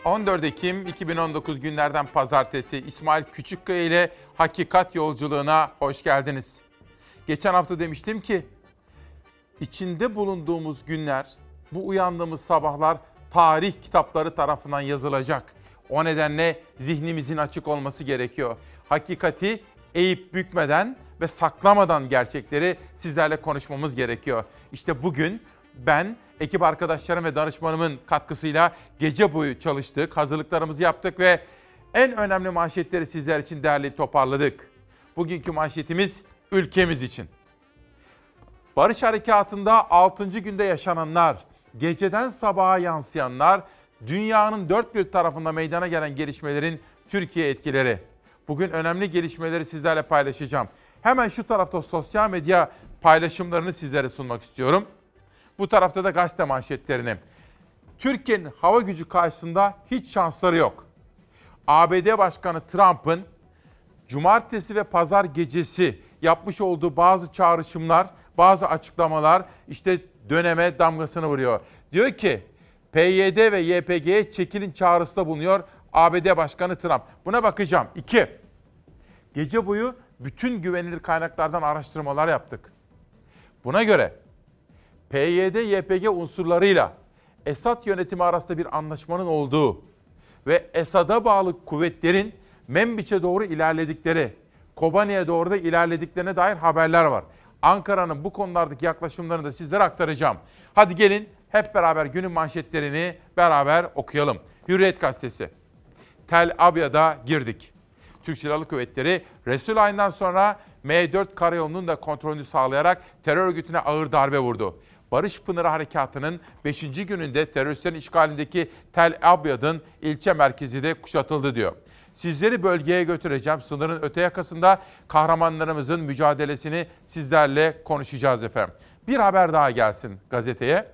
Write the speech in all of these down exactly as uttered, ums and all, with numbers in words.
on dört Ekim iki bin on dokuz günlerden pazartesi İsmail Küçükkaya ile Hakikat Yolculuğuna hoş geldiniz. Geçen hafta demiştim ki içinde bulunduğumuz günler, bu uyandığımız sabahlar tarih kitapları tarafından yazılacak. O nedenle zihnimizin açık olması gerekiyor. Hakikati eğip bükmeden ve saklamadan gerçekleri sizlerle konuşmamız gerekiyor. İşte bugün ben ekip arkadaşlarım ve danışmanımın katkısıyla gece boyu çalıştık, hazırlıklarımızı yaptık ve en önemli manşetleri sizler için derleyip toparladık. Bugünkü manşetimiz ülkemiz için. Barış Harekatı'nda altıncı günde yaşananlar, geceden sabaha yansıyanlar, dünyanın dört bir tarafında meydana gelen gelişmelerin Türkiye etkileri. Bugün önemli gelişmeleri sizlerle paylaşacağım. Hemen şu tarafta sosyal medya paylaşımlarını sizlere sunmak istiyorum. Bu tarafta da gazete manşetlerini. Türkiye'nin hava gücü karşısında hiç şansları yok. A B D Başkanı Trump'ın cumartesi ve pazar gecesi yapmış olduğu bazı çağrışımlar, bazı açıklamalar işte döneme damgasını vuruyor. Diyor ki P Y D ve Y P G'ye çekilin çağrısında bulunuyor A B D Başkanı Trump. Buna bakacağım. İki, gece boyu bütün güvenilir kaynaklardan araştırmalar yaptık. Buna göre P Y D Y P G unsurlarıyla Esad yönetimi arasında bir anlaşmanın olduğu ve Esad'a bağlı kuvvetlerin Menbiç'e doğru ilerledikleri, Kobani'ye doğru da ilerlediklerine dair haberler var. Ankara'nın bu konulardaki yaklaşımlarını da sizlere aktaracağım. Hadi gelin hep beraber günün manşetlerini beraber okuyalım. Hürriyet Gazetesi. Tel Abyad'a girdik. Türk Silahlı Kuvvetleri Resulayn'dan sonra M dört karayolunun da kontrolünü sağlayarak terör örgütüne ağır darbe vurdu. Barış Pınarı Harekatı'nın beşinci gününde teröristlerin işgalindeki Tel Abyad'ın ilçe merkezi de kuşatıldı diyor. Sizleri bölgeye götüreceğim. Sınırın öte yakasında kahramanlarımızın mücadelesini sizlerle konuşacağız efendim. Bir haber daha gelsin gazeteye.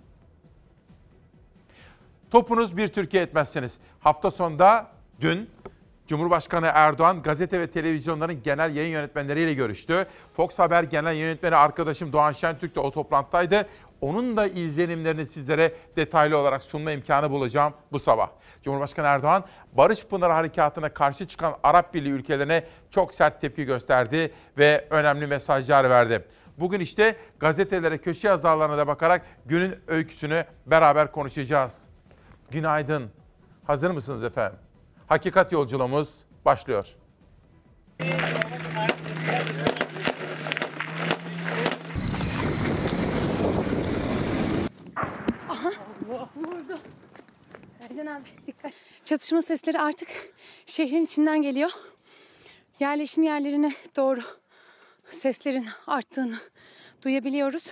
Topunuz bir Türkiye etmezsiniz. Hafta sonunda dün Cumhurbaşkanı Erdoğan gazete ve televizyonların genel yayın yönetmenleriyle görüştü. Fox Haber Genel Yönetmeni arkadaşım Doğan Şentürk de o toplantıdaydı. Onun da izlenimlerini sizlere detaylı olarak sunma imkanı bulacağım bu sabah. Cumhurbaşkanı Erdoğan, Barış Pınarı Harekatı'na karşı çıkan Arap Birliği ülkelerine çok sert tepki gösterdi ve önemli mesajlar verdi. Bugün işte gazetelere, köşe yazarlarına da bakarak günün öyküsünü beraber konuşacağız. Günaydın. Hazır mısınız efendim? Hakikat yolculuğumuz başlıyor. Aha, vurdu. Ercan abi dikkat. Çatışma sesleri artık şehrin içinden geliyor. Yerleşim yerlerine doğru seslerin arttığını duyabiliyoruz.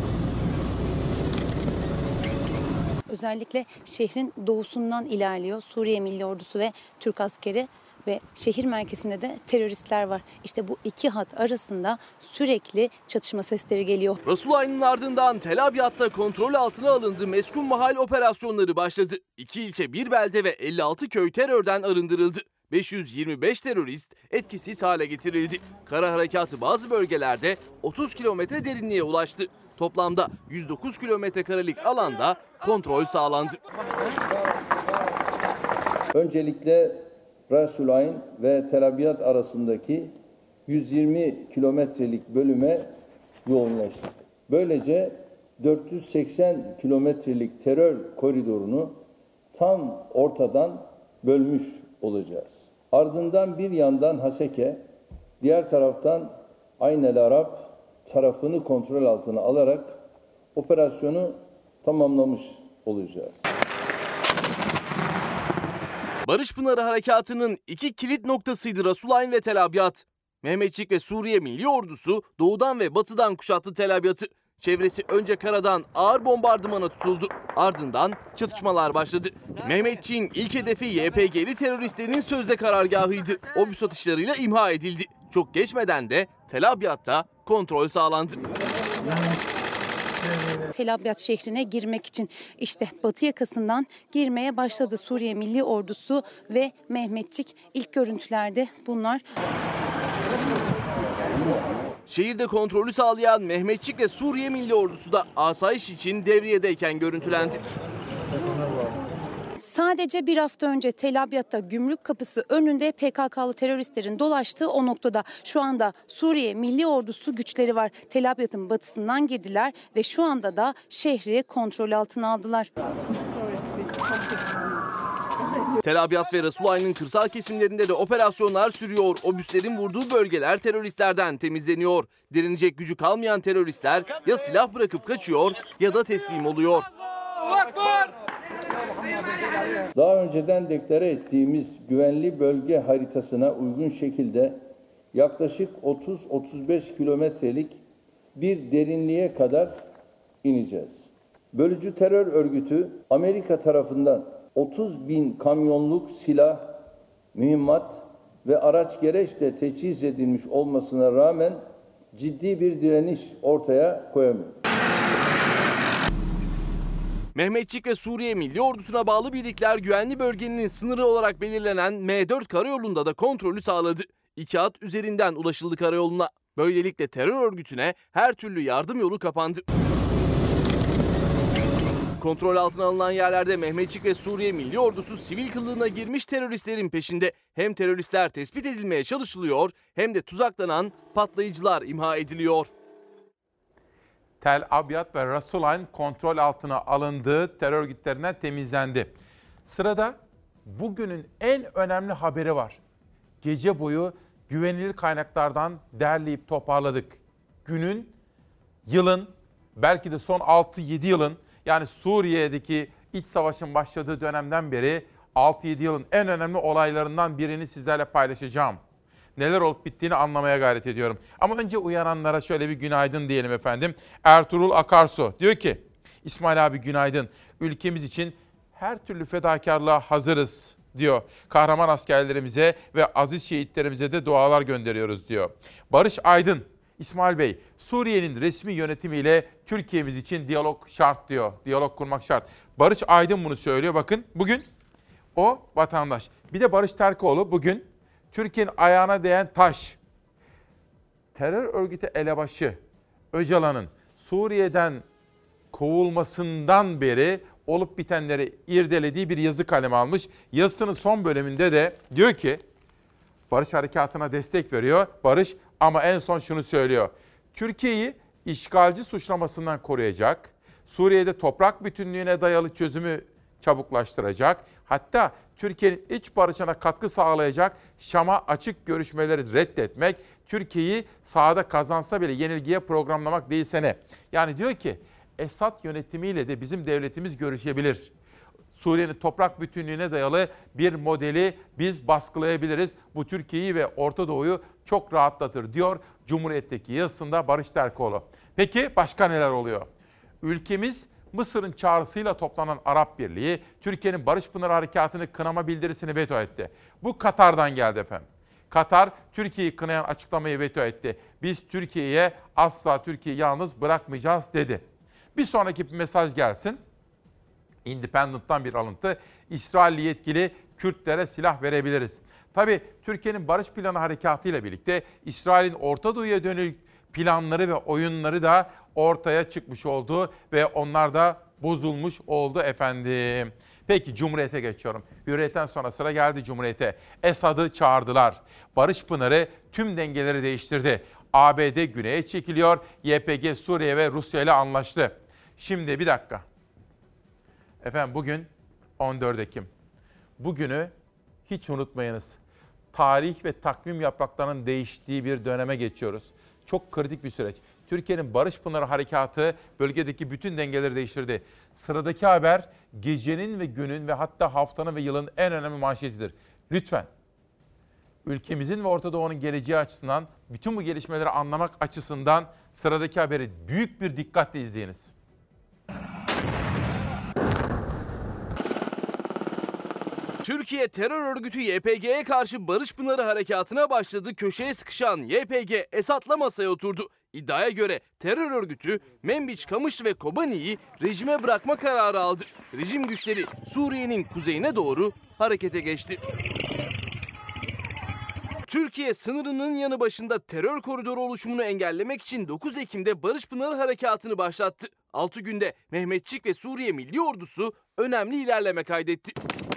Özellikle şehrin doğusundan ilerliyor Suriye Milli Ordusu ve Türk askeri ve şehir merkezinde de teröristler var. İşte bu iki hat arasında sürekli çatışma sesleri geliyor. Resulayn'ın ardından Tel Abyad'da kontrol altına alındı. Meskun Mahal operasyonları başladı. İki ilçe, bir belde ve elli altı köy terörden arındırıldı. beş yüz yirmi beş terörist etkisiz hale getirildi. Kara harekatı bazı bölgelerde otuz kilometre derinliğe ulaştı. Toplamda yüz dokuz kilometre karelik alanda kontrol sağlandı. Öncelikle Resulayn ve Tel Abyad arasındaki yüz yirmi kilometrelik bölüme yoğunlaştık. Böylece dört yüz seksen kilometrelik terör koridorunu tam ortadan bölmüş olacağız. Ardından bir yandan Haseke, diğer taraftan Ayn el Arab tarafını kontrol altına alarak operasyonu tamamlamış olacağız. Barış Pınarı Harekatı'nın iki kilit noktasıydı Resulayn ve Tel Abyad. Mehmetçik ve Suriye Milli Ordusu doğudan ve batıdan kuşattı Tel Abyad'ı. Çevresi önce karadan ağır bombardımana tutuldu. Ardından çatışmalar başladı. Mehmetçik'in ilk hedefi Y P G'li teröristlerin sözde karargahıydı. Obüs atışlarıyla imha edildi. Çok geçmeden de Tel Abyad'da kontrol sağlandı. Tel Abyad şehrine girmek için işte batı yakasından girmeye başladı Suriye Milli Ordusu ve Mehmetçik. İlk görüntülerde bunlar. Şehirde kontrolü sağlayan Mehmetçik ve Suriye Milli Ordusu da asayiş için devriyedeyken görüntülendi. Sadece bir hafta önce Tel Abyad'da gümrük kapısı önünde P K K'lı teröristlerin dolaştığı o noktada şu anda Suriye Milli Ordusu güçleri var. Tel Abyad'ın batısından girdiler ve şu anda da şehri kontrol altına aldılar. Tel Abyad ve Rasulayn'ın kırsal kesimlerinde de operasyonlar sürüyor. Obüslerin vurduğu bölgeler teröristlerden temizleniyor. Direnecek gücü kalmayan teröristler ya silah bırakıp kaçıyor ya da teslim oluyor. Daha önceden deklare ettiğimiz güvenli bölge haritasına uygun şekilde yaklaşık otuz otuz beş kilometrelik bir derinliğe kadar ineceğiz. Bölücü terör örgütü Amerika tarafından otuz bin kamyonluk silah, mühimmat ve araç gereçle teçhiz edilmiş olmasına rağmen ciddi bir direniş ortaya koyamıyor. Mehmetçik ve Suriye Milli Ordusu'na bağlı birlikler güvenli bölgenin sınırı olarak belirlenen M dört karayolunda da kontrolü sağladı. İki hat üzerinden ulaşıldı karayoluna. Böylelikle terör örgütüne her türlü yardım yolu kapandı. Kontrol altına alınan yerlerde Mehmetçik ve Suriye Milli Ordusu sivil kılığına girmiş teröristlerin peşinde. Hem teröristler tespit edilmeye çalışılıyor hem de tuzaklanan patlayıcılar imha ediliyor. Tel Abyad ve Rasulayn kontrol altına alındığı terör örgütlerinden temizlendi. Sırada bugünün en önemli haberi var. Gece boyu güvenilir kaynaklardan derleyip toparladık. Günün, yılın, belki de son altı yedi yılın, yani Suriye'deki iç savaşın başladığı dönemden beri altı yedi yılın en önemli olaylarından birini sizlerle paylaşacağım. Neler olup bittiğini anlamaya gayret ediyorum. Ama önce uyaranlara şöyle bir günaydın diyelim efendim. Ertuğrul Akarsu diyor ki, İsmail abi günaydın. Ülkemiz için her türlü fedakarlığa hazırız diyor. Kahraman askerlerimize ve aziz şehitlerimize de dualar gönderiyoruz diyor. Barış Aydın, İsmail Bey, Suriye'nin resmi yönetimiyle Türkiye'miz için diyalog şart diyor. Diyalog kurmak şart. Barış Aydın bunu söylüyor. Bakın bugün o vatandaş. Bir de Barış Terkoğlu bugün Türkiye'nin ayağına değen taş. Terör örgütü elebaşı Öcalan'ın Suriye'den kovulmasından beri olup bitenleri irdelediği bir yazı kaleme almış. Yazısının son bölümünde de diyor ki, Barış Harekatı'na destek veriyor. Barış ama en son şunu söylüyor. Türkiye'yi işgalci suçlamasından koruyacak, Suriye'de toprak bütünlüğüne dayalı çözümü çabuklaştıracak, hatta Türkiye'nin iç barışına katkı sağlayacak Şam'a açık görüşmeleri reddetmek, Türkiye'yi sahada kazansa bile yenilgiye programlamak değilse ne? Yani diyor ki, Esad yönetimiyle de bizim devletimiz görüşebilir. Suriye'nin toprak bütünlüğüne dayalı bir modeli biz baskılayabiliriz. Bu Türkiye'yi ve Orta Doğu'yu çok rahatlatır diyor Cumhuriyet'teki yazısında Barış Terkoğlu. Peki başka neler oluyor? Ülkemiz Mısır'ın çağrısıyla toplanan Arap Birliği, Türkiye'nin Barış Pınarı Harekatı'nı kınama bildirisini veto etti. Bu Katar'dan geldi efendim. Katar, Türkiye'yi kınayan açıklamayı veto etti. Biz Türkiye'ye asla Türkiye'yi yalnız bırakmayacağız dedi. Bir sonraki bir mesaj gelsin. Independent'tan bir alıntı. İsrailli yetkili Kürtlere silah verebiliriz. Tabii Türkiye'nin Barış Planı Harekatı ile birlikte İsrail'in Orta Doğu'ya dönük planları ve oyunları da ortaya çıkmış oldu ve onlar da bozulmuş oldu efendim. Peki Cumhuriyet'e geçiyorum. Hürriyet'ten sonra sıra geldi Cumhuriyet'e. Esad'ı çağırdılar. Barış Pınarı tüm dengeleri değiştirdi. A B D güneye çekiliyor. Y P G Suriye ve Rusya ile anlaştı. Şimdi bir dakika. Efendim bugün on dört Ekim. Bugünü hiç unutmayınız. Tarih ve takvim yapraklarının değiştiği bir döneme geçiyoruz. Çok kritik bir süreç. Türkiye'nin Barış Pınarı Harekatı bölgedeki bütün dengeleri değiştirdi. Sıradaki haber gecenin ve günün ve hatta haftanın ve yılın en önemli manşetidir. Lütfen ülkemizin ve Orta Doğu'nun geleceği açısından, bütün bu gelişmeleri anlamak açısından sıradaki haberi büyük bir dikkatle izleyiniz. Türkiye terör örgütü Y P G'ye karşı Barış Pınarı Harekatı'na başladı. Köşeye sıkışan Y P G Esad'la masaya oturdu. İddiaya göre terör örgütü Menbiç, Kamışlı ve Kobani'yi rejime bırakma kararı aldı. Rejim güçleri Suriye'nin kuzeyine doğru harekete geçti. Türkiye sınırının yanı başında terör koridoru oluşumunu engellemek için dokuz Ekim'de Barış Pınarı Harekatı'nı başlattı. altı günde Mehmetçik ve Suriye Milli Ordusu önemli ilerleme kaydetti.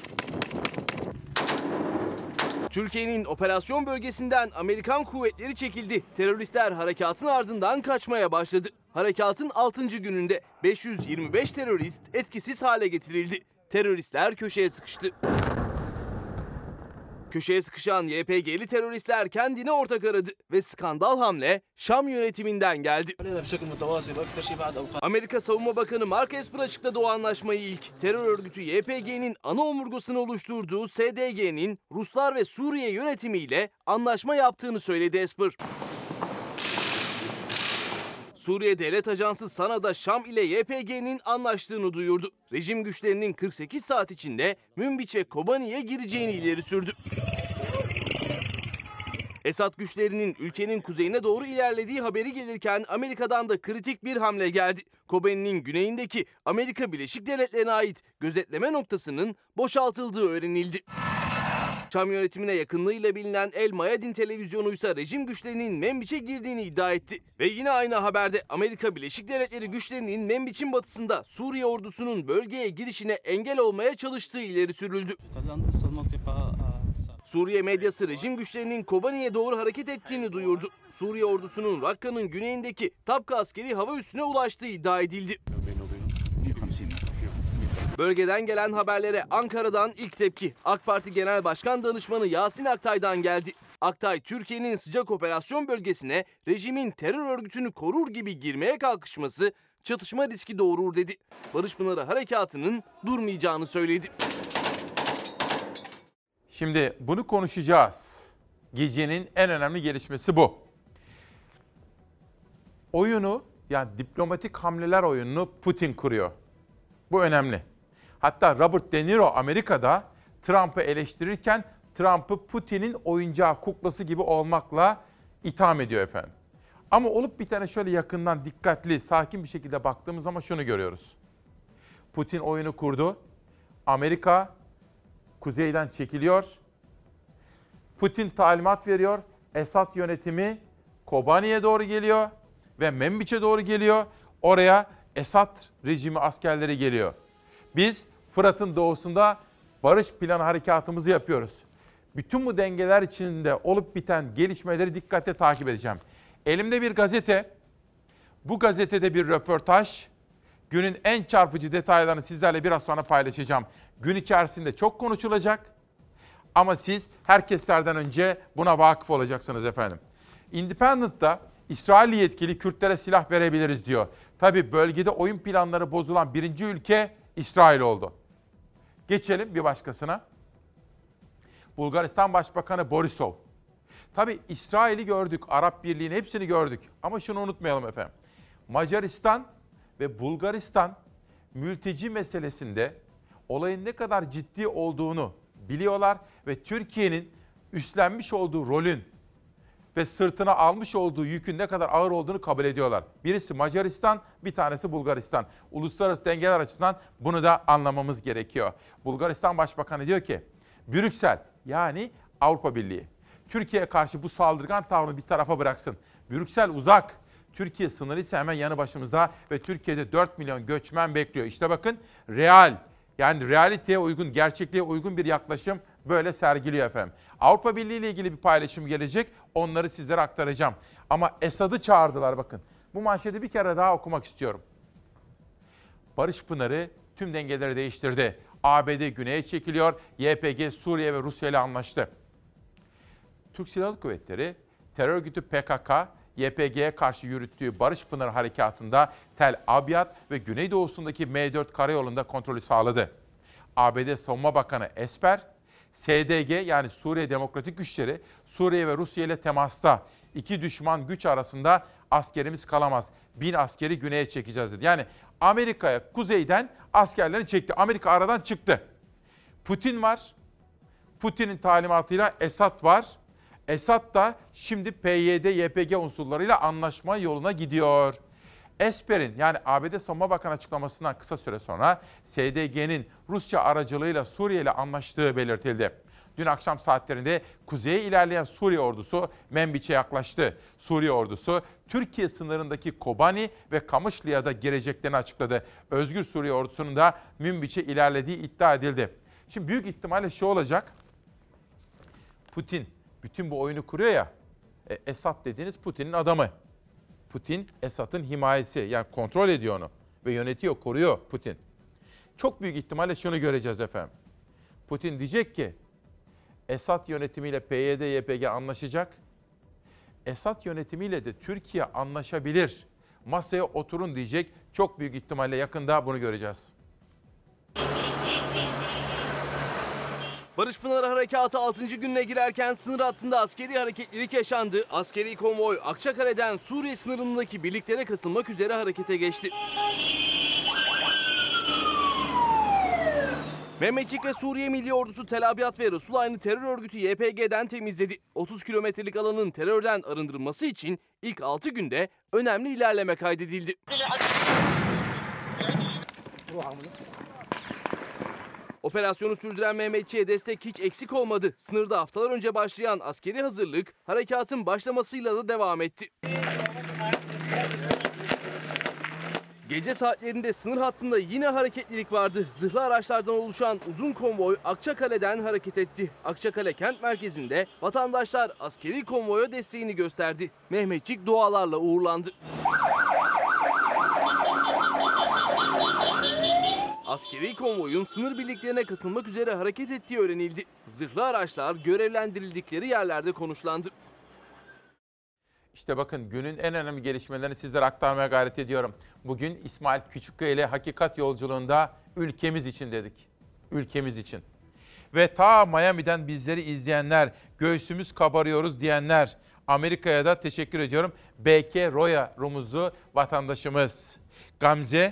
Türkiye'nin operasyon bölgesinden Amerikan kuvvetleri çekildi. Teröristler harekatın ardından kaçmaya başladı. Harekatın altıncı gününde beş yüz yirmi beş terörist etkisiz hale getirildi. Teröristler köşeye sıkıştı. Köşeye sıkışan Y P G'li teröristler kendine ortak aradı ve skandal hamle Şam yönetiminden geldi. Amerika Savunma Bakanı Mark Esper açıkladı o anlaşmayı ilk. Terör örgütü Y P G'nin ana omurgasını oluşturduğu S D G'nin Ruslar ve Suriye yönetimiyle anlaşma yaptığını söyledi Esper. Suriye Devlet Ajansı Sana'da Şam ile Y P G'nin anlaştığını duyurdu. Rejim güçlerinin kırk sekiz saat içinde Münbiç ve Kobani'ye gireceğini ileri sürdü. Esad güçlerinin ülkenin kuzeyine doğru ilerlediği haberi gelirken Amerika'dan da kritik bir hamle geldi. Kobani'nin güneyindeki Amerika Birleşik Devletleri'ne ait gözetleme noktasının boşaltıldığı öğrenildi. Şam yönetimine yakınlığıyla bilinen El Mayadin televizyonu ise rejim güçlerinin Menbiç'e girdiğini iddia etti. Ve yine aynı haberde Amerika Birleşik Devletleri güçlerinin Menbiç'in batısında Suriye ordusunun bölgeye girişine engel olmaya çalıştığı ileri sürüldü. Suriye medyası rejim güçlerinin Kobani'ye doğru hareket ettiğini duyurdu. Suriye ordusunun Rakka'nın güneyindeki Tapka askeri hava üssüne ulaştığı iddia edildi. Bölgeden gelen haberlere Ankara'dan ilk tepki AK Parti Genel Başkan Danışmanı Yasin Aktay'dan geldi. Aktay, Türkiye'nin sıcak operasyon bölgesine rejimin terör örgütünü korur gibi girmeye kalkışması çatışma riski doğurur dedi. Barış Pınarı harekatının durmayacağını söyledi. Şimdi bunu konuşacağız. Gecenin en önemli gelişmesi bu. Oyunu, yani diplomatik hamleler oyununu Putin kuruyor. Bu önemli. Hatta Robert De Niro Amerika'da Trump'ı eleştirirken Trump'ı Putin'in oyuncağı, kuklası gibi olmakla itham ediyor efendim. Ama olup bitene şöyle yakından dikkatli, sakin bir şekilde baktığımız zaman şunu görüyoruz. Putin oyunu kurdu. Amerika kuzeyden çekiliyor. Putin talimat veriyor. Esad yönetimi Kobani'ye doğru geliyor ve Menbiç'e doğru geliyor. Oraya Esad rejimi askerleri geliyor. Biz Fırat'ın doğusunda barış planı harekatımızı yapıyoruz. Bütün bu dengeler içinde olup biten gelişmeleri dikkatle takip edeceğim. Elimde bir gazete. Bu gazetede bir röportaj. Günün en çarpıcı detaylarını sizlerle biraz sonra paylaşacağım. Gün içerisinde çok konuşulacak. Ama siz herkeslerden önce buna vakıf olacaksınız efendim. Independent'ta İsrail yetkili Kürtlere silah verebiliriz diyor. Tabii bölgede oyun planları bozulan birinci ülke İsrail oldu. Geçelim bir başkasına. Bulgaristan Başbakanı Borisov. Tabii İsrail'i gördük, Arap Birliği'nin hepsini gördük. Ama şunu unutmayalım efendim. Macaristan ve Bulgaristan mülteci meselesinde olayın ne kadar ciddi olduğunu biliyorlar ve Türkiye'nin üstlenmiş olduğu rolün ve sırtına almış olduğu yükün ne kadar ağır olduğunu kabul ediyorlar. Birisi Macaristan, bir tanesi Bulgaristan. Uluslararası dengeler açısından bunu da anlamamız gerekiyor. Bulgaristan Başbakanı diyor ki, Brüksel yani Avrupa Birliği, Türkiye'ye karşı bu saldırgan tavrını bir tarafa bıraksın. Brüksel uzak. Türkiye sınırı ise hemen yanı başımızda ve Türkiye'de dört milyon göçmen bekliyor. İşte bakın real, yani realiteye uygun, gerçekliğe uygun bir yaklaşım böyle sergiliyor efendim. Avrupa Birliği ile ilgili bir paylaşım gelecek, onları sizlere aktaracağım. Ama Esad'ı çağırdılar bakın. Bu manşeti bir kere daha okumak istiyorum. Barış Pınarı tüm dengeleri değiştirdi. A B D güneye çekiliyor, Y P G Suriye ve Rusya ile anlaştı. Türk Silahlı Kuvvetleri, terör örgütü P K K, Y P G'ye karşı yürüttüğü Barış Pınarı Harekatı'nda Tel Abyad ve güneydoğusundaki M dört karayolunda kontrolü sağladı. A B D Savunma Bakanı Esper, S D G yani Suriye Demokratik Güçleri, Suriye ve Rusya ile temasta. İki düşman güç arasında askerimiz kalamaz. Bin askeri güneye çekeceğiz dedi. Yani Amerika'ya kuzeyden askerlerini çekti. Amerika aradan çıktı. Putin var. Putin'in talimatıyla Esad var. Esad da şimdi P Y D Y P G unsurlarıyla anlaşma yoluna gidiyor. Esper'in yani A B D Savunma Bakanı açıklamasından kısa süre sonra S D G'nin Rusya aracılığıyla Suriye ile anlaştığı belirtildi. Dün akşam saatlerinde kuzeye ilerleyen Suriye ordusu Menbiç'e yaklaştı. Suriye ordusu Türkiye sınırındaki Kobani ve Kamışlı'ya da gireceklerini açıkladı. Özgür Suriye ordusunun da Münbiç'e ilerlediği iddia edildi. Şimdi büyük ihtimalle şu olacak. Putin bütün bu oyunu kuruyor ya. E, Esad dediğiniz Putin'in adamı. Putin Esad'ın himayesi, yani kontrol ediyor onu ve yönetiyor, koruyor Putin. Çok büyük ihtimalle şunu göreceğiz efendim. Putin diyecek ki Esad yönetimiyle P Y D Y P G anlaşacak. Esad yönetimiyle de Türkiye anlaşabilir. Masaya oturun diyecek. Çok büyük ihtimalle yakında bunu göreceğiz. Barış Pınarı Harekatı altıncı gününe girerken sınır hattında askeri hareketlilik yaşandı. Askeri konvoy Akçakale'den Suriye sınırındaki birliklere katılmak üzere harekete geçti. Mehmetçik ve Suriye Milli Ordusu Tel Abyad ve Resulayn'ı terör örgütü Y P G'den temizledi. otuz kilometrelik alanın terörden arındırılması için ilk altı günde önemli ilerleme kaydedildi. Operasyonu sürdüren Mehmetçik'e destek hiç eksik olmadı. Sınırda haftalar önce başlayan askeri hazırlık harekatın başlamasıyla da devam etti. Gece saatlerinde sınır hattında yine hareketlilik vardı. Zırhlı araçlardan oluşan uzun konvoy Akçakale'den hareket etti. Akçakale kent merkezinde vatandaşlar askeri konvoya desteğini gösterdi. Mehmetçik dualarla uğurlandı. Askeri konvoyun sınır birliklerine katılmak üzere hareket ettiği öğrenildi. Zırhlı araçlar görevlendirildikleri yerlerde konuşlandı. İşte bakın günün en önemli gelişmelerini sizlere aktarmaya gayret ediyorum. Bugün İsmail Küçükkaya ile Hakikat Yolculuğunda ülkemiz için dedik. Ülkemiz için. Ve ta Miami'den bizleri izleyenler, göğsümüz kabarıyoruz diyenler, Amerika'ya da teşekkür ediyorum. B K Roya Rumuzlu vatandaşımız. Gamze,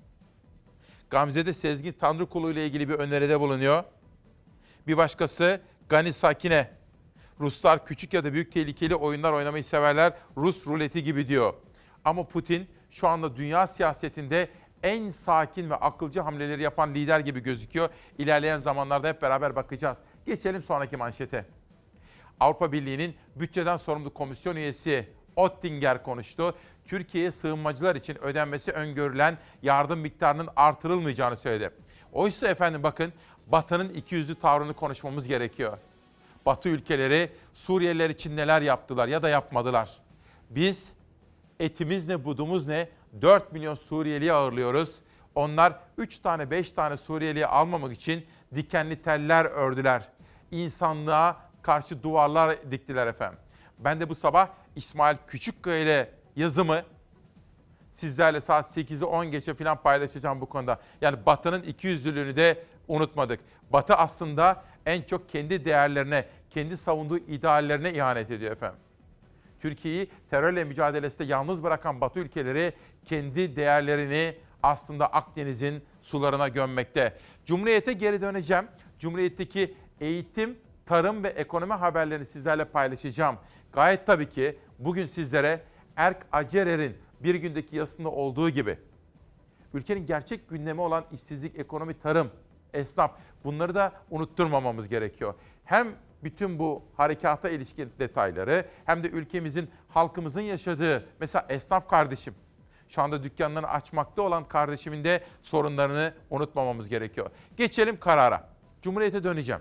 Gamze de Sezgin Tanrıkulu ile ilgili bir öneride bulunuyor. Bir başkası Gani Sakine. Ruslar küçük ya da büyük tehlikeli oyunlar oynamayı severler. Rus ruleti gibi diyor. Ama Putin şu anda dünya siyasetinde en sakin ve akılcı hamleleri yapan lider gibi gözüküyor. İlerleyen zamanlarda hep beraber bakacağız. Geçelim sonraki manşete. Avrupa Birliği'nin bütçeden sorumlu komisyon üyesi Oettinger konuştu. Türkiye'ye sığınmacılar için ödenmesi öngörülen yardım miktarının artırılmayacağını söyledi. Oysa efendim bakın Batı'nın ikiyüzlü tavrını konuşmamız gerekiyor. Batı ülkeleri Suriyeliler için neler yaptılar ya da yapmadılar. Biz etimiz ne budumuz ne dört milyon Suriyeli'yi ağırlıyoruz. Onlar üç tane beş tane Suriyeli'yi almamak için dikenli teller ördüler. İnsanlığa karşı duvarlar diktiler efendim. Ben de bu sabah İsmail Küçükkaya ile yazımı sizlerle saat sekizi on geçe falan paylaşacağım bu konuda. Yani Batı'nın ikiyüzlülüğünü de unutmadık. Batı aslında en çok kendi değerlerine, kendi savunduğu ideallerine ihanet ediyor efendim. Türkiye'yi terörle mücadelesinde yalnız bırakan Batı ülkeleri kendi değerlerini aslında Akdeniz'in sularına gömmekte. Cumhuriyete geri döneceğim. Cumhuriyet'teki eğitim, tarım ve ekonomi haberlerini sizlerle paylaşacağım. Gayet tabii ki bugün sizlere Erk Acerer'in bir gündeki yazısında olduğu gibi ülkenin gerçek gündemi olan işsizlik, ekonomi, tarım, esnaf, bunları da unutturmamamız gerekiyor. Hem bütün bu harekata ilişkin detayları hem de ülkemizin, halkımızın yaşadığı, mesela esnaf kardeşim, şu anda dükkanlarını açmakta olan kardeşimin de sorunlarını unutmamamız gerekiyor. Geçelim karara. Cumhuriyete döneceğim.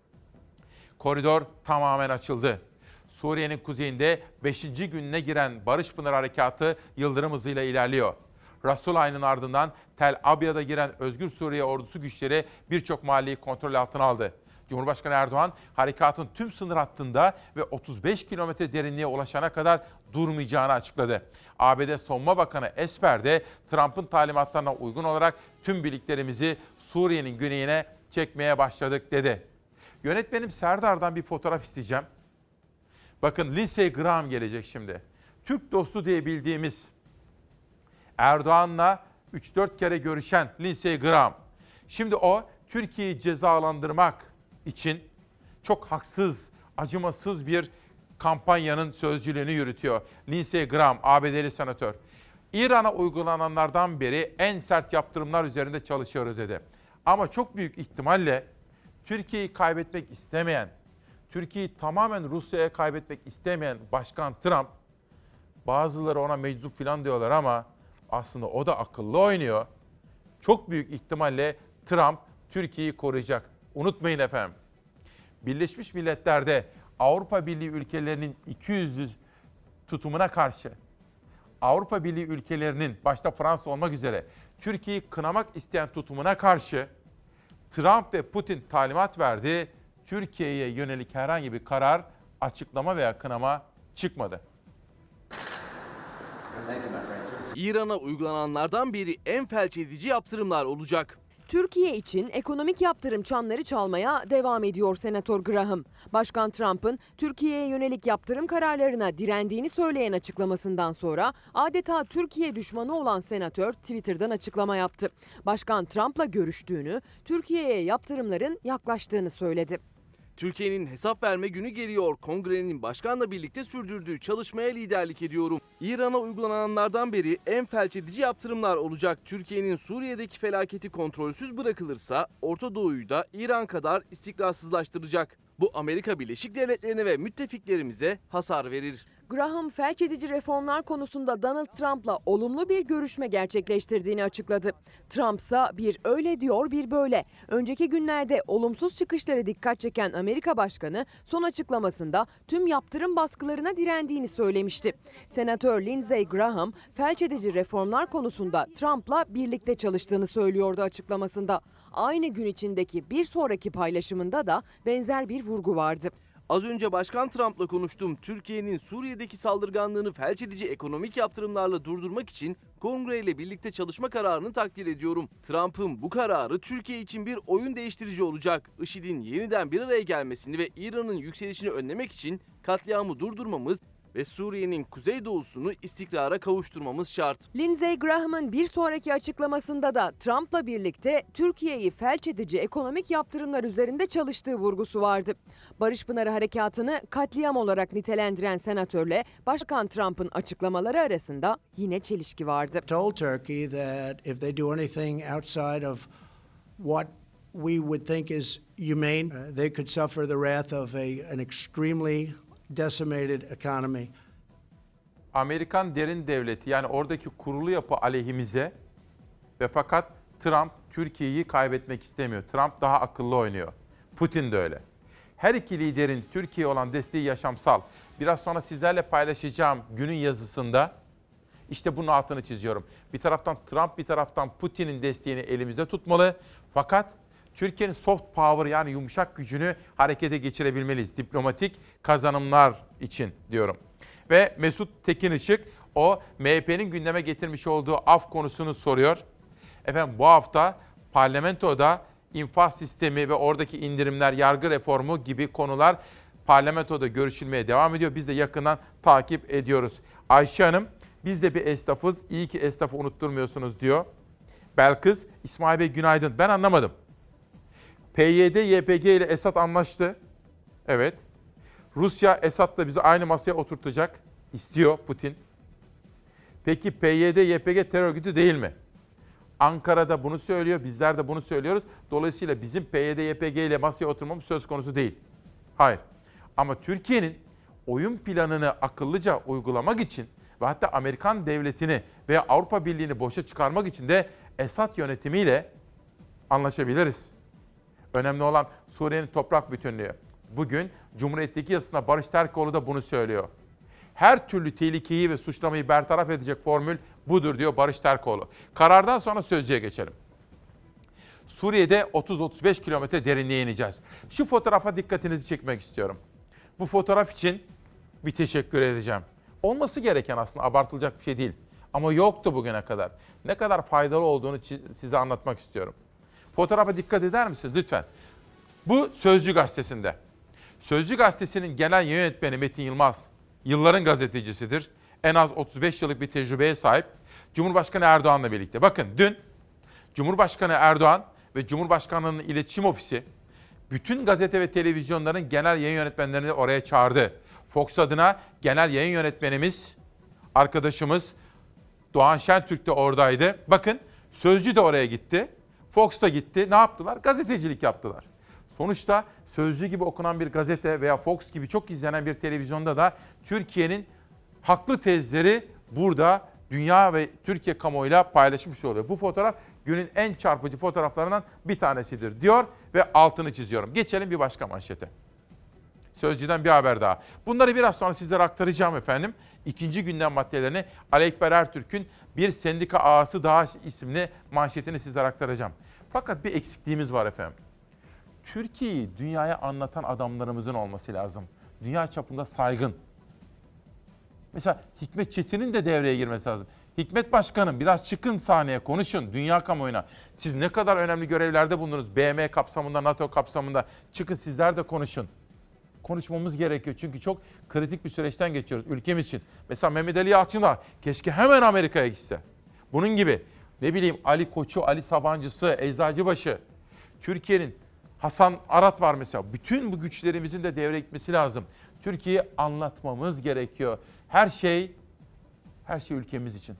Koridor tamamen açıldı. Suriye'nin kuzeyinde beşinci gününe giren Barış Pınarı Harekatı yıldırım hızıyla ilerliyor. Resulayn'ın ardından Tel Abyad'a giren Özgür Suriye ordusu güçleri birçok mahalleyi kontrol altına aldı. Cumhurbaşkanı Erdoğan, harekatın tüm sınır hattında ve otuz beş kilometre derinliğe ulaşana kadar durmayacağını açıkladı. A B D Savunma Bakanı Esper de Trump'ın talimatlarına uygun olarak tüm birliklerimizi Suriye'nin güneyine çekmeye başladık dedi. Yönetmenim Serdar'dan bir fotoğraf isteyeceğim. Bakın Lindsey Graham gelecek şimdi. Türk dostu diye bildiğimiz Erdoğan'la üç dört kere görüşen Lindsey Graham. Şimdi o Türkiye'yi cezalandırmak için çok haksız, acımasız bir kampanyanın sözcülüğünü yürütüyor. Lindsey Graham, A B D'li senatör. İran'a uygulananlardan beri en sert yaptırımlar üzerinde çalışıyoruz dedi. Ama çok büyük ihtimalle Türkiye'yi kaybetmek istemeyen, Türkiye'yi tamamen Rusya'ya kaybetmek istemeyen Başkan Trump, bazıları ona meczup falan diyorlar ama aslında o da akıllı oynuyor. Çok büyük ihtimalle Trump Türkiye'yi koruyacak. Unutmayın efendim. Birleşmiş Milletler'de Avrupa Birliği ülkelerinin ikiyüzlü tutumuna karşı, Avrupa Birliği ülkelerinin başta Fransa olmak üzere Türkiye'yi kınamak isteyen tutumuna karşı Trump ve Putin talimat verdi. Türkiye'ye yönelik herhangi bir karar, açıklama veya kınama çıkmadı. İran'a uygulananlardan biri en felç edici yaptırımlar olacak. Türkiye için ekonomik yaptırım çanları çalmaya devam ediyor Senatör Graham. Başkan Trump'ın Türkiye'ye yönelik yaptırım kararlarına direndiğini söyleyen açıklamasından sonra adeta Türkiye düşmanı olan senatör Twitter'dan açıklama yaptı. Başkan Trump'la görüştüğünü, Türkiye'ye yaptırımların yaklaştığını söyledi. Türkiye'nin hesap verme günü geliyor. Kongrenin başkanla birlikte sürdürdüğü çalışmaya liderlik ediyorum. İran'a uygulananlardan biri en felç edici yaptırımlar olacak. Türkiye'nin Suriye'deki felaketi kontrolsüz bırakılırsa Orta Doğu'yu da İran kadar istikrarsızlaştıracak. Bu Amerika Birleşik Devletleri'ne ve müttefiklerimize hasar verir. Graham, felç edici reformlar konusunda Donald Trump'la olumlu bir görüşme gerçekleştirdiğini açıkladı. Trump'sa bir öyle diyor bir böyle. Önceki günlerde olumsuz çıkışları dikkat çeken Amerika Başkanı son açıklamasında tüm yaptırım baskılarına direndiğini söylemişti. Senatör Lindsey Graham, felç edici reformlar konusunda Trump'la birlikte çalıştığını söylüyordu açıklamasında. Aynı gün içindeki bir sonraki paylaşımında da benzer bir vurgu vardı. Az önce Başkan Trump'la konuştum. Türkiye'nin Suriye'deki saldırganlığını felç edici ekonomik yaptırımlarla durdurmak için Kongre ile birlikte çalışma kararını takdir ediyorum. Trump'ın bu kararı Türkiye için bir oyun değiştirici olacak. IŞİD'in yeniden bir araya gelmesini ve İran'ın yükselişini önlemek için katliamı durdurmamız ve Suriye'nin kuzeydoğusunu istikrara kavuşturmamız şart. Lindsey Graham'ın bir sonraki açıklamasında da Trump'la birlikte Türkiye'yi felç edici ekonomik yaptırımlar üzerinde çalıştığı vurgusu vardı. Barış Pınarı Harekatı'nı katliam olarak nitelendiren senatörle Başkan Trump'ın açıklamaları arasında yine çelişki vardı. Told Turkey that if they do anything outside of what we would think is humane, uh, they could suffer the wrath of a, an extremely decimated economy. Amerikan derin devleti, yani oradaki kurulu yapı aleyhimize ve fakat Trump Türkiye'yi kaybetmek istemiyor. Trump daha akıllı oynuyor. Putin de öyle. Her iki liderin Türkiye'ye olan desteği yaşamsal. Biraz sonra sizlerle paylaşacağım günün yazısında işte bunun altını çiziyorum. Bir taraftan Trump, bir taraftan Putin'in desteğini elimizde tutmalı. Fakat Türkiye'nin soft power, yani yumuşak gücünü harekete geçirebilmeliyiz. Diplomatik kazanımlar için diyorum. Ve Mesut Tekinışık, o M H P'nin gündeme getirmiş olduğu af konusunu soruyor. Efendim bu hafta parlamentoda infaz sistemi ve oradaki indirimler, yargı reformu gibi konular parlamentoda görüşülmeye devam ediyor. Biz de yakından takip ediyoruz. Ayşe Hanım, biz de bir esnafız, iyi ki esnafı unutturmuyorsunuz diyor. Belkıs, İsmail Bey günaydın. Ben anlamadım. P Y D Y P G ile Esad anlaştı. Evet. Rusya Esad'la bizi aynı masaya oturtacak. İstiyor Putin. Peki P Y D Y P G terör örgütü değil mi? Ankara'da bunu söylüyor, bizler de bunu söylüyoruz. Dolayısıyla bizim P Y D Y P G ile masaya oturmamız söz konusu değil. Hayır. Ama Türkiye'nin oyun planını akıllıca uygulamak için ve hatta Amerikan devletini veya Avrupa Birliği'ni boşa çıkarmak için de Esad yönetimiyle anlaşabiliriz. Önemli olan Suriye'nin toprak bütünlüğü. Bugün Cumhuriyet'teki yazısında Barış Terkoğlu da bunu söylüyor. Her türlü tehlikeyi ve suçlamayı bertaraf edecek formül budur diyor Barış Terkoğlu. Karardan sonra sözcüye geçelim. Suriye'de otuz otuz beş kilometre derinliğe ineceğiz. Şu fotoğrafa dikkatinizi çekmek istiyorum. Bu fotoğraf için bir teşekkür edeceğim. Olması gereken, aslında abartılacak bir şey değil. Ama yoktu bugüne kadar. Ne kadar faydalı olduğunu size anlatmak istiyorum. Fotoğrafa dikkat eder misiniz lütfen? Bu Sözcü Gazetesi'nde. Sözcü Gazetesi'nin genel yayın yönetmeni Metin Yılmaz, yılların gazetecisidir. En az otuz beş yıllık bir tecrübeye sahip. Cumhurbaşkanı Erdoğan'la birlikte. Bakın dün Cumhurbaşkanı Erdoğan ve Cumhurbaşkanlığı'nın iletişim ofisi bütün gazete ve televizyonların genel yayın yönetmenlerini oraya çağırdı. Fox adına genel yayın yönetmenimiz, arkadaşımız Doğan Şentürk de oradaydı. Bakın Sözcü de oraya gitti. Fox da gitti. Ne yaptılar? Gazetecilik yaptılar. Sonuçta Sözcü gibi okunan bir gazete veya Fox gibi çok izlenen bir televizyonda da Türkiye'nin haklı tezleri burada dünya ve Türkiye kamuoyuyla paylaşmış oluyor. Bu fotoğraf günün en çarpıcı fotoğraflarından bir tanesidir diyor ve altını çiziyorum. Geçelim bir başka manşete. Sözcü'den bir haber daha. Bunları biraz sonra sizlere aktaracağım efendim. İkinci gündem maddelerini Ali Ekber Ertürk'ün Bir Sendika Ağası Daha isimli manşetini sizlere aktaracağım. Fakat bir eksikliğimiz var efendim. Türkiye'yi dünyaya anlatan adamlarımızın olması lazım. Dünya çapında saygın. Mesela Hikmet Çetin'in de devreye girmesi lazım. Hikmet Başkanım biraz çıkın sahneye, konuşun dünya kamuoyuna. Siz ne kadar önemli görevlerde bulundunuz. B M kapsamında, NATO kapsamında. Çıkın sizler de konuşun. Konuşmamız gerekiyor çünkü çok kritik bir süreçten geçiyoruz ülkemiz için. Mesela Mehmet Ali Yalçın da keşke hemen Amerika'ya gitse. Bunun gibi ne bileyim Ali Koç'u, Ali Sabancısı, Eczacıbaşı, Türkiye'nin Hasan Arat var mesela. Bütün bu güçlerimizin de devreye gitmesi lazım. Türkiye'yi anlatmamız gerekiyor. Her şey, her şey ülkemiz için.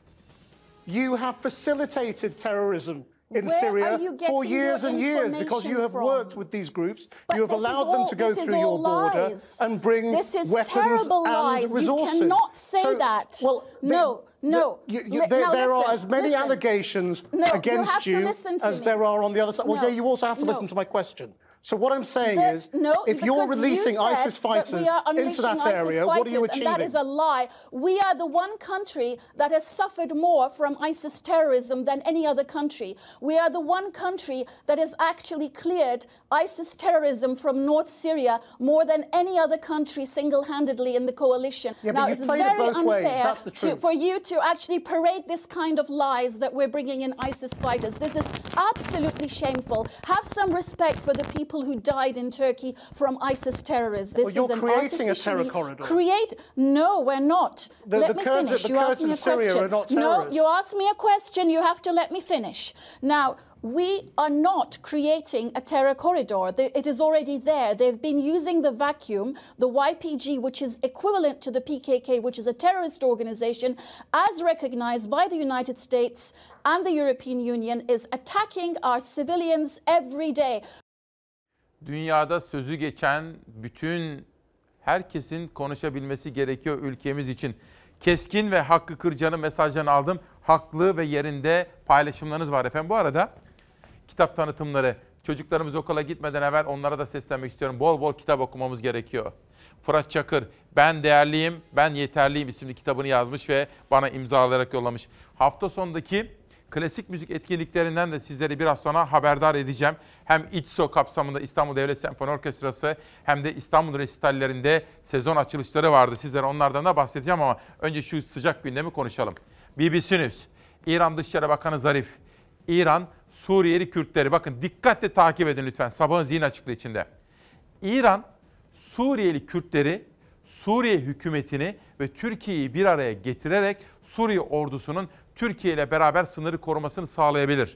You have facilitated terrorism in Where Syria are you for getting years your and years because you have information worked from? with these groups. But you have this is allowed them all- to go this is through your all border lies. and bring This is weapons terrible and lies. resources. You cannot say So, that. Well, No, the- no. the- you- you- Li- there now there listen, are as many listen. allegations No, you against have to you listen to as me. there are on the other side. Well, No, yeah, you also have to no. listen to my question. So what I'm saying The- is, no, if you're because releasing you said ISIS that fighters we are into unleashing that ISIS area, what are you fighters, and that achieving? is a lie. We are the one country that has suffered more from ISIS terrorism than any other country. We are the one country that has actually cleared ISIS terrorism from North Syria more than any other country single-handedly in the coalition. Yeah, but now, you it's played it very both ways. unfair That's the to, truth. for you to actually parade this kind of lies that we're bringing in ISIS fighters. This is absolutely shameful. Have some respect for the people who died in Turkey from ISIS terrorists. This Well, you're is an creating a terror artificially corridor. Create? No, we're not. The- let the me Kurds- finish. the You Kurds asked me in a Syria question. are not No, terrorists. you asked me a question. You have to let me finish. Now, we are not creating a terror corridor. The- It is already there. They've been using the vacuum, the Y P G, which is equivalent to the P K K, which is a terrorist organization, as recognized by the United States and the European Union, is attacking our civilians every day. Dünyada sözü geçen bütün herkesin konuşabilmesi gerekiyor ülkemiz için. Keskin ve Hakkı Kırcan'ın mesajlarını aldım. Haklı ve yerinde paylaşımlarınız var efendim. Bu arada kitap tanıtımları, çocuklarımız okula gitmeden evvel onlara da seslenmek istiyorum. Bol bol kitap okumamız gerekiyor. Fırat Çakır, Ben Değerliyim, Ben Yeterliyim isimli kitabını yazmış ve bana imzalayarak yollamış. Hafta sonundaki klasik müzik etkinliklerinden de sizleri biraz sonra haberdar edeceğim. Hem İTSO kapsamında İstanbul Devlet Senfoni Orkestrası hem de İstanbul resitallerinde sezon açılışları vardı. Sizlere onlardan da bahsedeceğim ama önce şu sıcak gündemi konuşalım. B B C News, İran Dışişleri Bakanı Zarif, İran Suriyeli Kürtleri, bakın dikkatle takip edin lütfen sabahın zihin açıklığı içinde. İran Suriyeli Kürtleri, Suriye hükümetini ve Türkiye'yi bir araya getirerek Suriye ordusunun Türkiye ile beraber sınırı korumasını sağlayabilir.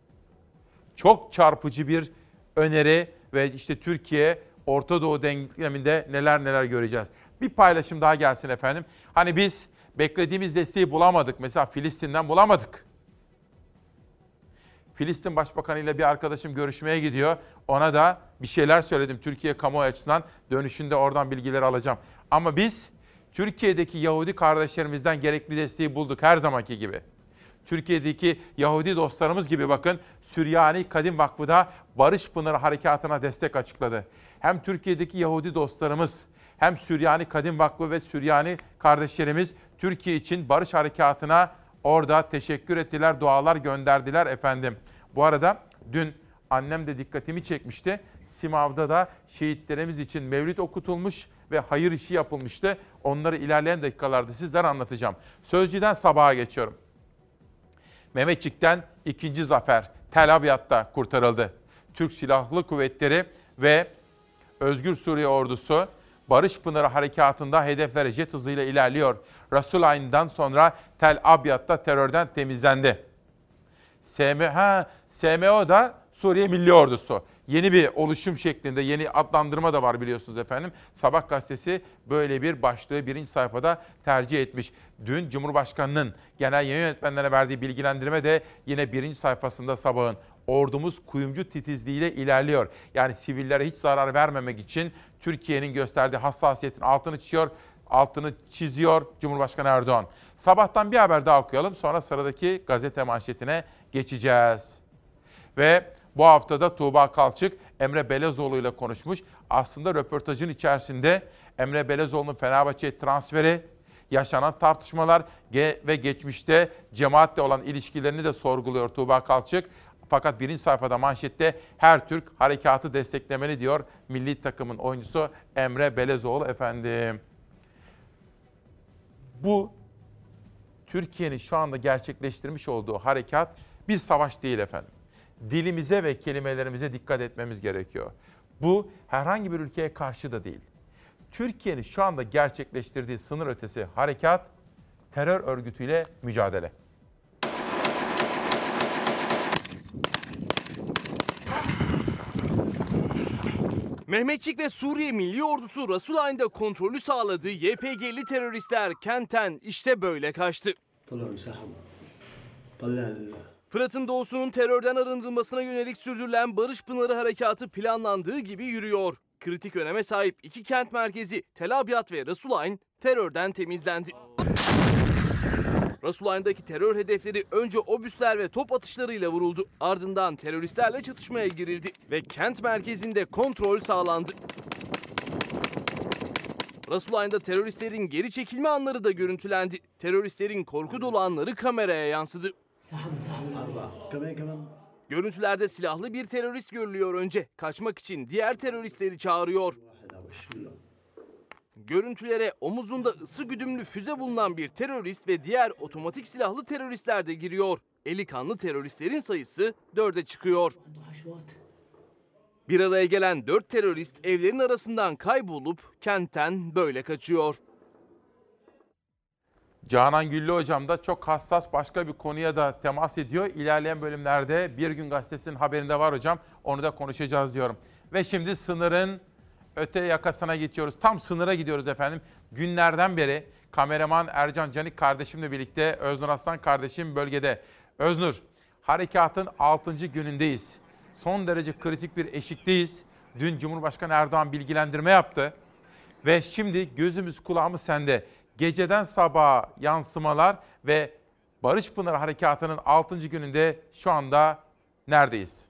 Çok çarpıcı bir öneri ve işte Türkiye Orta Doğu denkleminde neler neler göreceğiz. Bir paylaşım daha gelsin efendim. Hani biz beklediğimiz desteği bulamadık. Mesela Filistin'den bulamadık. Filistin Başbakanı ile bir arkadaşım görüşmeye gidiyor. Ona da bir şeyler söyledim Türkiye kamuoyu açısından. Dönüşünde oradan bilgileri alacağım. Ama biz Türkiye'deki Yahudi kardeşlerimizden gerekli desteği bulduk her zamanki gibi. Türkiye'deki Yahudi dostlarımız gibi bakın Süryani Kadim Vakfı da Barış Pınarı Harekatı'na destek açıkladı. Hem Türkiye'deki Yahudi dostlarımız hem Süryani Kadim Vakfı ve Süryani kardeşlerimiz Türkiye için Barış Harekatı'na orada teşekkür ettiler, dualar gönderdiler efendim. Bu arada dün annem de dikkatimi çekmişti. Simav'da da şehitlerimiz için mevlid okutulmuş ve hayır işi yapılmıştı. Onları ilerleyen dakikalarda sizlere anlatacağım. Sözcü'den sabaha geçiyorum. Mehmetçik'ten ikinci zafer Tel Abyad'da kurtarıldı. Türk Silahlı Kuvvetleri ve Özgür Suriye Ordusu Barış Pınarı Harekatı'nda hedeflere jet hızıyla ilerliyor. Rasulayn'dan sonra Tel Abyad'da terörden temizlendi. S M, ha, S M O da Suriye Milli Ordusu. Yeni bir oluşum şeklinde, yeni adlandırma da var biliyorsunuz efendim. Sabah gazetesi böyle bir başlığı birinci sayfada tercih etmiş. Dün Cumhurbaşkanı'nın genel yayın yönetmenlerine verdiği bilgilendirme de yine birinci sayfasında Sabah'ın. ordumuz kuyumcu titizliğiyle ilerliyor. Yani sivillere hiç zarar vermemek için Türkiye'nin gösterdiği hassasiyetin altını çiziyor, altını çiziyor Cumhurbaşkanı Erdoğan. Sabahtan bir haber daha okuyalım, sonra sıradaki gazete manşetine geçeceğiz. Ve bu haftada Tuğba Kalçık Emre Belezoğlu ile konuşmuş. Aslında röportajın içerisinde Emre Belezoğlu'nun Fenerbahçe'ye transferi, yaşanan tartışmalar ve geçmişte cemaatle olan ilişkilerini de sorguluyor Tuğba Kalçık. Fakat birinci sayfada manşette her Türk harekatı desteklemeli diyor milli takımın oyuncusu Emre Belezoğlu efendim. Bu Türkiye'nin şu anda gerçekleştirmiş olduğu harekat bir savaş değil efendim. Dilimize ve kelimelerimize dikkat etmemiz gerekiyor. Bu herhangi bir ülkeye karşı da değil. Türkiye'nin şu anda gerçekleştirdiği sınır ötesi harekat terör örgütüyle mücadele. Mehmetçik ve Suriye Milli Ordusu Rasulayn'da kontrolü sağladığı Y P G'li teröristler kentten işte böyle kaçtı. Fırat'ın doğusunun terörden arındırılmasına yönelik sürdürülen Barış Pınarı Harekatı planlandığı gibi yürüyor. Kritik öneme sahip iki kent merkezi Tel Abyad ve Rasulayn terörden temizlendi. Rasulayn'daki terör hedefleri önce obüsler ve top atışlarıyla vuruldu. Ardından teröristlerle çatışmaya girildi ve kent merkezinde kontrol sağlandı. Rasulayn'da teröristlerin geri çekilme anları da görüntülendi. Teröristlerin korku dolu anları kameraya yansıdı. Görüntülerde silahlı bir terörist görülüyor önce. Kaçmak için diğer teröristleri çağırıyor. Görüntülere omuzunda ısı güdümlü füze bulunan bir terörist ve diğer otomatik silahlı teröristler de giriyor. Eli kanlı teröristlerin sayısı dörde çıkıyor. Bir araya gelen dört terörist evlerin arasından kaybolup kentten böyle kaçıyor. Canan Güllü hocam da çok hassas başka bir konuya da temas ediyor. İlerleyen bölümlerde Bir Gün Gazetesi'nin haberinde var hocam. Onu da konuşacağız diyorum. Ve şimdi sınırın öte yakasına geçiyoruz. Tam sınıra gidiyoruz efendim. Günlerden beri kameraman Ercan Canik kardeşimle birlikte Öznur Aslan kardeşim bölgede. Öznur, harekatın altıncı günündeyiz. Son derece kritik bir eşikteyiz. Dün Cumhurbaşkanı Erdoğan bilgilendirme yaptı. Ve şimdi gözümüz kulağımız sende. Geceden sabaha yansımalar ve Barış Pınarı Harekatı'nın altıncı gününde şu anda neredeyiz?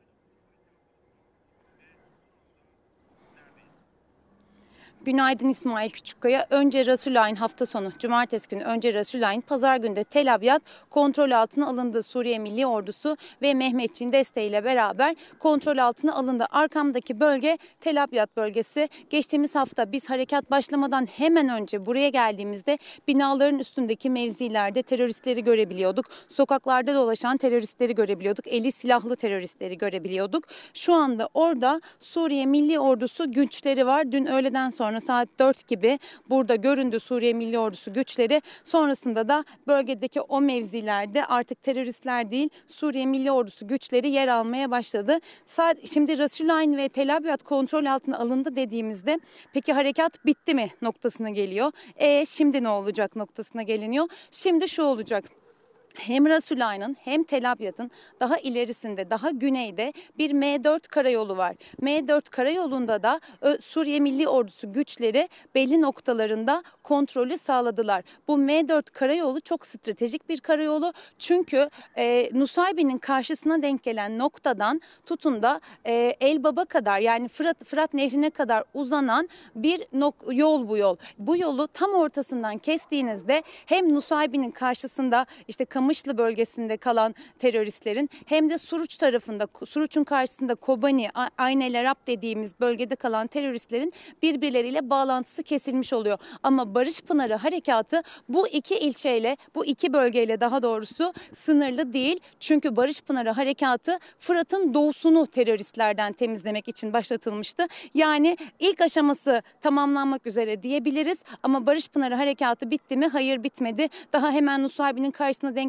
Günaydın İsmail Küçükkaya. Önce Rasulayn hafta sonu, cumartesi günü önce Rasulayn, pazar günü de Tel Abyad kontrol altına alındı. Suriye Milli Ordusu ve Mehmetçik'in desteğiyle beraber kontrol altına alındı. Arkamdaki bölge Tel Abyad bölgesi. Geçtiğimiz hafta biz harekat başlamadan hemen önce buraya geldiğimizde binaların üstündeki mevzilerde teröristleri görebiliyorduk. Sokaklarda dolaşan teröristleri görebiliyorduk. Eli silahlı teröristleri görebiliyorduk. Şu anda orada Suriye Milli Ordusu güçleri var. Dün öğleden sonra saat dört gibi burada göründü Suriye Milli Ordusu güçleri. Sonrasında da bölgedeki o mevzilerde artık teröristler değil Suriye Milli Ordusu güçleri yer almaya başladı. Şimdi Rasulayn ve Tel Abyad kontrol altına alındı dediğimizde peki harekat bitti mi noktasına geliyor. E şimdi ne olacak noktasına geliniyor. Şimdi şu olacak. Hem Rasulayn'ın hem Tel Abyad'ın daha ilerisinde, daha güneyde bir M dört karayolu var. M dört karayolunda da Suriye Milli Ordusu güçleri belli noktalarında kontrolü sağladılar. Bu M dört karayolu çok stratejik bir karayolu. Çünkü e, Nusaybin'in karşısına denk gelen noktadan tutun da e, Elbab'a kadar yani Fırat, Fırat Nehri'ne kadar uzanan bir nok- yol bu yol. Bu yolu tam ortasından kestiğinizde hem Nusaybin'in karşısında işte Kamışlı bölgesinde kalan teröristlerin hem de Suruç tarafında, Suruç'un karşısında Kobani, Ayn el Arab dediğimiz bölgede kalan teröristlerin birbirleriyle bağlantısı kesilmiş oluyor. Ama Barış Pınarı Harekatı bu iki ilçeyle, bu iki bölgeyle daha doğrusu sınırlı değil. Çünkü Barış Pınarı Harekatı Fırat'ın doğusunu teröristlerden temizlemek için başlatılmıştı. Yani ilk aşaması tamamlanmak üzere diyebiliriz. Ama Barış Pınarı Harekatı bitti mi? Hayır, bitmedi. Daha hemen Nusaybin'in karşısına denk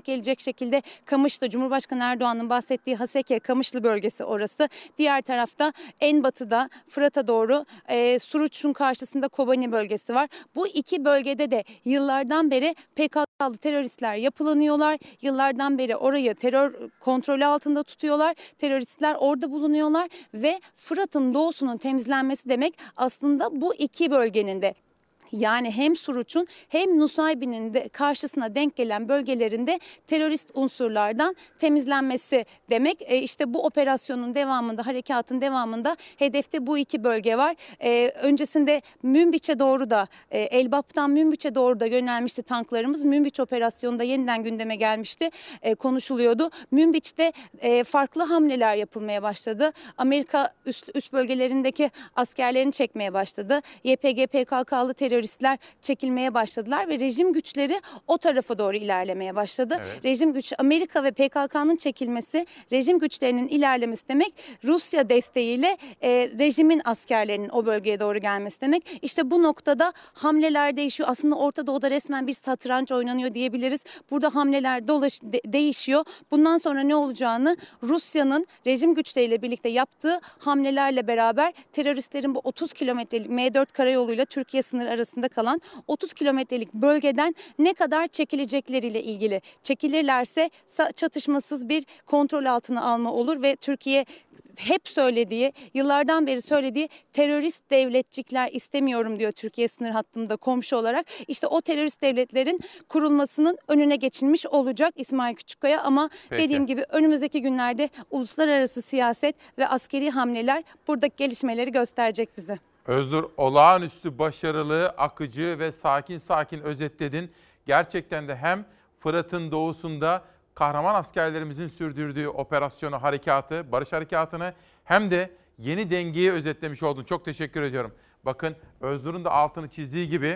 denk gelecek şekilde Kamışlı, Cumhurbaşkanı Erdoğan'ın bahsettiği Haseke, Kamışlı bölgesi orası. Diğer tarafta en batıda Fırat'a doğru e, Suruç'un karşısında Kobani bölgesi var. Bu iki bölgede de yıllardan beri P K K'lı teröristler yapılanıyorlar. Yıllardan beri orayı terör kontrolü altında tutuyorlar. Teröristler orada bulunuyorlar ve Fırat'ın doğusunun temizlenmesi demek aslında bu iki bölgenin de, yani hem Suruç'un hem Nusaybin'in de karşısına denk gelen bölgelerinde terörist unsurlardan temizlenmesi demek. E işte bu operasyonun devamında, harekatın devamında hedefte bu iki bölge var. E, öncesinde Münbiç'e doğru da, e, Elbap'tan Münbiç'e doğru da yönelmişti tanklarımız. Münbiç operasyonunda yeniden gündeme gelmişti, e, konuşuluyordu. Münbiç'te e, farklı hamleler yapılmaya başladı. Amerika üst, üst bölgelerindeki askerlerini çekmeye başladı. Y P G P K K'lı terörist teröristler çekilmeye başladılar ve rejim güçleri o tarafa doğru ilerlemeye başladı. Evet. Rejim güç, Amerika ve P K K'nın çekilmesi, rejim güçlerinin ilerlemesi demek, Rusya desteğiyle e, rejimin askerlerinin o bölgeye doğru gelmesi demek. İşte bu noktada hamleler değişiyor. Aslında Orta Doğu'da resmen bir satranç oynanıyor diyebiliriz. Burada hamleler dolaş, de, değişiyor. Bundan sonra ne olacağını Rusya'nın rejim güçleriyle birlikte yaptığı hamlelerle beraber teröristlerin bu otuz kilometrelik M dört karayoluyla Türkiye sınırı arasında kalan otuz kilometrelik bölgeden ne kadar çekilecekleriyle ilgili. Çekilirlerse çatışmasız bir kontrol altına alma olur ve Türkiye hep söylediği, yıllardan beri söylediği terörist devletçikler istemiyorum diyor Türkiye sınır hattında komşu olarak. İşte o terörist devletlerin kurulmasının önüne geçilmiş olacak İsmail Küçükkaya, ama Peki. dediğim gibi önümüzdeki günlerde uluslararası siyaset ve askeri hamleler buradaki gelişmeleri gösterecek bize. Özgür, olağanüstü başarılı, akıcı ve sakin sakin özetledin. Gerçekten de hem Fırat'ın doğusunda kahraman askerlerimizin sürdürdüğü operasyonu, harekatı, barış harekatını hem de yeni dengeyi özetlemiş oldun. Çok teşekkür ediyorum. Bakın Özgür'ün de altını çizdiği gibi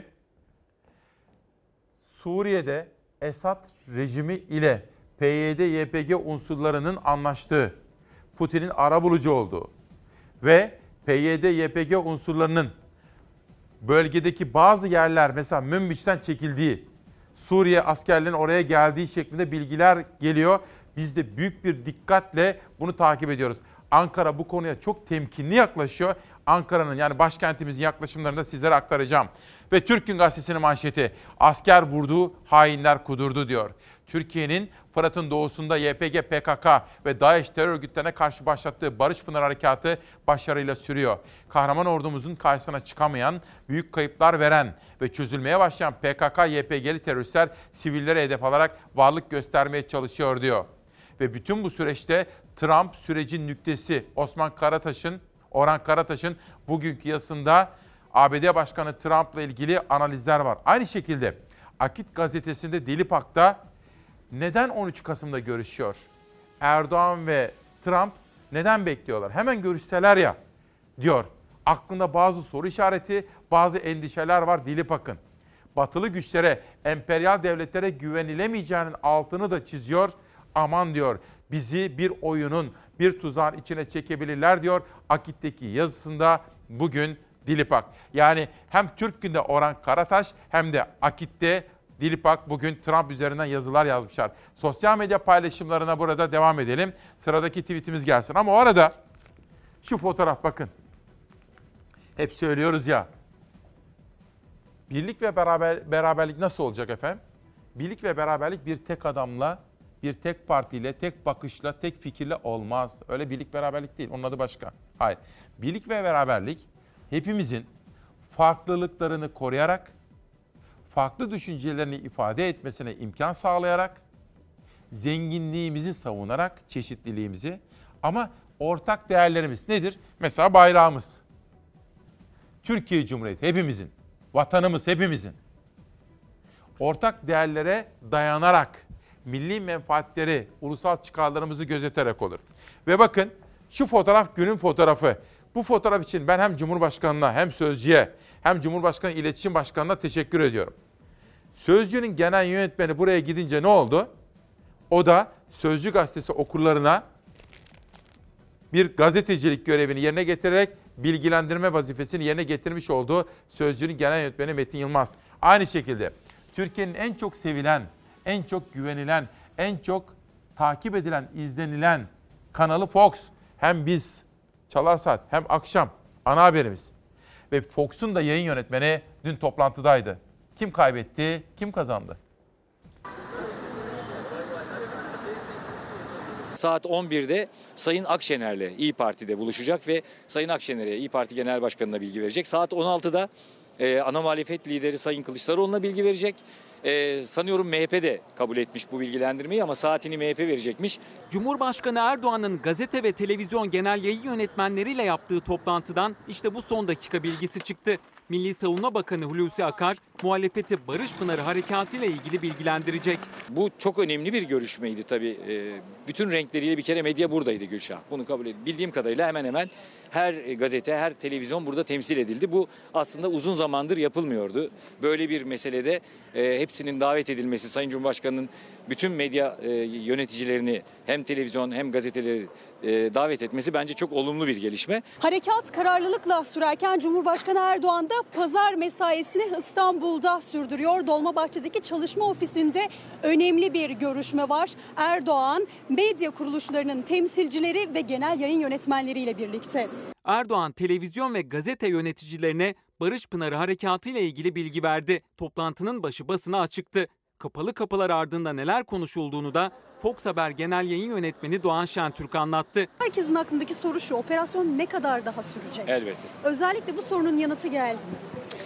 Suriye'de Esad rejimi ile P Y D Y P G unsurlarının anlaştığı, Putin'in arabulucu olduğu ve P Y D Y P G unsurlarının bölgedeki bazı yerler, mesela Münbiç'ten çekildiği, Suriye askerlerinin oraya geldiği şeklinde bilgiler geliyor. Biz de büyük bir dikkatle bunu takip ediyoruz. Ankara bu konuya çok temkinli yaklaşıyor. Ankara'nın, yani başkentimizin yaklaşımlarını da sizlere aktaracağım. Ve Türk Gün Gazetesi'nin manşeti, asker vurdu, hainler kudurdu diyor. Türkiye'nin Fırat'ın doğusunda Y P G, P K K ve DAEŞ terör örgütlerine karşı başlattığı Barış Pınar Harekatı başarıyla sürüyor. Kahraman ordumuzun karşısına çıkamayan, büyük kayıplar veren ve çözülmeye başlayan P K K Y P G'li teröristler sivillere hedef alarak varlık göstermeye çalışıyor diyor. Ve bütün bu süreçte Trump sürecin nüktesi Osman Karataş'ın, Orhan Karataş'ın bugünkü yazısında A B D Başkanı Trump'la ilgili analizler var. Aynı şekilde Akit gazetesinde Deli Pak'ta neden on üç Kasım'da görüşüyor? Erdoğan ve Trump neden bekliyorlar? Hemen görüşseler ya diyor. Aklında bazı soru işareti, bazı endişeler var Deli Pak'ın. Batılı güçlere, emperyal devletlere güvenilemeyeceğinin altını da çiziyor. Aman diyor, bizi bir oyunun, bir tuzağın içine çekebilirler diyor Akit'teki yazısında bugün Deli Pak. Yani hem Türk Gün'de Orhan Karataş hem de Akit'te Deli Pak bugün Trump üzerinden yazılar yazmışlar. Sosyal medya paylaşımlarına burada devam edelim. Sıradaki tweetimiz gelsin. Ama o arada şu fotoğraf bakın. Hep söylüyoruz ya. Birlik ve beraber, beraberlik nasıl olacak efendim? Birlik ve beraberlik bir tek adamla, bir tek partiyle, tek bakışla, tek fikirle olmaz. Öyle birlik beraberlik değil. Onun adı başka. Hayır. Birlik ve beraberlik hepimizin farklılıklarını koruyarak, farklı düşüncelerini ifade etmesine imkan sağlayarak, zenginliğimizi savunarak, çeşitliliğimizi, ama ortak değerlerimiz nedir? Mesela bayrağımız. Türkiye Cumhuriyeti hepimizin, vatanımız hepimizin. Ortak değerlere dayanarak, milli menfaatleri, ulusal çıkarlarımızı gözeterek olur. Ve bakın şu fotoğraf günün fotoğrafı. Bu fotoğraf için ben hem Cumhurbaşkanı'na hem Sözcü'ye hem Cumhurbaşkanı İletişim Başkanı'na teşekkür ediyorum. Sözcü'nün genel yönetmeni buraya gidince ne oldu? O da Sözcü gazetesi okurlarına bir gazetecilik görevini yerine getirerek bilgilendirme vazifesini yerine getirmiş olduğu Sözcü'nün genel yönetmeni Metin Yılmaz. Aynı şekilde Türkiye'nin en çok sevilen, en çok güvenilen, en çok takip edilen, izlenilen kanalı Fox. Hem biz Çalar Saat hem akşam ana haberimiz. Ve Fox'un da yayın yönetmeni dün toplantıdaydı. Kim kaybetti, kim kazandı? Saat on birde Sayın Akşener'le İYİ Parti'de buluşacak ve Sayın Akşener'e İYİ Parti Genel Başkanı'na bilgi verecek. Saat on altıda e, ana muhalefet lideri Sayın Kılıçdaroğlu'na bilgi verecek. E, sanıyorum M H P de kabul etmiş bu bilgilendirmeyi ama saatini M H P verecekmiş. Cumhurbaşkanı Erdoğan'ın gazete ve televizyon genel yayın yönetmenleriyle yaptığı toplantıdan işte bu son dakika bilgisi çıktı. Milli Savunma Bakanı Hulusi Akar, muhalefeti Barış Pınarı Harekatı ile ilgili bilgilendirecek. Bu çok önemli bir görüşmeydi tabii. E, bütün renkleriyle bir kere medya buradaydı Gülşah. Bunu kabul edildi. Bildiğim kadarıyla hemen hemen her gazete, her televizyon burada temsil edildi. Bu aslında uzun zamandır yapılmıyordu. Böyle bir meselede e, hepsinin davet edilmesi, Sayın Cumhurbaşkanı'nın bütün medya e, yöneticilerini hem televizyon hem gazeteleri e, davet etmesi bence çok olumlu bir gelişme. Harekat kararlılıkla sürerken Cumhurbaşkanı Erdoğan da pazar mesaisini İstanbul'da sürdürüyor. Dolmabahçe'deki çalışma ofisinde önemli bir görüşme var. Erdoğan medya kuruluşlarının temsilcileri ve genel yayın yönetmenleriyle birlikte. Erdoğan televizyon ve gazete yöneticilerine Barış Pınarı Harekatı ile ilgili bilgi verdi. Toplantının başı basına açıktı. Kapalı kapılar ardında neler konuşulduğunu da Fox Haber Genel Yayın Yönetmeni Doğan Şentürk anlattı. Herkesin aklındaki soru şu: operasyon ne kadar daha sürecek? Elbette. Özellikle bu sorunun yanıtı geldi mi?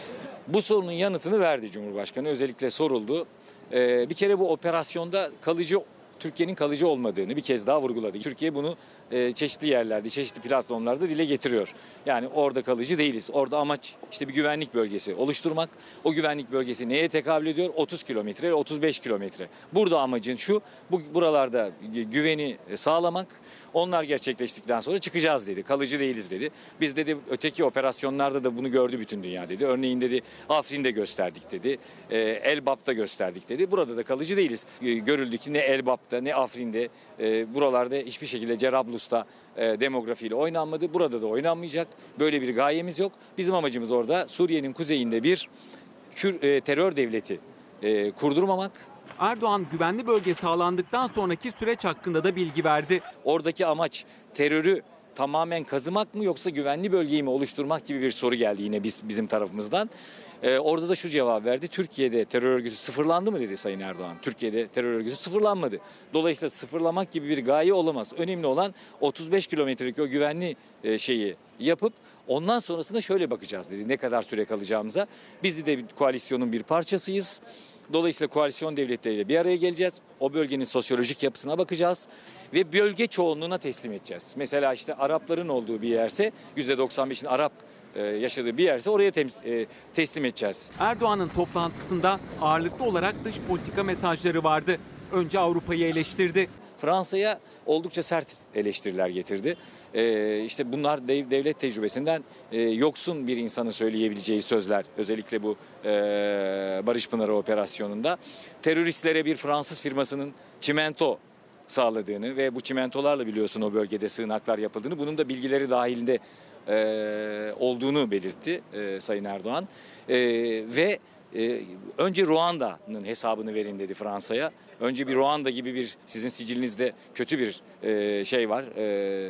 Bu sorunun yanıtını verdi Cumhurbaşkanı. Özellikle soruldu. Ee, bir kere bu operasyonda kalıcı Türkiye'nin kalıcı olmadığını bir kez daha vurguladı. Türkiye bunu e, çeşitli yerlerde, çeşitli platformlarda dile getiriyor. Yani orada kalıcı değiliz. Orada amaç işte bir güvenlik bölgesi oluşturmak. O güvenlik bölgesi neye tekabül ediyor? otuz kilometre, otuz beş kilometre. Burada amacın şu, bu buralarda güveni sağlamak. Onlar gerçekleştikten sonra çıkacağız dedi. Kalıcı değiliz dedi. Biz dedi öteki operasyonlarda da bunu gördü bütün dünya dedi. Örneğin dedi Afrin'de gösterdik dedi. E, Elbap'ta gösterdik dedi. Burada da kalıcı değiliz. E, görüldü ki ne Elbap'ta ne Afrin'de e, buralarda hiçbir şekilde Cerablus'ta e, demografiyle oynanmadı. Burada da oynanmayacak. Böyle bir gayemiz yok. Bizim amacımız orada Suriye'nin kuzeyinde bir Kür, e, terör devleti e, kurdurmamak. Erdoğan güvenli bölge sağlandıktan sonraki süreç hakkında da bilgi verdi. Oradaki amaç terörü tamamen kazımak mı yoksa güvenli bölgeyi mi oluşturmak gibi bir soru geldi yine biz bizim tarafımızdan. Ee, orada da şu cevap verdi. Türkiye'de terör örgütü sıfırlandı mı dedi Sayın Erdoğan. Türkiye'de terör örgütü sıfırlanmadı. Dolayısıyla sıfırlamak gibi bir gaye olamaz. Önemli olan otuz beş kilometrelik o güvenli e, şeyi yapıp ondan sonrasında şöyle bakacağız dedi. Ne kadar süre kalacağımıza. Biz de bir koalisyonun bir parçasıyız. Dolayısıyla koalisyon devletleriyle bir araya geleceğiz. O bölgenin sosyolojik yapısına bakacağız ve bölge çoğunluğuna teslim edeceğiz. Mesela işte Arapların olduğu bir yerse yüzde doksan beşin Arap yaşadığı bir yerse oraya teslim edeceğiz. Erdoğan'ın toplantısında ağırlıklı olarak dış politika mesajları vardı. Önce Avrupa'yı eleştirdi. Fransa'ya oldukça sert eleştiriler getirdi. Ee, işte bunlar dev, devlet tecrübesinden e, yoksun bir insanın söyleyebileceği sözler. Özellikle bu e, Barış Pınarı operasyonunda teröristlere bir Fransız firmasının çimento sağladığını ve bu çimentolarla biliyorsun o bölgede sığınaklar yapıldığını, bunun da bilgileri dahilinde e, olduğunu belirtti e, Sayın Erdoğan. E, ve e, önce Ruanda'nın hesabını verin dedi Fransa'ya. Önce bir Ruanda gibi bir sizin sicilinizde kötü bir e, şey var, e,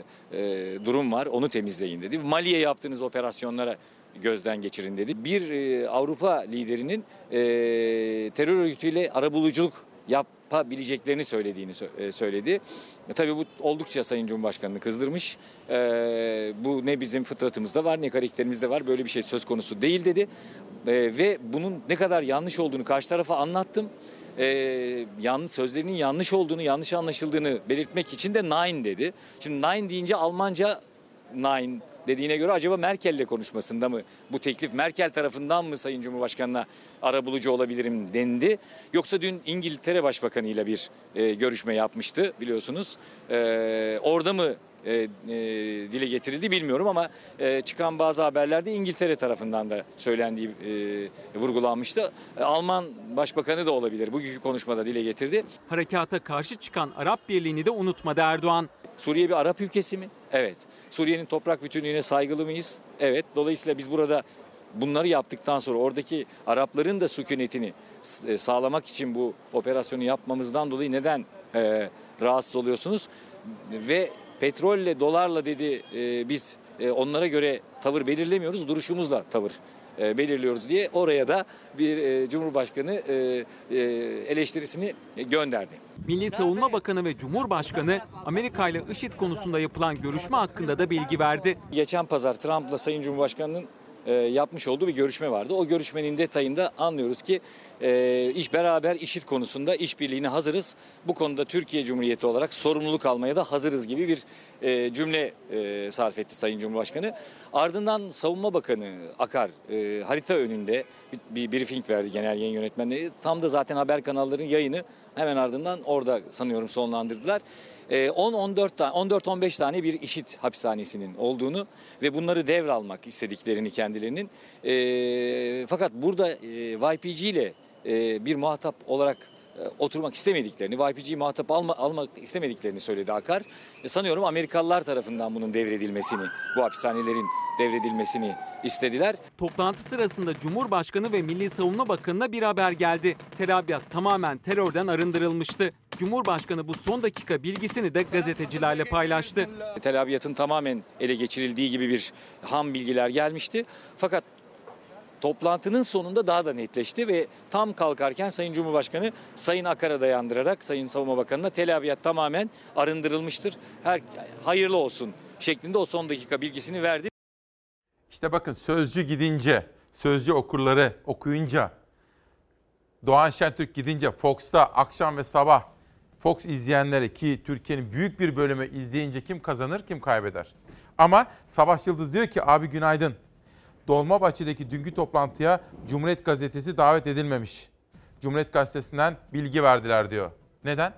e, durum var, onu temizleyin dedi. Mali'ye yaptığınız operasyonlara gözden geçirin dedi. Bir e, Avrupa liderinin e, terör örgütüyle arabuluculuk yapabileceklerini söylediğini e, söyledi. E, tabii bu oldukça Sayın Cumhurbaşkanı'nı kızdırmış. E, bu ne bizim fıtratımızda var ne karakterimizde var, böyle bir şey söz konusu değil dedi. E, ve bunun ne kadar yanlış olduğunu karşı tarafa anlattım. Ee, yan, sözlerinin yanlış olduğunu, yanlış anlaşıldığını belirtmek için de nine dedi. Şimdi nine deyince Almanca nine dediğine göre acaba Merkel'le konuşmasında mı bu teklif, Merkel tarafından mı Sayın Cumhurbaşkanı'na arabulucu olabilirim dendi. Yoksa dün İngiltere Başbakanı ile bir e, görüşme yapmıştı biliyorsunuz. E, orada mı E, e, dile getirildi bilmiyorum ama e, çıkan bazı haberlerde İngiltere tarafından da söylendiği e, vurgulanmıştı. E, Alman Başbakanı da olabilir. Bugünkü konuşmada dile getirdi. Harekata karşı çıkan Arap Birliği'ni de unutmadı Erdoğan. Suriye bir Arap ülkesi mi? Evet. Suriye'nin toprak bütünlüğüne saygılı mıyız? Evet. Dolayısıyla biz burada bunları yaptıktan sonra oradaki Arapların da sükunetini sağlamak için bu operasyonu yapmamızdan dolayı neden e, rahatsız oluyorsunuz. Ve petrolle, dolarla dedi e, biz e, onlara göre tavır belirlemiyoruz, duruşumuzla tavır e, belirliyoruz diye oraya da bir e, Cumhurbaşkanı e, e, eleştirisini gönderdi. Milli Savunma Bakanı ve Cumhurbaşkanı Amerika ile IŞİD konusunda yapılan görüşme hakkında da bilgi verdi. Geçen pazar Trump'la Sayın Cumhurbaşkanı'nın e, yapmış olduğu bir görüşme vardı. O görüşmenin detayında anlıyoruz ki e, iş beraber IŞİD konusunda işbirliğine hazırız. Bu konuda Türkiye Cumhuriyeti olarak sorumluluk almaya da hazırız gibi bir e, cümle e, sarf etti Sayın Cumhurbaşkanı. Ardından Savunma Bakanı Akar e, harita önünde bir, bir briefing verdi genel yayın yönetmenleri. Tam da zaten haber kanallarının yayını hemen ardından orada sanıyorum sonlandırdılar. on on dört on beş tane bir IŞİD hapishanesinin olduğunu ve bunları devralmak istediklerini kendilerinin. E, fakat burada e, Y P G ile e, bir muhatap olarak e, oturmak istemediklerini, Y P G'yi muhatap alma, almak istemediklerini söyledi Akar. E, sanıyorum Amerikalılar tarafından bunun devredilmesini, bu hapishanelerin devredilmesini istediler. Toplantı sırasında Cumhurbaşkanı ve Milli Savunma Bakanı'na bir haber geldi. Tel Abyad tamamen terörden arındırılmıştı. Cumhurbaşkanı bu son dakika bilgisini de gazetecilerle paylaştı. Tel Abyad'ın tamamen ele geçirildiği gibi bir ham bilgiler gelmişti. Fakat toplantının sonunda daha da netleşti ve tam kalkarken Sayın Cumhurbaşkanı Sayın Akar'a dayandırarak Sayın Savunma Bakanı'na Tel Abyad tamamen arındırılmıştır. Her hayırlı olsun şeklinde o son dakika bilgisini verdi. İşte bakın Sözcü gidince, Sözcü okurları okuyunca, Doğan Şentürk gidince Fox'ta akşam ve sabah Fox izleyenleri ki Türkiye'nin büyük bir bölümü izleyince kim kazanır, kim kaybeder? Ama Savaş Yıldız diyor ki abi günaydın. Dolmabahçe'deki dünkü toplantıya Cumhuriyet Gazetesi davet edilmemiş. Cumhuriyet Gazetesi'nden bilgi verdiler diyor. Neden?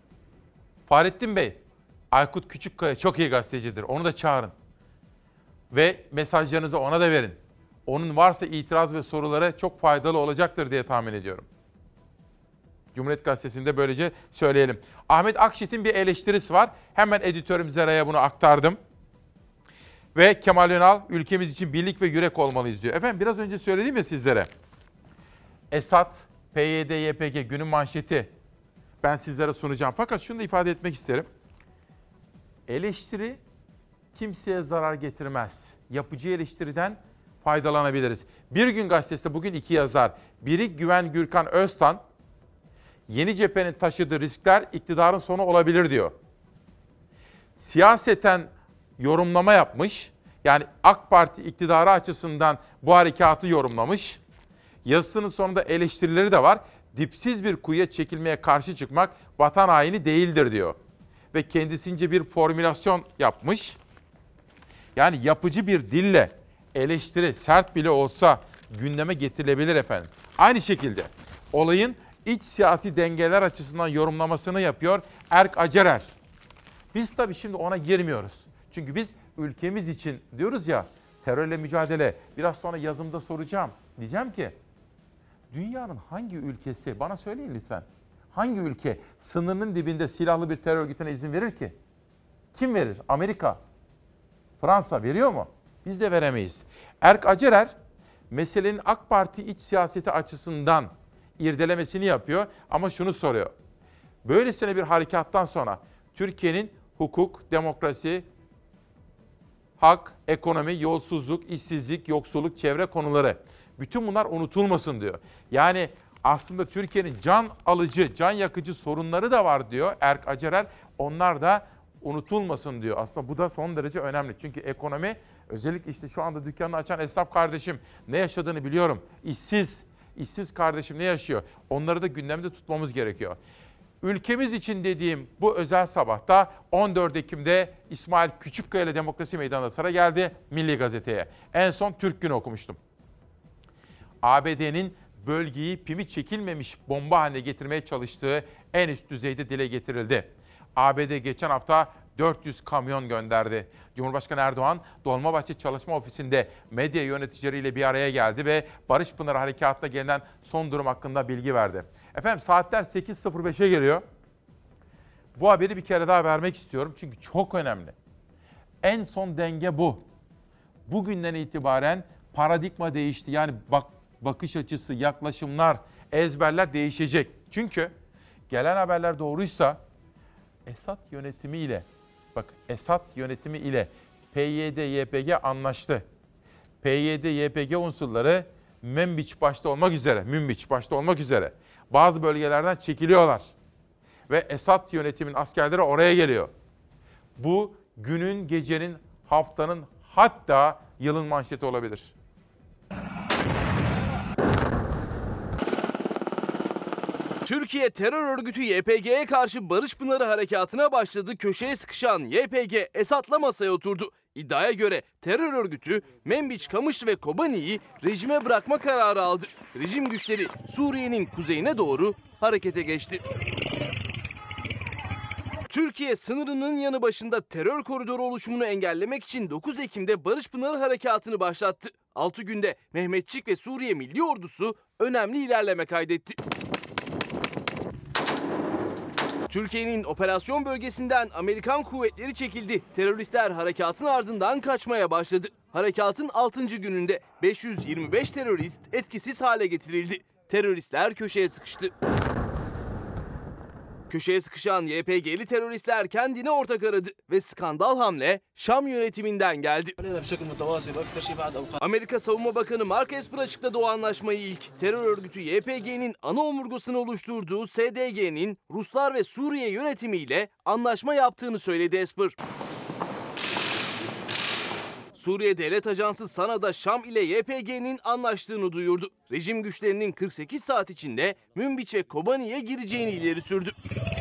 Fahrettin Bey, Aykut Küçükkaya çok iyi gazetecidir. Onu da çağırın. Ve mesajlarınızı ona da verin. Onun varsa itiraz ve soruları çok faydalı olacaktır diye tahmin ediyorum. Cumhuriyet Gazetesi'nde böylece söyleyelim. Ahmet Akşit'in bir eleştirisi var. Hemen editörüm Zera'ya bunu aktardım. Ve Kemal Önal, ülkemiz için birlik ve yürek olmalıyız diyor. Efendim biraz önce söyledim ya sizlere. Esad, P Y D Y P G günün manşeti. Ben sizlere sunacağım. Fakat şunu da ifade etmek isterim. Eleştiri kimseye zarar getirmez. Yapıcı eleştiriden faydalanabiliriz. Bir Gün Gazetesi bugün iki yazar. Biri Güven Gürkan Öztan. Yeni cephenin taşıdığı riskler iktidarın sonu olabilir diyor. Siyaseten yorumlama yapmış. Yani AK Parti iktidarı açısından bu harekatı yorumlamış. Yazısının sonunda eleştirileri de var. Dipsiz bir kuyuya çekilmeye karşı çıkmak vatan haini değildir diyor. Ve kendisince bir formülasyon yapmış. Yani yapıcı bir dille eleştiri sert bile olsa gündeme getirilebilir efendim. Aynı şekilde olayın iç siyasi dengeler açısından yorumlamasını yapıyor Erk Acerer. Biz tabii şimdi ona girmiyoruz. Çünkü biz ülkemiz için diyoruz ya terörle mücadele. Biraz sonra yazımda soracağım. Diyeceğim ki dünyanın hangi ülkesi bana söyleyin lütfen. Hangi ülke sınırının dibinde silahlı bir terör örgütüne izin verir ki? Kim verir? Amerika. Fransa veriyor mu? Biz de veremeyiz. Erk Acerer meselenin AK Parti iç siyaseti açısından irdelemesini yapıyor ama şunu soruyor. Böylesine bir harekattan sonra Türkiye'nin hukuk, demokrasi, hak, ekonomi, yolsuzluk, işsizlik, yoksulluk, çevre konuları bütün bunlar unutulmasın diyor. Yani aslında Türkiye'nin can alıcı, can yakıcı sorunları da var diyor Erk Acerer. Onlar da unutulmasın diyor. Aslında bu da son derece önemli. Çünkü ekonomi özellikle işte şu anda dükkanını açan esnaf kardeşim ne yaşadığını biliyorum. İşsiz, işsiz kardeşim ne yaşıyor? Onları da gündemde tutmamız gerekiyor. Ülkemiz için dediğim bu özel sabahta on dört Ekim'de İsmail Küçükkaya ile Demokrasi Meydanı'na sıra geldi Milli Gazete'ye. En son Türk Günü okumuştum. A B D'nin bölgeyi pimi çekilmemiş bomba haline getirmeye çalıştığı en üst düzeyde dile getirildi. A B D geçen hafta dört yüz kamyon gönderdi. Cumhurbaşkanı Erdoğan, Dolmabahçe Çalışma Ofisi'nde medya yöneticileriyle bir araya geldi ve Barış Pınarı Harekatı'na gelinen son durum hakkında bilgi verdi. Efendim saatler sekiz sıfır beşe geliyor. Bu haberi bir kere daha vermek istiyorum çünkü çok önemli. En son denge bu. Bugünden itibaren paradigma değişti. Yani bak, bakış açısı, yaklaşımlar, ezberler değişecek. Çünkü gelen haberler doğruysa Esad yönetimiyle, bak Esad yönetimi ile P Y D Y P G anlaştı. P Y D Y P G unsurları Münbiç başta olmak üzere, Münbiç başta olmak üzere bazı bölgelerden çekiliyorlar. Ve Esad yönetiminin askerleri oraya geliyor. Bu günün, gecenin, haftanın, hatta yılın manşeti olabilir. Türkiye terör örgütü Y P G'ye karşı Barış Pınarı harekatına başladı. Köşeye sıkışan Y P G Esad'la masaya oturdu. İddiaya göre terör örgütü Menbiç, Kamışlı ve Kobani'yi rejime bırakma kararı aldı. Rejim güçleri Suriye'nin kuzeyine doğru harekete geçti. Türkiye sınırının yanı başında terör koridoru oluşumunu engellemek için dokuz Ekim'de Barış Pınarı harekatını başlattı. altı günde Mehmetçik ve Suriye Milli Ordusu önemli ilerleme kaydetti. Türkiye'nin operasyon bölgesinden Amerikan kuvvetleri çekildi. Teröristler harekatın ardından kaçmaya başladı. Harekatın altıncı gününde beş yüz yirmi beş terörist etkisiz hale getirildi. Teröristler köşeye sıkıştı. Köşeye sıkışan Y P G'li teröristler kendine ortak aradı ve skandal hamle Şam yönetiminden geldi. Amerika Savunma Bakanı Mark Esper açıkladı o anlaşmayı ilk. Terör örgütü Y P G'nin ana omurgasını oluşturduğu S D G'nin Ruslar ve Suriye yönetimiyle anlaşma yaptığını söyledi Esper. Suriye Devlet Ajansı Sana'da Şam ile Y P G'nin anlaştığını duyurdu. Rejim güçlerinin kırk sekiz saat içinde Münbiç ve Kobani'ye gireceğini ileri sürdü.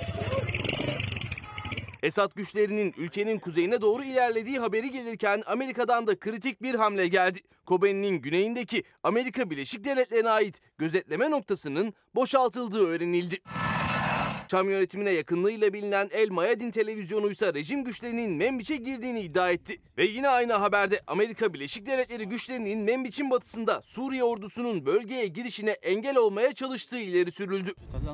Esad güçlerinin ülkenin kuzeyine doğru ilerlediği haberi gelirken Amerika'dan da kritik bir hamle geldi. Kobani'nin güneyindeki Amerika Birleşik Devletleri'ne ait gözetleme noktasının boşaltıldığı öğrenildi. Şam yönetimine yakınlığıyla bilinen El Mayadin televizyonu ise rejim güçlerinin Menbiç'e girdiğini iddia etti. Ve yine aynı haberde Amerika Birleşik Devletleri güçlerinin Menbiç'in batısında Suriye ordusunun bölgeye girişine engel olmaya çalıştığı ileri sürüldü.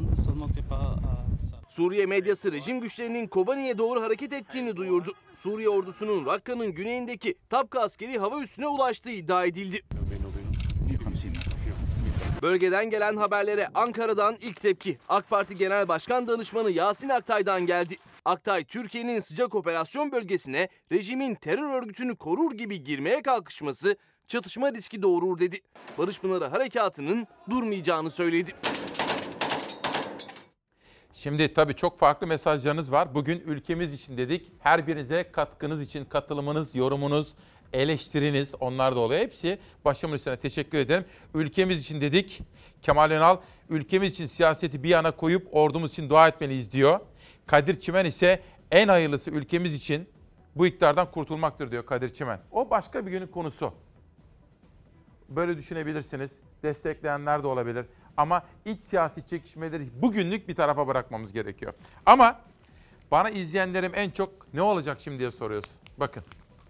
Suriye medyası rejim güçlerinin Kobani'ye doğru hareket ettiğini duyurdu. Suriye ordusunun Rakka'nın güneyindeki Tapka askeri hava üssüne ulaştığı iddia edildi. Bölgeden gelen haberlere Ankara'dan ilk tepki AK Parti Genel Başkan Danışmanı Yasin Aktay'dan geldi. Aktay, Türkiye'nin sıcak operasyon bölgesine rejimin terör örgütünü korur gibi girmeye kalkışması çatışma riski doğurur dedi. Barış Pınarı harekatının durmayacağını söyledi. Şimdi tabii çok farklı mesajlarınız var. Bugün ülkemiz için dedik. Her birinize katkınız için katılımınız, yorumunuz, eleştiriniz, onlar da oluyor. Hepsi başımın üstüne teşekkür ederim. Ülkemiz için dedik. Kemal Önal, ülkemiz için siyaseti bir yana koyup ordumuz için dua etmeliyiz diyor. Kadir Çimen ise en hayırlısı ülkemiz için bu iktidardan kurtulmaktır diyor Kadir Çimen. O başka bir günün konusu. Böyle düşünebilirsiniz. Destekleyenler de olabilir. Ama iç siyasi çekişmeleri bugünlük bir tarafa bırakmamız gerekiyor. Ama bana izleyenlerim en çok ne olacak şimdi diye soruyoruz. Bakın.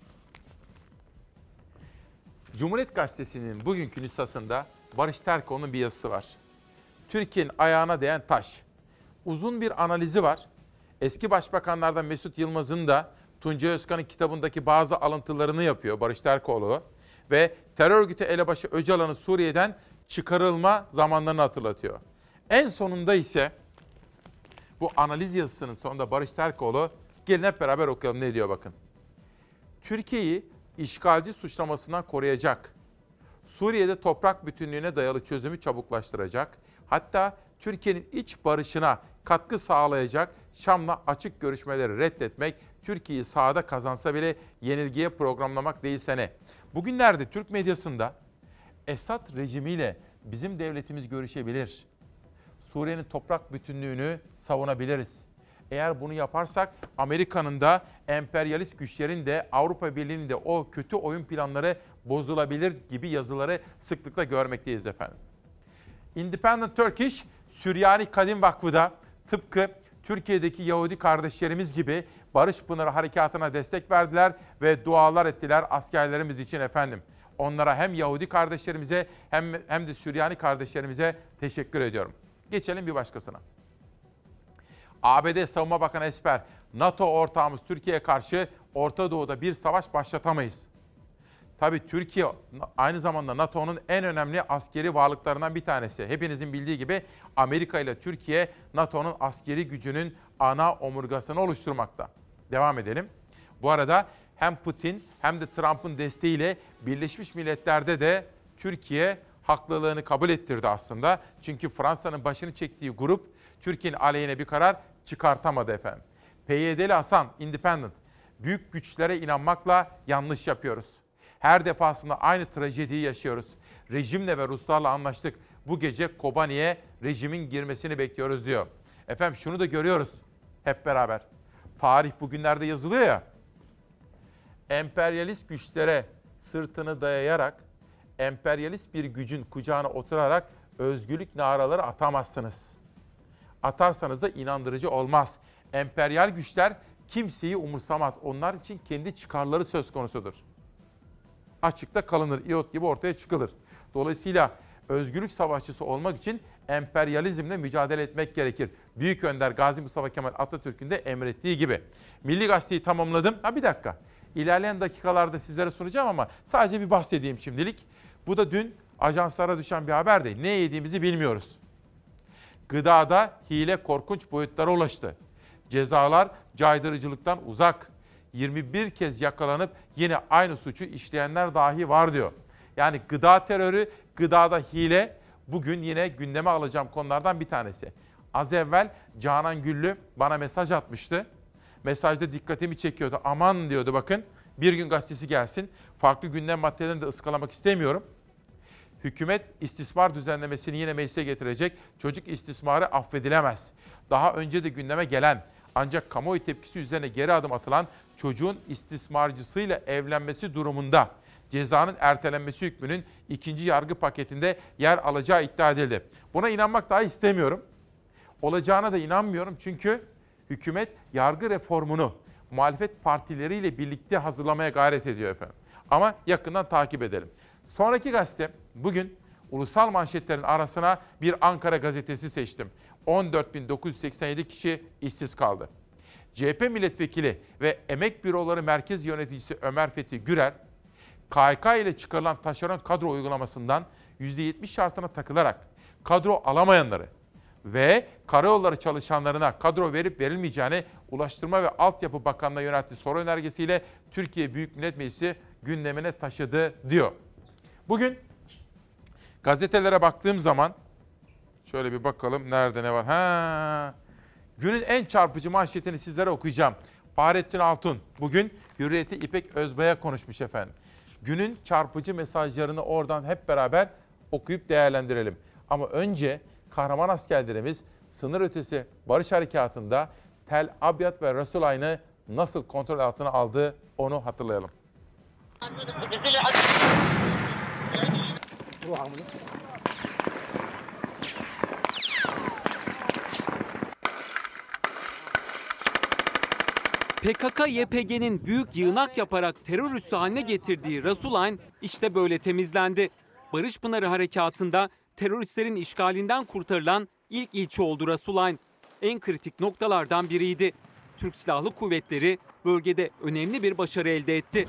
Cumhuriyet Gazetesi'nin bugünkü nüshasında Barış Terkoğlu'nun bir yazısı var. Türkiye'nin ayağına değen taş. Uzun bir analizi var. Eski başbakanlardan Mesut Yılmaz'ın da Tuncay Özkan'ın kitabındaki bazı alıntılarını yapıyor Barış Terkoğlu. Ve terör örgütü elebaşı Öcalan'ın Suriye'den çıkarılma zamanlarını hatırlatıyor. En sonunda ise bu analiz yazısının sonunda Barış Terkoğlu, gelin hep beraber okuyalım ne diyor bakın. Türkiye'yi işgalci suçlamasından koruyacak, Suriye'de toprak bütünlüğüne dayalı çözümü çabuklaştıracak, hatta Türkiye'nin iç barışına katkı sağlayacak Şam'la açık görüşmeleri reddetmek, Türkiye'yi sahada kazansa bile yenilgiye programlamak değilse ne? Bugünlerde Türk medyasında Esad rejimiyle bizim devletimiz görüşebilir. Suriye'nin toprak bütünlüğünü savunabiliriz. Eğer bunu yaparsak Amerika'nın da emperyalist güçlerin de Avrupa Birliği'nin de o kötü oyun planları bozulabilir gibi yazıları sıklıkla görmekteyiz efendim. Independent Turkish, Süryani Kadim Vakfı da tıpkı Türkiye'deki Yahudi kardeşlerimiz gibi Barış Pınarı Harekatı'na destek verdiler ve dualar ettiler askerlerimiz için efendim. Onlara hem Yahudi kardeşlerimize hem, hem de Süryani kardeşlerimize teşekkür ediyorum. Geçelim bir başkasına. A B D Savunma Bakanı Esper, NATO ortağımız Türkiye'ye karşı Orta Doğu'da bir savaş başlatamayız. Tabii Türkiye aynı zamanda NATO'nun en önemli askeri varlıklarından bir tanesi. Hepinizin bildiği gibi Amerika ile Türkiye NATO'nun askeri gücünün ana omurgasını oluşturmakta. Devam edelim. Bu arada hem Putin hem de Trump'ın desteğiyle Birleşmiş Milletler'de de Türkiye haklılığını kabul ettirdi aslında. Çünkü Fransa'nın başını çektiği grup Türkiye'nin aleyhine bir karar çıkartamadı efendim. P Y D'li Hasan, Independent, büyük güçlere inanmakla yanlış yapıyoruz. Her defasında aynı trajediyi yaşıyoruz. Rejimle ve Ruslarla anlaştık. Bu gece Kobani'ye rejimin girmesini bekliyoruz diyor. Efendim şunu da görüyoruz hep beraber. Tarih bugünlerde yazılıyor ya. Emperyalist güçlere sırtını dayayarak, emperyalist bir gücün kucağına oturarak özgürlük naraları atamazsınız. Atarsanız da inandırıcı olmaz. Emperyal güçler kimseyi umursamaz. Onlar için kendi çıkarları söz konusudur. Açıkta kalınır, iot gibi ortaya çıkılır. Dolayısıyla özgürlük savaşçısı olmak için emperyalizmle mücadele etmek gerekir. Büyük Önder Gazi Mustafa Kemal Atatürk'ün de emrettiği gibi. Milli Gazete'yi tamamladım. Ha bir dakika. İlerleyen dakikalarda sizlere sunacağım ama sadece bir bahsedeyim şimdilik. Bu da dün ajanslara düşen bir haber değil. Ne yediğimizi bilmiyoruz. Gıdada hile korkunç boyutlara ulaştı. Cezalar caydırıcılıktan uzak. yirmi bir kez yakalanıp yine aynı suçu işleyenler dahi var diyor. Yani gıda terörü, gıdada hile bugün yine gündeme alacağım konulardan bir tanesi. Az evvel Canan Güllü bana mesaj atmıştı. Mesajda dikkatimi çekiyordu. Aman diyordu bakın Bir Gün Gazetesi gelsin. Farklı gündem maddelerini de ıskalamak istemiyorum. Hükümet istismar düzenlemesini yine meclise getirecek. Çocuk istismarı affedilemez. Daha önce de gündeme gelen ancak kamuoyu tepkisi üzerine geri adım atılan çocuğun istismarcısıyla evlenmesi durumunda cezanın ertelenmesi hükmünün ikinci yargı paketinde yer alacağı iddia edildi. Buna inanmak dahi istemiyorum. Olacağına da inanmıyorum çünkü hükümet yargı reformunu muhalefet partileriyle birlikte hazırlamaya gayret ediyor efendim. Ama yakından takip edelim. Sonraki gazete bugün ulusal manşetlerin arasına bir Ankara gazetesi seçtim. on dört bin dokuz yüz seksen yedi kişi işsiz kaldı. C H P milletvekili ve Emek Büroları Merkez Yöneticisi Ömer Fethi Gürer, K H K ile çıkarılan taşeron kadro uygulamasından yüzde yetmiş şartına takılarak kadro alamayanları ve karayolları çalışanlarına kadro verip verilmeyeceğini Ulaştırma ve Altyapı Bakanlığı'na yönelttiği soru önergesiyle Türkiye Büyük Millet Meclisi gündemine taşıdı diyor. Bugün gazetelere baktığım zaman şöyle bir bakalım nerede ne var. Ha. Günün en çarpıcı manşetini sizlere okuyacağım. Fahrettin Altun bugün Hürriyet'te İpek Özbay'a konuşmuş efendim. Günün çarpıcı mesajlarını oradan hep beraber okuyup değerlendirelim. Ama önce kahraman askerlerimiz sınır ötesi barış harekatında Tel Abyad ve Rasulayn'ı nasıl kontrol altına aldı onu hatırlayalım. P K K Y P G'nin büyük yığınak yaparak terör üssü haline getirdiği Rasulayn işte böyle temizlendi. Barış Pınarı Harekatı'nda teröristlerin işgalinden kurtarılan ilk ilçe oldu Rasulayn. En kritik noktalardan biriydi. Türk Silahlı Kuvvetleri bölgede önemli bir başarı elde etti.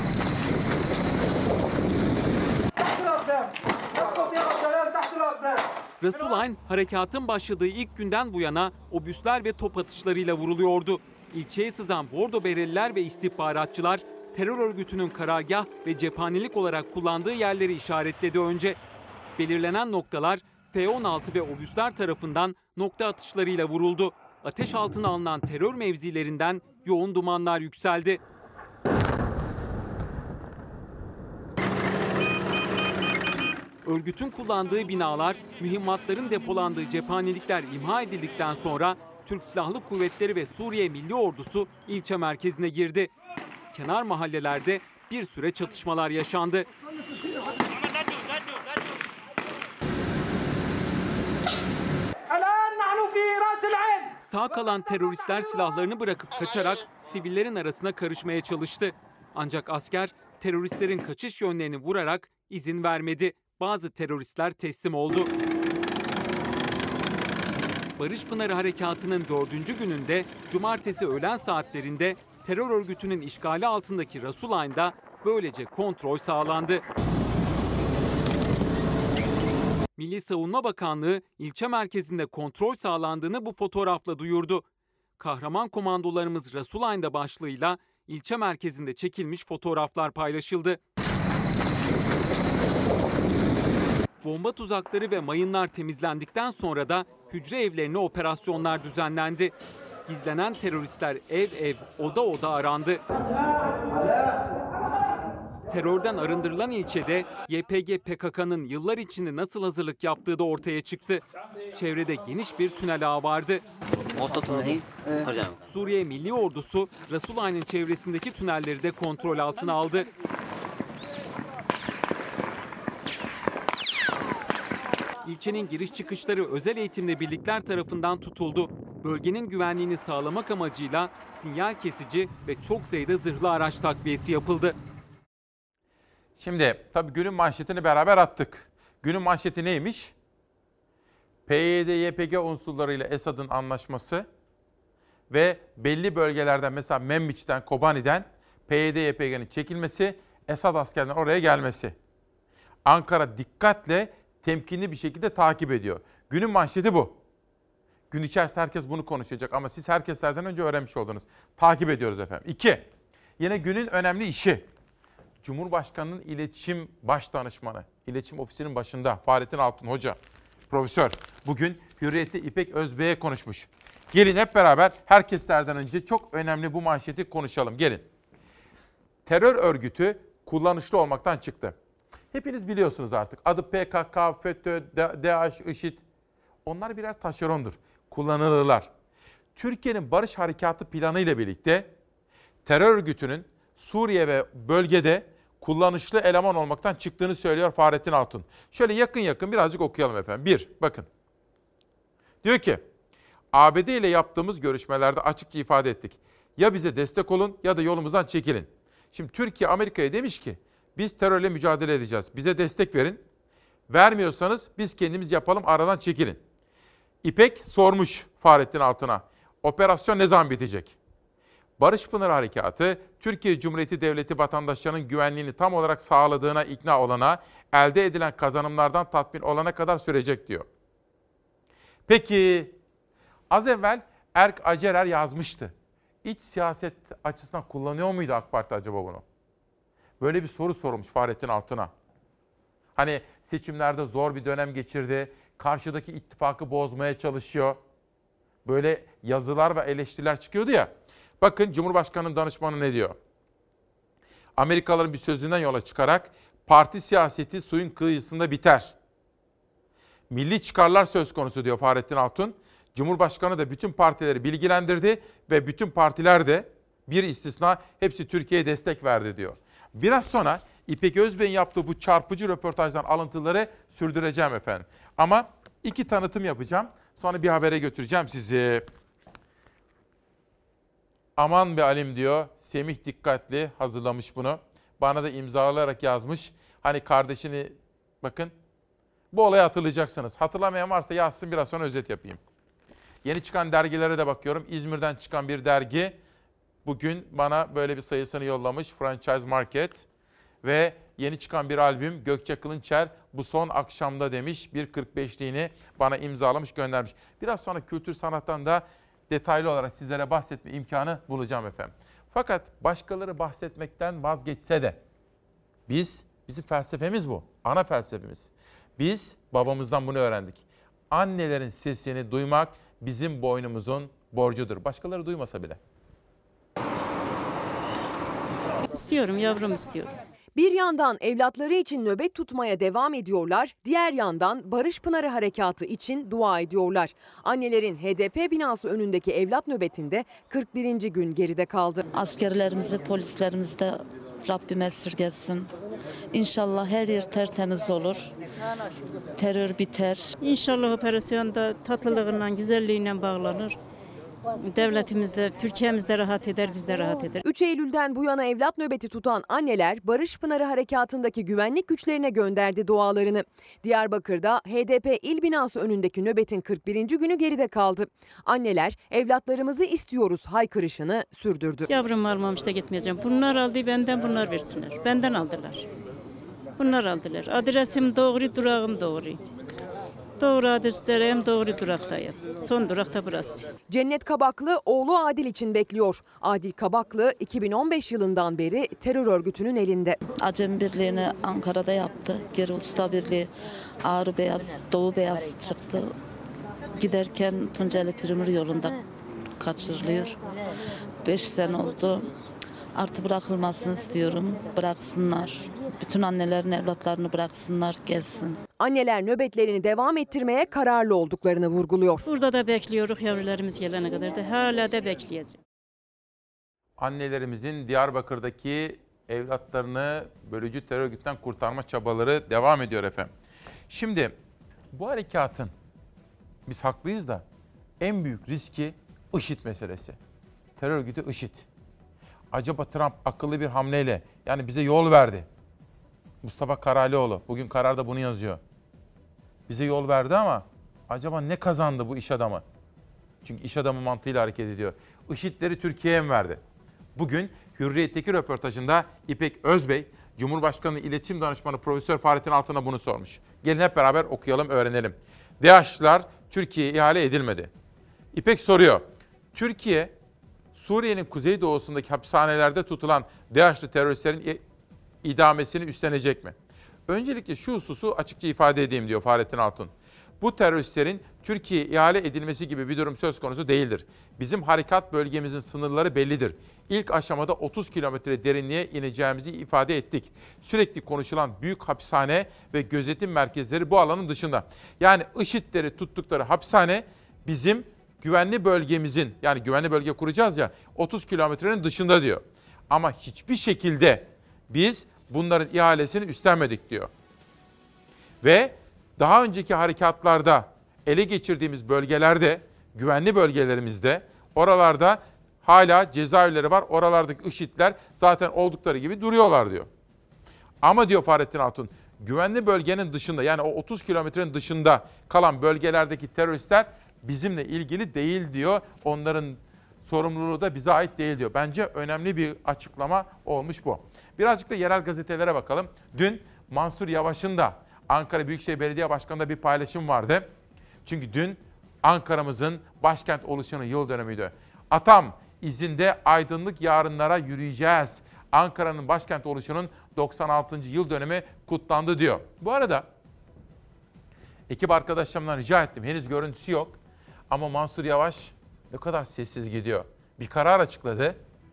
Rasulayn harekatın başladığı ilk günden bu yana obüsler ve top atışlarıyla vuruluyordu. İlçeye sızan Bordo Bereliler ve istihbaratçılar terör örgütünün karargah ve cephanelik olarak kullandığı yerleri işaretledi önce. Belirlenen noktalar F on altı ve obüsler tarafından nokta atışlarıyla vuruldu. Ateş altına alınan terör mevzilerinden yoğun dumanlar yükseldi. Örgütün kullandığı binalar, mühimmatların depolandığı cephanelikler imha edildikten sonra Türk Silahlı Kuvvetleri ve Suriye Milli Ordusu ilçe merkezine girdi. Kenar mahallelerde bir süre çatışmalar yaşandı. Sağ kalan teröristler silahlarını bırakıp kaçarak sivillerin arasına karışmaya çalıştı. Ancak asker teröristlerin kaçış yönlerini vurarak izin vermedi. Bazı teröristler teslim oldu. Barış Pınarı Harekatı'nın dördüncü gününde cumartesi öğlen saatlerinde terör örgütünün işgali altındaki Rasulayn'da Böylece kontrol sağlandı. Milli Savunma Bakanlığı ilçe merkezinde kontrol sağlandığını bu fotoğrafla duyurdu. Kahraman komandolarımız Rasulayn'da başlığıyla ilçe merkezinde çekilmiş fotoğraflar paylaşıldı. Bomba tuzakları ve mayınlar temizlendikten sonra da hücre evlerine operasyonlar düzenlendi. Gizlenen teröristler ev ev, oda oda arandı. Terörden arındırılan ilçede Y P G P K K'nın yıllar içinde nasıl hazırlık yaptığı da ortaya çıktı. Çevrede geniş bir tünel ağı vardı. Suriye Milli Ordusu Rasulayn'ın çevresindeki tünelleri de kontrol altına aldı. İlçenin giriş çıkışları özel eğitimli birlikler tarafından tutuldu. Bölgenin güvenliğini sağlamak amacıyla sinyal kesici ve çok sayıda zırhlı araç takviyesi yapıldı. Şimdi tabii günün manşetini beraber attık. Günün manşeti neymiş? P Y D Y P G unsurlarıyla Esad'ın anlaşması ve belli bölgelerden mesela Membiç'ten, Kobani'den P Y D Y P G'nin çekilmesi, Esad askerlerinin oraya gelmesi. Ankara dikkatle, temkinli bir şekilde takip ediyor. Günün manşeti bu. Gün içerisinde herkes bunu konuşacak ama siz herkeslerden önce öğrenmiş oldunuz. Takip ediyoruz efendim. İki, yine günün önemli işi. Cumhurbaşkanı'nın iletişim baş danışmanı, iletişim ofisinin başında Fahrettin Altun Hoca, profesör. Bugün Hürriyet'te İpek Özbey'e konuşmuş. Gelin hep beraber herkeslerden önce çok önemli bu manşeti konuşalım. Gelin. Terör örgütü kullanışlı olmaktan çıktı. Hepiniz biliyorsunuz artık. Adı P K K, FETÖ, DAEŞ, IŞİD. Onlar birer taşerondur. Kullanılırlar. Türkiye'nin Barış Harekatı planı ile birlikte terör örgütünün Suriye ve bölgede kullanışlı eleman olmaktan çıktığını söylüyor Fahrettin Altun. Şöyle yakın yakın birazcık okuyalım efendim. Bir, bakın. Diyor ki, A B D ile yaptığımız görüşmelerde açıkça ifade ettik. Ya bize destek olun ya da yolumuzdan çekilin. Şimdi Türkiye Amerika'ya demiş ki, biz terörle mücadele edeceğiz. Bize destek verin. Vermiyorsanız biz kendimiz yapalım, aradan çekilin. İpek sormuş Fahrettin Altun'a. Operasyon ne zaman bitecek? Barış Pınarı Harekatı, Türkiye Cumhuriyeti Devleti vatandaşlarının güvenliğini tam olarak sağladığına ikna olana, elde edilen kazanımlardan tatmin olana kadar sürecek diyor. Peki, az evvel Erk Acerer yazmıştı. İç siyaset açısından kullanıyor muydu AK Parti acaba bunu? Böyle bir soru sormuş Fahrettin Altun'a. Hani seçimlerde zor bir dönem geçirdi, karşıdaki ittifakı bozmaya çalışıyor. Böyle yazılar ve eleştiriler çıkıyordu ya. Bakın Cumhurbaşkanı'nın danışmanı ne diyor? Amerikalıların bir sözünden yola çıkarak parti siyaseti suyun kıyısında biter. Milli çıkarlar söz konusu diyor Fahrettin Altun. Cumhurbaşkanı da bütün partileri bilgilendirdi ve bütün partiler de bir istisna hepsi Türkiye'ye destek verdi diyor. Biraz sonra İpek Özbey'in yaptığı bu çarpıcı röportajdan alıntıları sürdüreceğim efendim. Ama iki tanıtım yapacağım. Sonra bir habere götüreceğim sizi. Aman be Alim diyor. Semih dikkatli hazırlamış bunu. Bana da imzalayarak yazmış. Hani kardeşini bakın. Bu olayı hatırlayacaksınız. Hatırlamayan varsa yazsın, biraz sonra özet yapayım. Yeni çıkan dergilere de bakıyorum. İzmir'den çıkan bir dergi bugün bana böyle bir sayısını yollamış. Franchise Market. Ve yeni çıkan bir albüm Gökçe Kılınçer bu son akşamda demiş. bir kırk beşliğini bana imzalamış, göndermiş. Biraz sonra kültür sanattan da detaylı olarak sizlere bahsetme imkanı bulacağım efendim. Fakat başkaları bahsetmekten vazgeçse de biz, bizim felsefemiz bu. Ana felsefemiz. Biz babamızdan bunu öğrendik. Annelerin sesini duymak bizim boynumuzun borcudur. Başkaları duymasa bile. İstiyorum, yavrum istiyorum. Bir yandan evlatları için nöbet tutmaya devam ediyorlar, diğer yandan Barış Pınarı Harekatı için dua ediyorlar. Annelerin H D P binası önündeki evlat nöbetinde kırk birinci gün geride kaldı. Askerlerimizi, polislerimizi de Rabbim esirgesin. İnşallah her yer tertemiz olur. Terör biter. İnşallah operasyon da tatlılığından, güzelliğinden bağlanır. Devletimiz de, Türkiye'miz de rahat eder, biz de rahat eder. üç Eylül'den bu yana evlat nöbeti tutan anneler Barış Pınarı Harekatı'ndaki güvenlik güçlerine gönderdi dualarını. Diyarbakır'da H D P il binası önündeki nöbetin kırk birinci günü geride kaldı. Anneler evlatlarımızı istiyoruz haykırışını sürdürdü. Yavrum almamış da gitmeyeceğim. Bunlar aldı benden, bunlar versinler. Benden aldılar. Bunlar aldılar. Adresim doğru, durağım doğru. Doğru adreslerim, doğru duraktayım. Son durak da burası. Cennet Kabaklı oğlu Adil için bekliyor. Adil Kabaklı iki bin on beş yılından beri terör örgütünün elinde. Acem Birliği'ni Ankara'da yaptı. Geri Usta Birliği, Ağrı Beyaz, Doğu Beyaz çıktı. Giderken Tunceli Pürümür yolunda kaçırılıyor. Beş sene oldu. Artı bırakılmasını istiyorum. Bıraksınlar. Bütün annelerin evlatlarını bıraksınlar, gelsin. Anneler nöbetlerini devam ettirmeye kararlı olduklarını vurguluyor. Burada da bekliyoruz yavrularımız gelene kadar da hala da bekleyeceğiz. Annelerimizin Diyarbakır'daki evlatlarını bölücü terör örgütünden kurtarma çabaları devam ediyor efendim. Şimdi bu harekatın biz haklıyız da en büyük riski IŞİD meselesi. Terör örgütü IŞİD. Acaba Trump akıllı bir hamleyle yani bize yol verdi. Mustafa Karalioğlu bugün kararda bunu yazıyor. Bize yol verdi ama acaba ne kazandı bu iş adamı? Çünkü iş adamı mantığıyla hareket ediyor. IŞİD'leri Türkiye'ye mi verdi? Bugün Hürriyet'teki röportajında İpek Özbey, Cumhurbaşkanı İletişim Danışmanı Profesör Fahrettin Altun'a bunu sormuş. Gelin hep beraber okuyalım, öğrenelim. DAEŞ'lar Türkiye'ye ihale edilmedi. İpek soruyor. Türkiye, Suriye'nin kuzeydoğusundaki hapishanelerde tutulan DAEŞ'li teröristlerin idamesini üstlenecek mi? Öncelikle şu hususu açıkça ifade edeyim diyor Fahrettin Altun. Bu teröristlerin Türkiye'ye ihale edilmesi gibi bir durum söz konusu değildir. Bizim harekat bölgemizin sınırları bellidir. İlk aşamada otuz kilometre derinliğe ineceğimizi ifade ettik. Sürekli konuşulan büyük hapishane ve gözetim merkezleri bu alanın dışında. Yani IŞİD'leri tuttukları hapishane bizim güvenli bölgemizin, yani güvenli bölge kuracağız ya, otuz kilometrenin dışında diyor. Ama hiçbir şekilde biz bunların ihalesini üstlenmedik diyor. Ve daha önceki harekatlarda ele geçirdiğimiz bölgelerde, güvenli bölgelerimizde, oralarda hala cezaevleri var. Oralardaki IŞİD'ler zaten oldukları gibi duruyorlar diyor. Ama diyor Fahrettin Altun, güvenli bölgenin dışında, yani o otuz kilometrenin dışında kalan bölgelerdeki teröristler bizimle ilgili değil diyor. Onların sorumluluğu da bize ait değil diyor. Bence önemli bir açıklama olmuş bu. Birazcık da yerel gazetelere bakalım. Dün Mansur Yavaş'ın da Ankara Büyükşehir Belediye Başkanı'nda bir paylaşım vardı. Çünkü dün Ankara'mızın başkent oluşunun yıl dönümüydü. Atam izinde aydınlık yarınlara yürüyeceğiz. Ankara'nın başkent oluşunun doksan altıncı yıl dönümü kutlandı diyor. Bu arada ekip arkadaşlarımdan rica ettim. Henüz görüntüsü yok. Ama Mansur Yavaş ne kadar sessiz gidiyor. Bir karar açıkladı.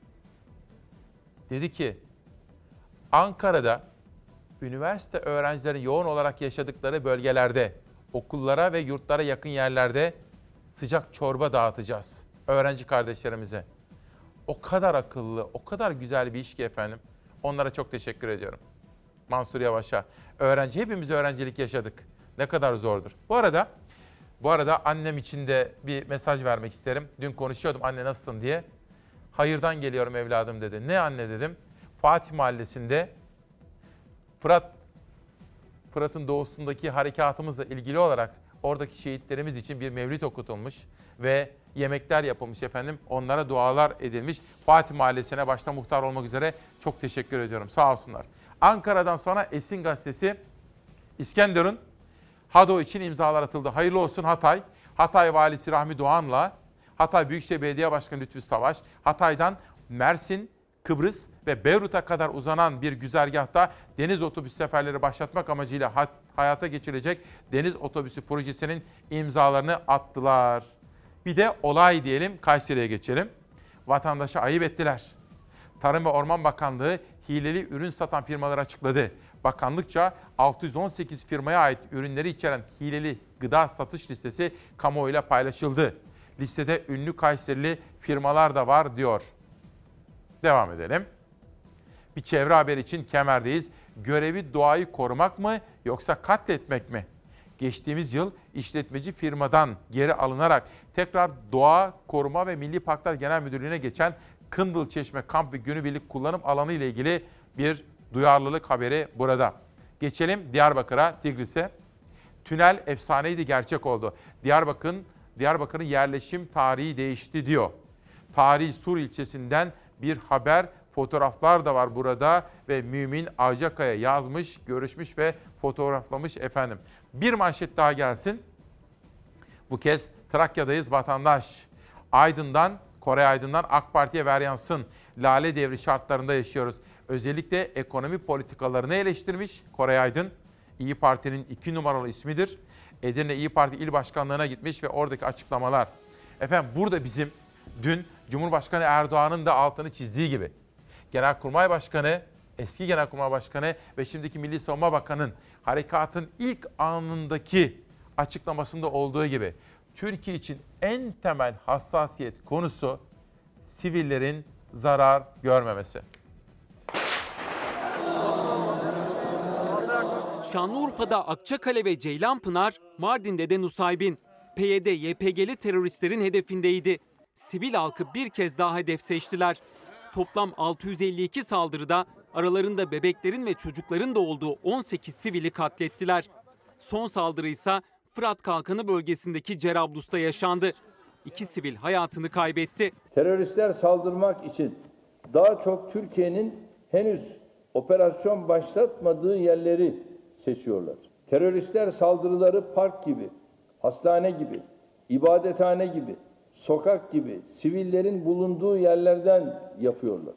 Dedi ki Ankara'da üniversite öğrencilerin yoğun olarak yaşadıkları bölgelerde, okullara ve yurtlara yakın yerlerde sıcak çorba dağıtacağız öğrenci kardeşlerimize. O kadar akıllı, o kadar güzel bir iş ki efendim. Onlara çok teşekkür ediyorum. Mansur Yavaş'a. Öğrenci, hepimiz öğrencilik yaşadık. Ne kadar zordur. Bu arada, bu arada annem için de bir mesaj vermek isterim. Dün konuşuyordum anne nasılsın diye. Hayırdan geliyorum evladım dedi. Ne anne dedim. Fatih Mahallesi'nde Fırat, Fırat'ın doğusundaki harekatımızla ilgili olarak oradaki şehitlerimiz için bir mevlid okutulmuş ve yemekler yapılmış efendim. Onlara dualar edilmiş. Fatih Mahallesi'ne başta muhtar olmak üzere çok teşekkür ediyorum. Sağ olsunlar. Ankara'dan sonra Esin Gazetesi, İskenderun Hado için imzalar atıldı. Hayırlı olsun Hatay. Hatay Valisi Rahmi Doğan'la Hatay Büyükşehir Belediye Başkanı Lütfü Savaş, Hatay'dan Mersin, Kıbrıs ve Beyrut'a kadar uzanan bir güzergahta deniz otobüs seferleri başlatmak amacıyla hayata geçirilecek deniz otobüsü projesinin imzalarını attılar. Bir de olay diyelim, Kayseri'ye geçelim. Vatandaşa ayıp ettiler. Tarım ve Orman Bakanlığı hileli ürün satan firmaları açıkladı. Bakanlıkça altı yüz on sekiz firmaya ait ürünleri içeren hileli gıda satış listesi kamuoyuyla paylaşıldı. Listede ünlü Kayserili firmalar da var diyor. Devam edelim. Bir çevre haberi için Kemer'deyiz. Görevi doğayı korumak mı yoksa katletmek mi? geçtiğimiz yıl işletmeci firmadan geri alınarak tekrar Doğa Koruma ve Milli Parklar Genel Müdürlüğü'ne geçen Kındılçeşme Kamp ve Günübirlik Kullanım Alanı ile ilgili bir duyarlılık haberi burada. Geçelim Diyarbakır'a, Tigris'e. Tünel efsaneydi, gerçek oldu. Diyarbakır'ın Diyarbakır'ın yerleşim tarihi değişti diyor. Tarihi Sur ilçesinden bir haber, fotoğraflar da var burada ve Mümin Avcakaya yazmış, görüşmüş ve fotoğraflamış efendim. Bir manşet daha gelsin. Bu kez Trakya'dayız vatandaş. Aydın'dan, Koray Aydın'dan AK Parti'ye ver yansın. Lale devri şartlarında yaşıyoruz. Özellikle ekonomi politikalarını eleştirmiş Koray Aydın. İyi Parti'nin iki numaralı ismidir. Edirne İyi Parti İl Başkanlığı'na gitmiş ve oradaki açıklamalar. Efendim burada bizim dün Cumhurbaşkanı Erdoğan'ın da altını çizdiği gibi Genelkurmay Başkanı, eski Genelkurmay Başkanı ve şimdiki Milli Savunma Bakanı'nın harekatın ilk anındaki açıklamasında olduğu gibi Türkiye için en temel hassasiyet konusu sivillerin zarar görmemesi. Şanlıurfa'da Akçakale ve Ceylanpınar, Mardin'de de Nusaybin. P Y D Y P G'li teröristlerin hedefindeydi. Sivil halkı bir kez daha hedef seçtiler. Toplam altı yüz elli iki saldırıda aralarında bebeklerin ve çocukların da olduğu on sekiz sivili katlettiler. Son saldırı ise Fırat Kalkanı bölgesindeki Cerablus'ta yaşandı. İki sivil hayatını kaybetti. Teröristler saldırmak için daha çok Türkiye'nin henüz operasyon başlatmadığı yerleri seçiyorlar. Teröristler saldırıları park gibi, hastane gibi, ibadethane gibi, sokak gibi, sivillerin bulunduğu yerlerden yapıyorlar.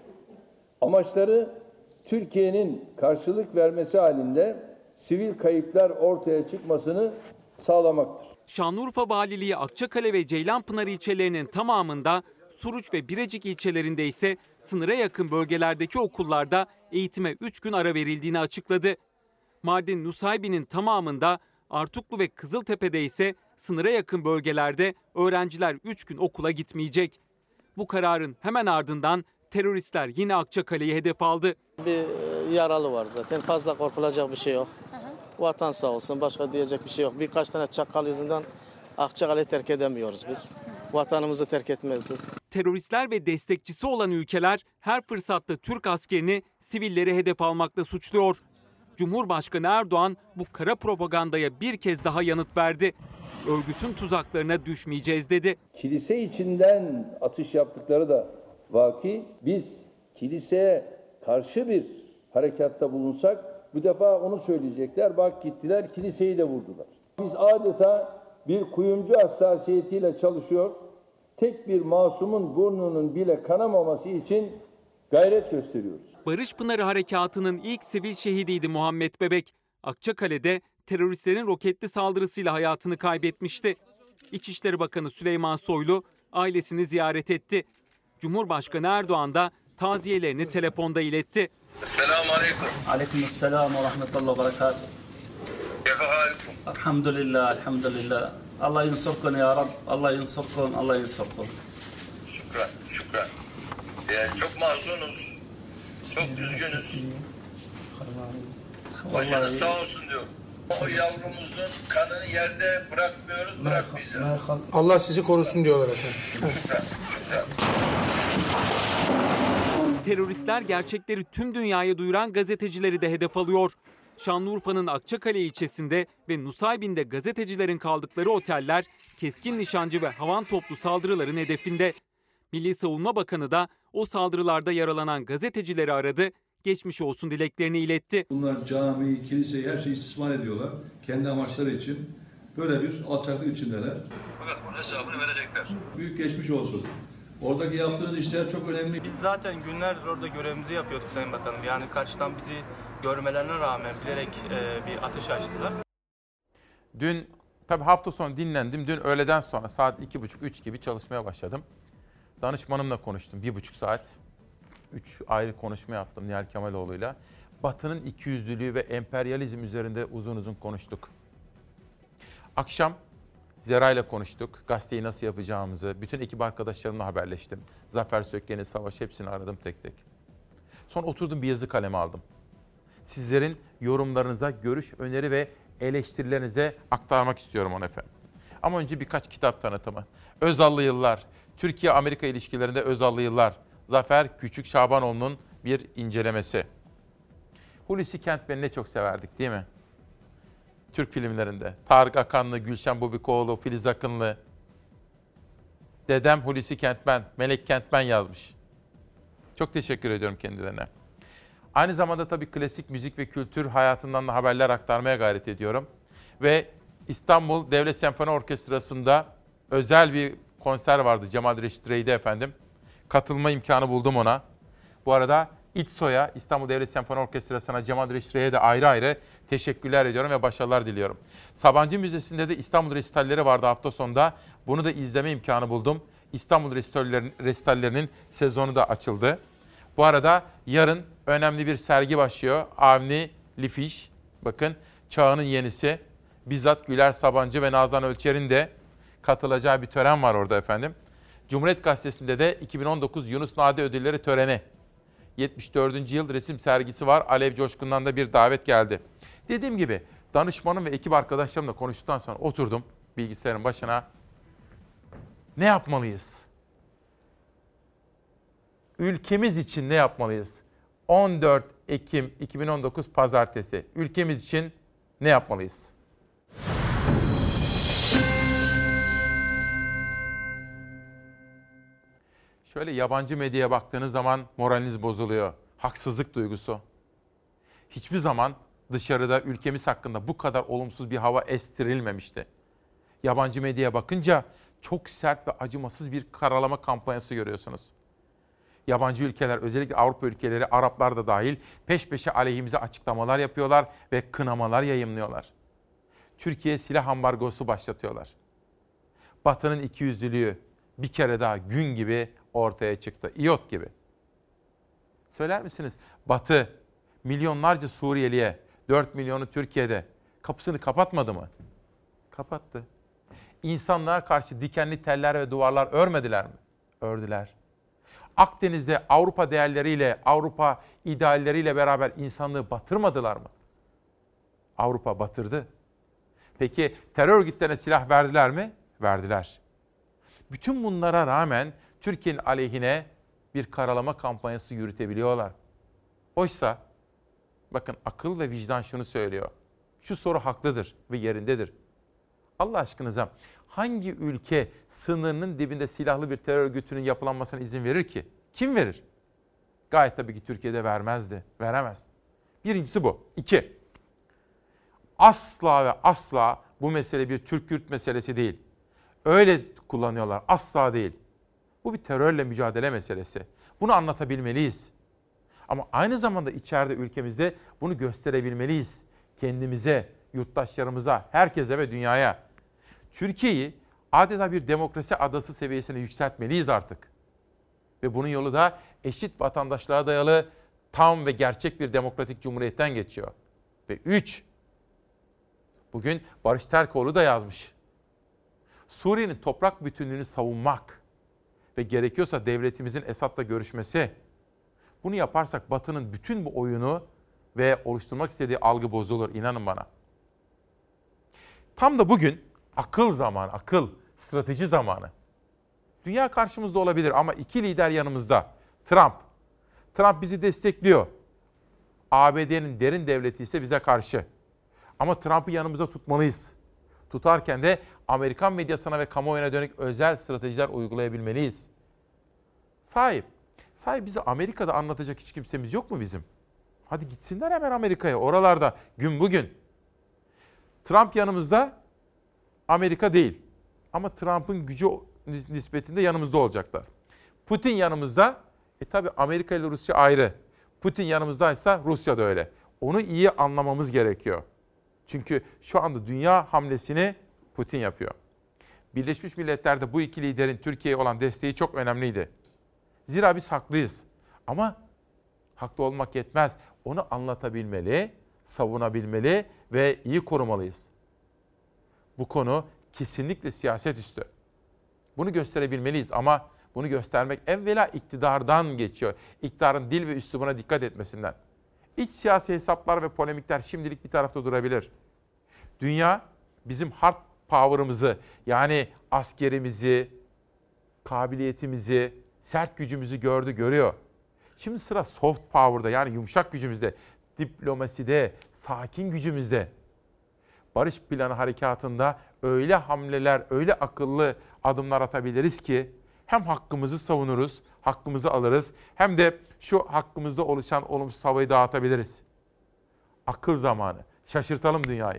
Amaçları Türkiye'nin karşılık vermesi halinde sivil kayıplar ortaya çıkmasını sağlamaktır. Şanlıurfa Valiliği Akçakale ve Ceylanpınar ilçelerinin tamamında, Suruç ve Birecik ilçelerinde ise sınıra yakın bölgelerdeki okullarda eğitime üç gün ara verildiğini açıkladı. Mardin Nusaybin'in tamamında, Artuklu ve Kızıltepe'de ise sınıra yakın bölgelerde öğrenciler üç gün okula gitmeyecek. Bu kararın hemen ardından teröristler yine Akçakale'yi hedef aldı. Bir yaralı var zaten, fazla korkulacak bir şey yok. Vatan sağ olsun, başka diyecek bir şey yok. Birkaç tane çakal yüzünden Akçakale'yi terk edemiyoruz biz. Vatanımızı terk etmeyiz. Teröristler ve destekçisi olan ülkeler her fırsatta Türk askerini sivilleri hedef almakla suçluyor. Cumhurbaşkanı Erdoğan bu kara propagandaya bir kez daha yanıt verdi. Örgütün tuzaklarına düşmeyeceğiz dedi. Kilise içinden atış yaptıkları da vaki. Biz kiliseye karşı bir harekatta bulunsak bu defa onu söyleyecekler. Bak gittiler kiliseyi de vurdular. Biz adeta bir kuyumcu hassasiyetiyle çalışıyor. Tek bir masumun burnunun bile kanamaması için gayret gösteriyoruz. Barış Pınarı Harekatı'nın ilk sivil şehidiydi Muhammed Bebek. Akçakale'de teröristlerin roketli saldırısıyla hayatını kaybetmişti. İçişleri Bakanı Süleyman Soylu ailesini ziyaret etti. Cumhurbaşkanı Erdoğan da taziyelerini telefonda iletti. Selamun aleyküm. Aleykümselam ve rahmetullah ve berekatuhu. Keyfe halikum? Elhamdülillah, elhamdülillah. Allah yunsurkun ya Rab. Allah yunsurkun, Allah yunsurkun. Şükran, şükran. Yani çok mahzunuz. Çok üzgünüz. Başınız sağ olsun diyor. O yavrumuzun kanını yerde bırakmıyoruz, bırakmayacağız. Allah sizi korusun diyorlar efendim. Şükran, şükran. Teröristler gerçekleri tüm dünyaya duyuran gazetecileri de hedef alıyor. Şanlıurfa'nın Akçakale ilçesinde ve Nusaybin'de gazetecilerin kaldıkları oteller keskin nişancı ve havan toplu saldırıların hedefinde. Milli Savunma Bakanı da o saldırılarda yaralanan gazetecileri aradı, geçmiş olsun dileklerini iletti. Bunlar camiyi, kiliseyi, her şeyi istismar ediyorlar. Kendi amaçları için böyle bir alçaklık içindeler. Fakat bunun hesabını verecekler. Büyük geçmiş olsun. Oradaki yaptığınız işler çok önemli. Biz zaten günlerdir orada görevimizi yapıyorduk Sayın Bakanım. Yani karşıdan bizi görmelerine rağmen bilerek e, bir atış açtılar. Dün tabii hafta sonu dinlendim. Dün öğleden sonra saat iki buçuk üç gibi çalışmaya başladım. Danışmanımla konuştum bir buçuk saat. Üç ayrı konuşma yaptım Nihal Kemaloğlu'yla. Batı'nın ikiyüzlülüğü ve emperyalizm üzerinde uzun uzun konuştuk. Akşam Zera'yla konuştuk. Gazeteyi nasıl yapacağımızı, bütün ekip arkadaşlarımla haberleştim. Zafer Sökken'i, Savaş hepsini aradım tek tek. Sonra oturdum bir yazı kaleme aldım. Sizlerin yorumlarınıza, görüş, öneri ve eleştirilerinize aktarmak istiyorum onu efendim. Ama önce birkaç kitap tanıtımı. Özallı Yıllar, Türkiye-Amerika ilişkilerinde Özallı Yıllar, Zafer Küçük Şabanoğlu'nun bir incelemesi. Hulusi Kentmen'i ne çok severdik değil mi? Türk filmlerinde. Tarık Akanlı, Gülşen Bubikoğlu, Filiz Akınlı. Dedem Hulusi Kentmen, Melek Kentmen yazmış. Çok teşekkür ediyorum kendilerine. Aynı zamanda tabii klasik müzik ve kültür hayatından da haberler aktarmaya gayret ediyorum. Ve İstanbul Devlet Senfoni Orkestrası'nda özel bir konser vardı Cemal Reşit Rey'de efendim. Katılma imkanı buldum ona. Bu arada İTSO'ya, İstanbul Devlet Senfoni Orkestrası'na, Cemal Reşit Rey'e de ayrı ayrı teşekkürler ediyorum ve başarılar diliyorum. Sabancı Müzesi'nde de İstanbul resitalleri vardı hafta sonunda. Bunu da izleme imkanı buldum. İstanbul resitallerinin sezonu da açıldı. Bu arada yarın önemli bir sergi başlıyor. Avni Lifiş, bakın çağının yenisi. Bizzat Güler Sabancı ve Nazan Ölçer'in de katılacağı bir tören var orada efendim. Cumhuriyet Gazetesi'nde de iki bin on dokuz Yunus Nadi Ödülleri töreni. yetmiş dördüncü yıl resim sergisi var. Alev Coşkun'dan da bir davet geldi. Dediğim gibi danışmanım ve ekip arkadaşlarımla konuştuktan sonra oturdum bilgisayarın başına. Ne yapmalıyız? Ülkemiz için ne yapmalıyız? on dört Ekim iki bin on dokuz Pazartesi. Ülkemiz için ne yapmalıyız? Şöyle yabancı medyaya baktığınız zaman moraliniz bozuluyor. Haksızlık duygusu. Hiçbir zaman dışarıda ülkemiz hakkında bu kadar olumsuz bir hava estirilmemişti. Yabancı medyaya bakınca çok sert ve acımasız bir karalama kampanyası görüyorsunuz. Yabancı ülkeler, özellikle Avrupa ülkeleri, Araplar da dahil peş peşe aleyhimize açıklamalar yapıyorlar ve kınamalar yayımlıyorlar. Türkiye silah ambargosu başlatıyorlar. Batı'nın ikiyüzlülüğü bir kere daha gün gibi ortaya çıktı. İyot gibi. Söyler misiniz? Batı milyonlarca Suriyeliye, dört milyonu Türkiye'de kapısını kapatmadı mı? Kapattı. İnsanlığa karşı dikenli teller ve duvarlar örmediler mi? Ördüler. Akdeniz'de Avrupa değerleriyle, Avrupa idealleriyle beraber insanlığı batırmadılar mı? Avrupa batırdı. Peki terör örgütlerine silah verdiler mi? Verdiler. Bütün bunlara rağmen Türkiye'nin aleyhine bir karalama kampanyası yürütebiliyorlar. Oysa bakın akıl ve vicdan şunu söylüyor. Şu soru haklıdır ve yerindedir. Allah aşkınıza hangi ülke sınırının dibinde silahlı bir terör örgütünün yapılanmasına izin verir ki? Kim verir? Gayet tabii ki Türkiye'de vermezdi, veremez. Birincisi bu. İki, asla ve asla bu mesele bir Türk-Kürt meselesi değil. Öyle kullanıyorlar, asla değil. Bu bir terörle mücadele meselesi. Bunu anlatabilmeliyiz. Ama aynı zamanda içeride ülkemizde bunu gösterebilmeliyiz. Kendimize, yurttaşlarımıza, herkese ve dünyaya. Türkiye'yi adeta bir demokrasi adası seviyesine yükseltmeliyiz artık. Ve bunun yolu da eşit vatandaşlığa dayalı tam ve gerçek bir demokratik cumhuriyetten geçiyor. Ve üç, bugün Barış Terkoğlu da yazmış. Suriye'nin toprak bütünlüğünü savunmak ve gerekiyorsa devletimizin Esad'la görüşmesi. Bunu yaparsak Batı'nın bütün bu oyunu ve oluşturmak istediği algı bozulur, inanın bana. Tam da bugün akıl zamanı, akıl, strateji zamanı. Dünya karşımızda olabilir ama iki lider yanımızda. Trump. Trump bizi destekliyor. A B D'nin derin devleti ise bize karşı. Ama Trump'ı yanımıza tutmalıyız. Tutarken de Amerikan medyasına ve kamuoyuna dönük özel stratejiler uygulayabilmeliyiz. Sahip. Sahip bizi Amerika'da anlatacak hiç kimsemiz yok mu bizim? Hadi gitsinler hemen Amerika'ya. Oralarda gün bugün. Trump yanımızda, Amerika değil. Ama Trump'ın gücü nispetinde yanımızda olacaklar. Putin yanımızda, e tabi Amerika ile Rusya ayrı. Putin yanımızdaysa Rusya da öyle. Onu iyi anlamamız gerekiyor. Çünkü şu anda dünya hamlesini Putin yapıyor. Birleşmiş Milletler'de bu iki liderin Türkiye'ye olan desteği çok önemliydi. Zira biz haklıyız. Ama haklı olmak yetmez. Onu anlatabilmeli, savunabilmeli ve iyi korumalıyız. Bu konu kesinlikle siyaset üstü. Bunu gösterebilmeliyiz ama bunu göstermek evvela iktidardan geçiyor. İktidarın dil ve üslubuna dikkat etmesinden. İç siyasi hesaplar ve polemikler şimdilik bir tarafta durabilir. Dünya bizim hard power'ımızı, yani askerimizi, kabiliyetimizi, sert gücümüzü gördü, görüyor. Şimdi sıra soft power'da, yani yumuşak gücümüzde, diplomaside, sakin gücümüzde. Barış Planı harekatında öyle hamleler, öyle akıllı adımlar atabiliriz ki hem hakkımızı savunuruz, hakkımızı alırız, hem de şu hakkımızda oluşan olumsuz havayı dağıtabiliriz. Akıl zamanı. Şaşırtalım dünyayı.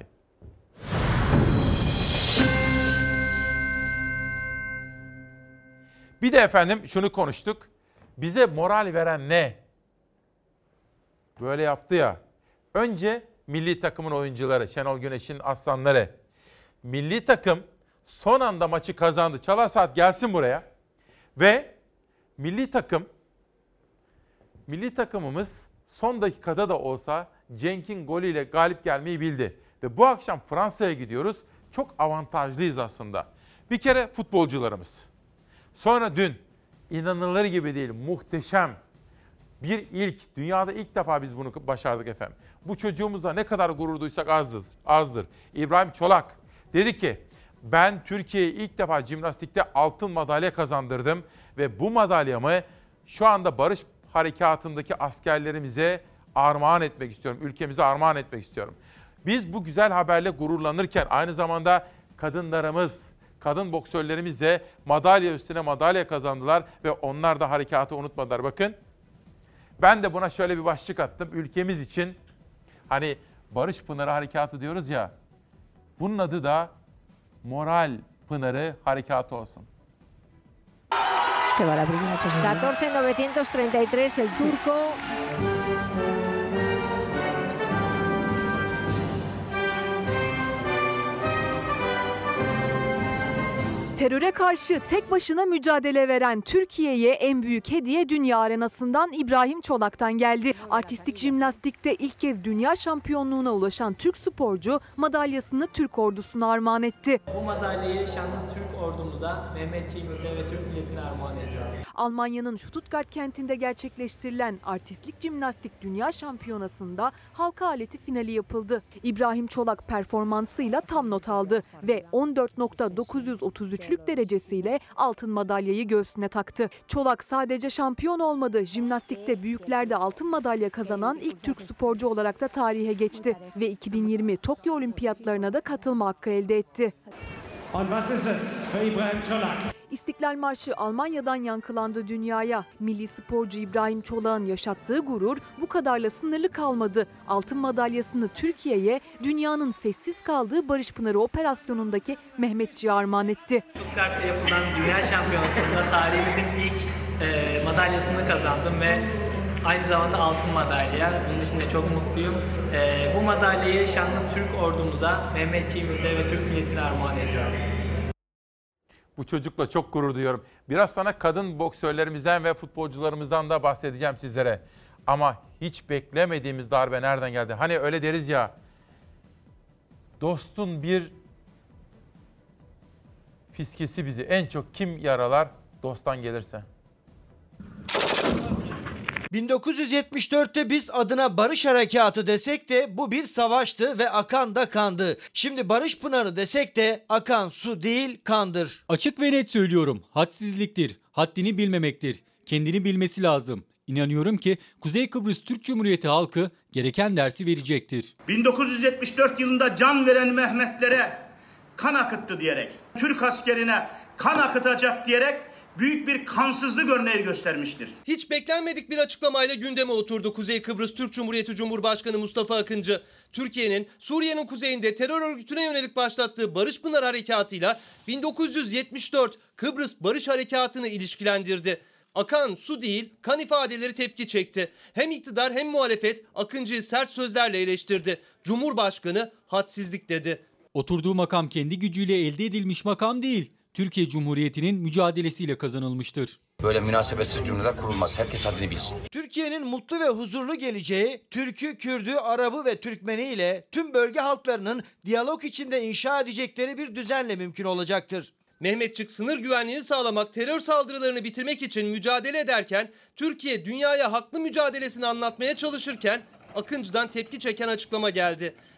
Bir de efendim şunu konuştuk. Bize moral veren ne? Böyle yaptı ya. Önce milli takımın oyuncuları, Şenol Güneş'in aslanları. Milli takım son anda maçı kazandı. Çalar Saat gelsin buraya. Ve milli takım, milli takımımız son dakikada da olsa Cenk'in golüyle galip gelmeyi bildi. Ve bu akşam Fransa'ya gidiyoruz. Çok avantajlıyız aslında. Bir kere futbolcularımız. Sonra dün, inanılır gibi değil, muhteşem bir ilk, dünyada ilk defa biz bunu başardık efendim. Bu çocuğumuzla ne kadar gurur duysak azdır. azdır. İbrahim Çolak dedi ki, ben Türkiye'ye ilk defa jimnastikte altın madalya kazandırdım ve bu madalyamı şu anda barış harekatındaki askerlerimize armağan etmek istiyorum. Ülkemize armağan etmek istiyorum. Biz bu güzel haberle gururlanırken aynı zamanda kadınlarımız, kadın boksörlerimiz de madalya üstüne madalya kazandılar ve onlar da harekatı unutmadılar. Bakın, ben de buna şöyle bir başlık attım. Ülkemiz için, hani Barış Pınarı Harekatı diyoruz ya, bunun adı da Moral Pınarı Harekatı olsun. Se va a la primera posición. catorce mil novecientos treinta y tres el turco. Teröre karşı tek başına mücadele veren Türkiye'ye en büyük hediye dünya arenasından İbrahim Çolak'tan geldi. Artistik jimnastikte ilk kez dünya şampiyonluğuna ulaşan Türk sporcu madalyasını Türk ordusuna armağan etti. Bu madalyayı şanlı Türk ordumuza, Mehmetçiğimize ve Türk milletine armağan ediyorum. Almanya'nın Stuttgart kentinde gerçekleştirilen artistik jimnastik dünya şampiyonasında halka aleti finali yapıldı. İbrahim Çolak performansıyla tam not aldı ve on dört nokta dokuz yüz otuz üç derecesiyle altın madalyayı göğsüne taktı. Çolak sadece şampiyon olmadı. Jimnastikte büyüklerde altın madalya kazanan ilk Türk sporcu olarak da tarihe geçti ve iki bin yirmi Tokyo Olimpiyatlarına da katılma hakkı elde etti. İstiklal Marşı Almanya'dan yankılandı dünyaya. Milli sporcu İbrahim Çolak'ın yaşattığı gurur bu kadarla sınırlı kalmadı. Altın madalyasını Türkiye'ye dünyanın sessiz kaldığı Barış Pınarı operasyonundaki Mehmetçiğe armağan etti. Stuttgart'ta yapılan dünya şampiyonasında tarihimizin ilk e, madalyasını kazandım ve aynı zamanda altın madalya. Bunun için de çok mutluyum. E, bu madalyayı şanlı Türk ordumuza, Mehmetçiğimize ve Türk milletine armağan ediyorum. Bu çocukla çok gurur duyuyorum. Biraz sonra kadın boksörlerimizden ve futbolcularımızdan da bahsedeceğim sizlere. Ama hiç beklemediğimiz darbe nereden geldi? Hani öyle deriz ya, dostun bir fiskesi bizi en çok kim yaralar? Dosttan gelirse. bin dokuz yüz yetmiş dörtte biz adına Barış Harekatı desek de bu bir savaştı ve akan da kandı. Şimdi Barış Pınarı desek de akan su değil kandır. Açık ve net söylüyorum, hadsizliktir, haddini bilmemektir, kendini bilmesi lazım. İnanıyorum ki Kuzey Kıbrıs Türk Cumhuriyeti halkı gereken dersi verecektir. bin dokuz yüz yetmiş dört yılında can veren Mehmetlere kan akıttı diyerek, Türk askerine kan akıtacak diyerek büyük bir kansızlık örneği göstermiştir. Hiç beklenmedik bir açıklamayla gündeme oturdu Kuzey Kıbrıs Türk Cumhuriyeti Cumhurbaşkanı Mustafa Akıncı. Türkiye'nin Suriye'nin kuzeyinde terör örgütüne yönelik başlattığı Barış Pınarı Harekatı'yla bin dokuz yüz yetmiş dört Kıbrıs Barış Harekatı'nı ilişkilendirdi. Akan su değil, kan ifadeleri tepki çekti. Hem iktidar hem muhalefet Akıncı'yı sert sözlerle eleştirdi. Cumhurbaşkanı hadsizlik dedi. Oturduğu makam kendi gücüyle elde edilmiş makam değil, Türkiye Cumhuriyeti'nin mücadelesiyle kazanılmıştır. Böyle münasebetsiz cümleler kurulmaz. Herkes haddini bilsin. Türkiye'nin mutlu ve huzurlu geleceği Türk'ü, Kürd'ü, Arap'ı ve Türkmen'i ile tüm bölge halklarının diyalog içinde inşa edecekleri bir düzenle mümkün olacaktır. Mehmetçik sınır güvenliğini sağlamak, terör saldırılarını bitirmek için mücadele ederken, Türkiye dünyaya haklı mücadelesini anlatmaya çalışırken Akıncı'dan tepki çeken açıklama geldi.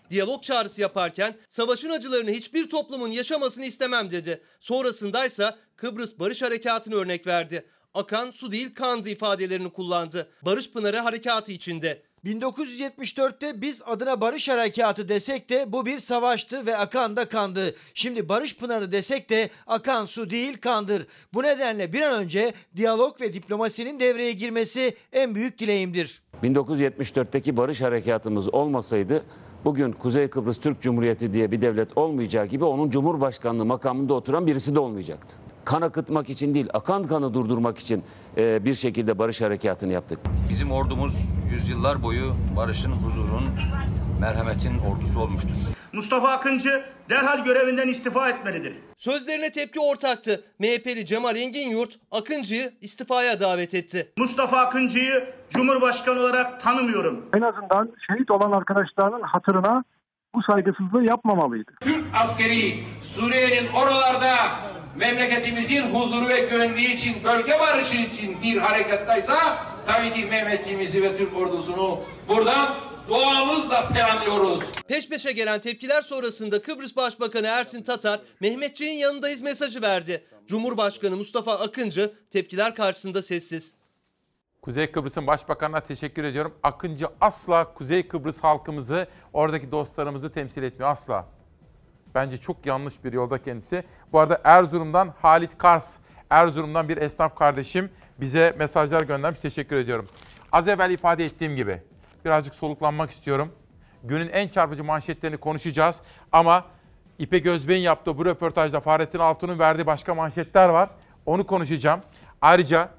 Diyalog çağrısı yaparken savaşın acılarını hiçbir toplumun yaşamasını istemem dedi. Sonrasındaysa Kıbrıs Barış Harekatı'nı örnek verdi. Akan su değil kandı ifadelerini kullandı. Barış Pınarı Harekatı içinde. bin dokuz yüz yetmiş dörtte biz adına Barış Harekatı desek de bu bir savaştı ve akan da kandı. Şimdi Barış Pınarı desek de akan su değil kandır. Bu nedenle bir an önce diyalog ve diplomasinin devreye girmesi en büyük dileğimdir. bin dokuz yüz yetmiş dörtteki Barış Harekatımız olmasaydı bugün Kuzey Kıbrıs Türk Cumhuriyeti diye bir devlet olmayacağı gibi onun Cumhurbaşkanlığı makamında oturan birisi de olmayacaktı. Kan akıtmak için değil, akan kanı durdurmak için e, bir şekilde barış harekatını yaptık. Bizim ordumuz yüzyıllar boyu barışın, huzurun, merhametin ordusu olmuştur. Mustafa Akıncı derhal görevinden istifa etmelidir. Sözlerine tepki ortaktı. M H P'li Cemal Enginyurt Akıncı'yı istifaya davet etti. Mustafa Akıncı'yı Cumhurbaşkanı olarak tanımıyorum. En azından şehit olan arkadaşlarının hatırına bu saygısızlığı yapmamalıydı. Türk askeri Suriye'nin oralarda memleketimizin huzuru ve güvenliği için, bölge barışı için bir harekattaysa tabii ki Mehmetçiğimizi ve Türk ordusunu buradan duamızla selamlıyoruz. Peş peşe gelen tepkiler sonrasında Kıbrıs Başbakanı Ersin Tatar, Mehmetçiğin yanındayız mesajı verdi. Cumhurbaşkanı Mustafa Akıncı tepkiler karşısında sessiz. Kuzey Kıbrıs'ın Başbakanı'na teşekkür ediyorum. Akıncı asla Kuzey Kıbrıs halkımızı, oradaki dostlarımızı temsil etmiyor asla. Bence çok yanlış bir yolda kendisi. Bu arada Erzurum'dan Halit Kars, Erzurum'dan bir esnaf kardeşim bize mesajlar göndermiş. Teşekkür ediyorum. Az evvel ifade ettiğim gibi birazcık soluklanmak istiyorum. Günün en çarpıcı manşetlerini konuşacağız. Ama İpek Özbey'in yaptığı bu röportajda Fahrettin Altun'un verdiği başka manşetler var. Onu konuşacağım. Ayrıca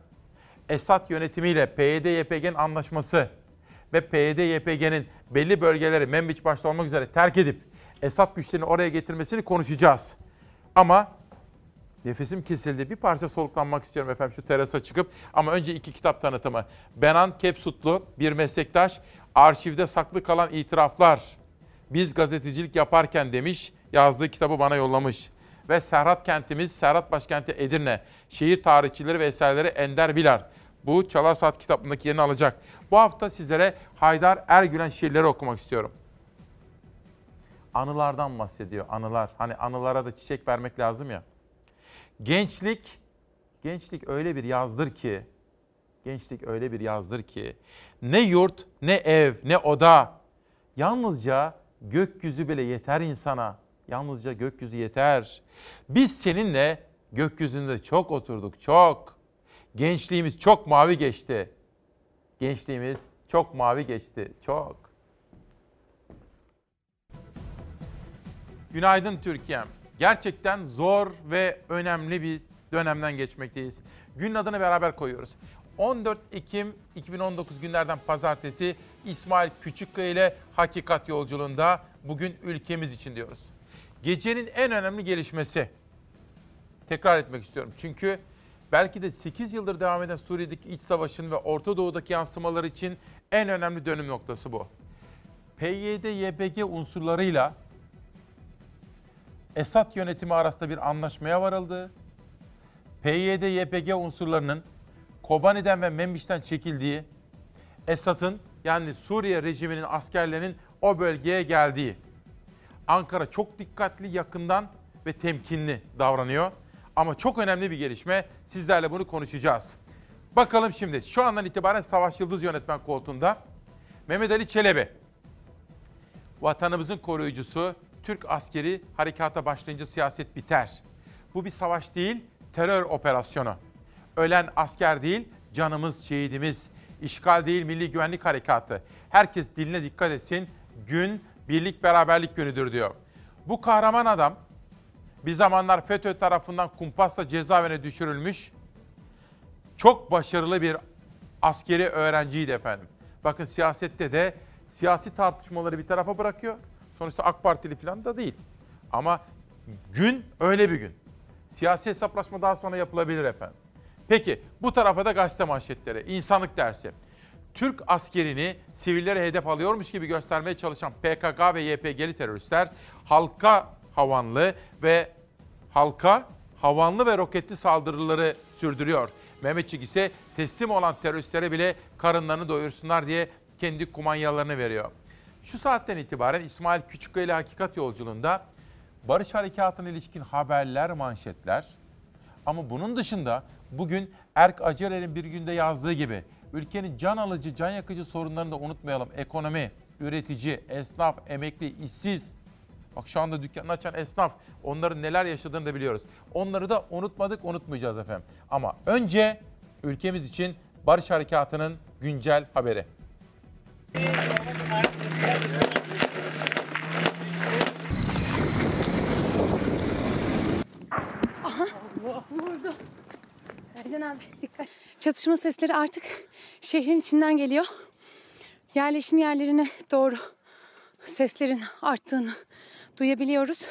Esad yönetimiyle P Y D Y P G'nin anlaşması ve P Y D Y P G'nin belli bölgeleri Menbiç başta olmak üzere terk edip Esad güçlerini oraya getirmesini konuşacağız. Ama nefesim kesildi. Bir parça soluklanmak istiyorum efendim şu terasa çıkıp. Ama önce iki kitap tanıtımı. Benan Kepsutlu bir meslektaş, arşivde saklı kalan itiraflar. Biz gazetecilik yaparken demiş, yazdığı kitabı bana yollamış. Ve Serhat kentimiz, Serhat başkenti Edirne. Şehir tarihçileri ve eserleri Ender Bilar. Bu Çalar Saat kitabındaki yerini alacak. Bu hafta sizlere Haydar Ergülen şiirleri okumak istiyorum. Anılardan bahsediyor, anılar. Hani anılara da çiçek vermek lazım ya. Gençlik, gençlik öyle bir yazdır ki, gençlik öyle bir yazdır ki, ne yurt, ne ev, ne oda, yalnızca gökyüzü bile yeter insana. Yalnızca gökyüzü yeter. Biz seninle gökyüzünde çok oturduk, çok. Gençliğimiz çok mavi geçti. Gençliğimiz çok mavi geçti, çok. Günaydın Türkiye'm. Gerçekten zor ve önemli bir dönemden geçmekteyiz. Günün adını beraber koyuyoruz. on dört Ekim iki bin on dokuz günlerden pazartesi İsmail Küçükkaya ile Hakikat Yolculuğunda bugün ülkemiz için diyoruz. Gecenin en önemli gelişmesi. Tekrar etmek istiyorum. Çünkü belki de sekiz yıldır devam eden Suriye'deki iç savaşın ve Orta Doğu'daki yansımaları için en önemli dönüm noktası bu. P Y D Y P G unsurlarıyla Esad yönetimi arasında bir anlaşmaya varıldı. P Y D Y P G unsurlarının Kobani'den ve Menbiş'ten çekildiği, Esad'ın yani Suriye rejiminin askerlerinin o bölgeye geldiği. Ankara çok dikkatli, yakından ve temkinli davranıyor. Ama çok önemli bir gelişme. Sizlerle bunu konuşacağız. Bakalım şimdi şu andan itibaren Savaş Yıldız yönetmen koltuğunda Mehmet Ali Çelebi. Vatanımızın koruyucusu, Türk askeri harekata başlayınca siyaset biter. Bu bir savaş değil, terör operasyonu. Ölen asker değil, canımız, şehidimiz. İşgal değil, milli güvenlik harekatı. Herkes diline dikkat etsin. Gün, birlik beraberlik günüdür diyor. Bu kahraman adam bir zamanlar FETÖ tarafından kumpasla cezaevine düşürülmüş, çok başarılı bir askeri öğrenciydi efendim. Bakın siyasette de siyasi tartışmaları bir tarafa bırakıyor. Sonuçta AK Partili falan da değil. Ama gün öyle bir gün. Siyasi hesaplaşma daha sonra yapılabilir efendim. Peki bu tarafa da gazete manşetleri, insanlık dersi. Türk askerini sivillere hedef alıyormuş gibi göstermeye çalışan P K K ve Y P G'li teröristler halka havanlı ve halka havanlı ve roketli saldırıları sürdürüyor. Mehmetçik ise teslim olan teröristlere bile karınlarını doyursunlar diye kendi kumanyalarını veriyor. Şu saatten itibaren İsmail Küçükkaya ile Hakikat Yolculuğu'nda Barış Harekatı'na ilişkin haberler, manşetler. Ama bunun dışında bugün Erk Acerer'in bir günde yazdığı gibi ülkenin can alıcı, can yakıcı sorunlarını da unutmayalım. Ekonomi, üretici, esnaf, emekli, işsiz. Bak şu anda dükkanını açan esnaf, onların neler yaşadığını da biliyoruz. Onları da unutmadık, unutmayacağız efendim. Ama önce ülkemiz için Barış Harekatı'nın güncel haberi. Aha, vurdu. Ercan abi dikkat. Çatışma sesleri artık şehrin içinden geliyor. Yerleşim yerlerine doğru seslerin arttığını duyabiliyoruz.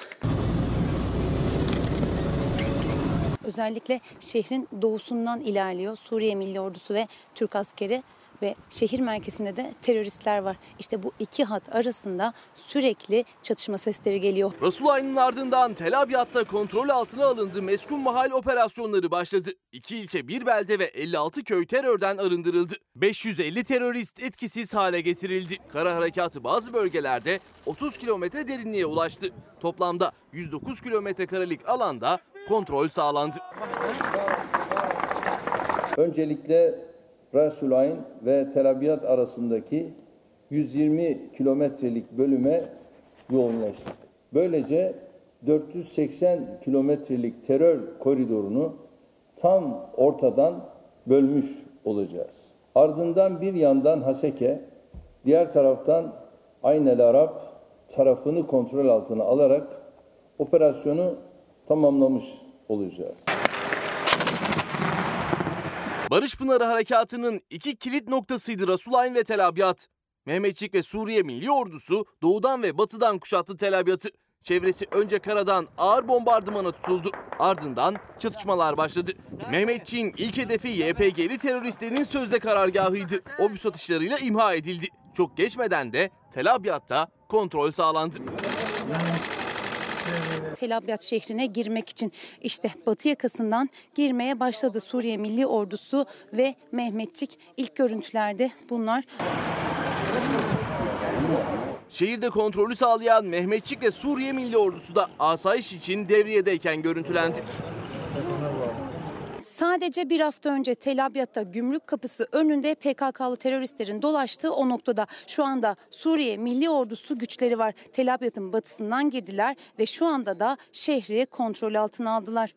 Özellikle şehrin doğusundan ilerliyor Suriye Milli Ordusu ve Türk askeri ve şehir merkezinde de teröristler var. İşte bu iki hat arasında sürekli çatışma sesleri geliyor. Rasulayn'ın ardından Tel Abyad'da kontrol altına alındı. Meskun Mahal operasyonları başladı. İki ilçe, bir belde ve elli altı köy terörden arındırıldı. beş yüz elli terörist etkisiz hale getirildi. Kara harekatı bazı bölgelerde otuz kilometre derinliğe ulaştı. Toplamda yüz dokuz kilometre karelik alanda kontrol sağlandı. Öncelikle Rasulayn ve Tel Abyad arasındaki yüz yirmi kilometrelik bölüme yoğunlaştık. Böylece dört yüz seksen kilometrelik terör koridorunu tam ortadan bölmüş olacağız. Ardından bir yandan Haseke, diğer taraftan Ayn el Arab tarafını kontrol altına alarak operasyonu tamamlamış olacağız. Barış Pınarı Harekatı'nın iki kilit noktasıydı Rasulayn ve Tel Abyad. Mehmetçik ve Suriye Milli Ordusu doğudan ve batıdan kuşattı Tel Abyad'ı. Çevresi önce karadan ağır bombardımana tutuldu. Ardından çatışmalar başladı. Mehmetçik'in ilk hedefi Y P G'li teröristlerin sözde karargahıydı. Obüs atışlarıyla imha edildi. Çok geçmeden de Tel Abyad'da kontrol sağlandı. Tel Abyad şehrine girmek için işte batı yakasından girmeye başladı Suriye Milli Ordusu ve Mehmetçik. İlk görüntülerde bunlar. Şehirde kontrolü sağlayan Mehmetçik ve Suriye Milli Ordusu da asayiş için devriyedeyken görüntülendi. Sadece bir hafta önce Tel Abyad'da gümrük kapısı önünde P K K'lı teröristlerin dolaştığı o noktada şu anda Suriye Milli Ordusu güçleri var. Tel Abyad'ın batısından girdiler ve şu anda da şehri kontrol altına aldılar.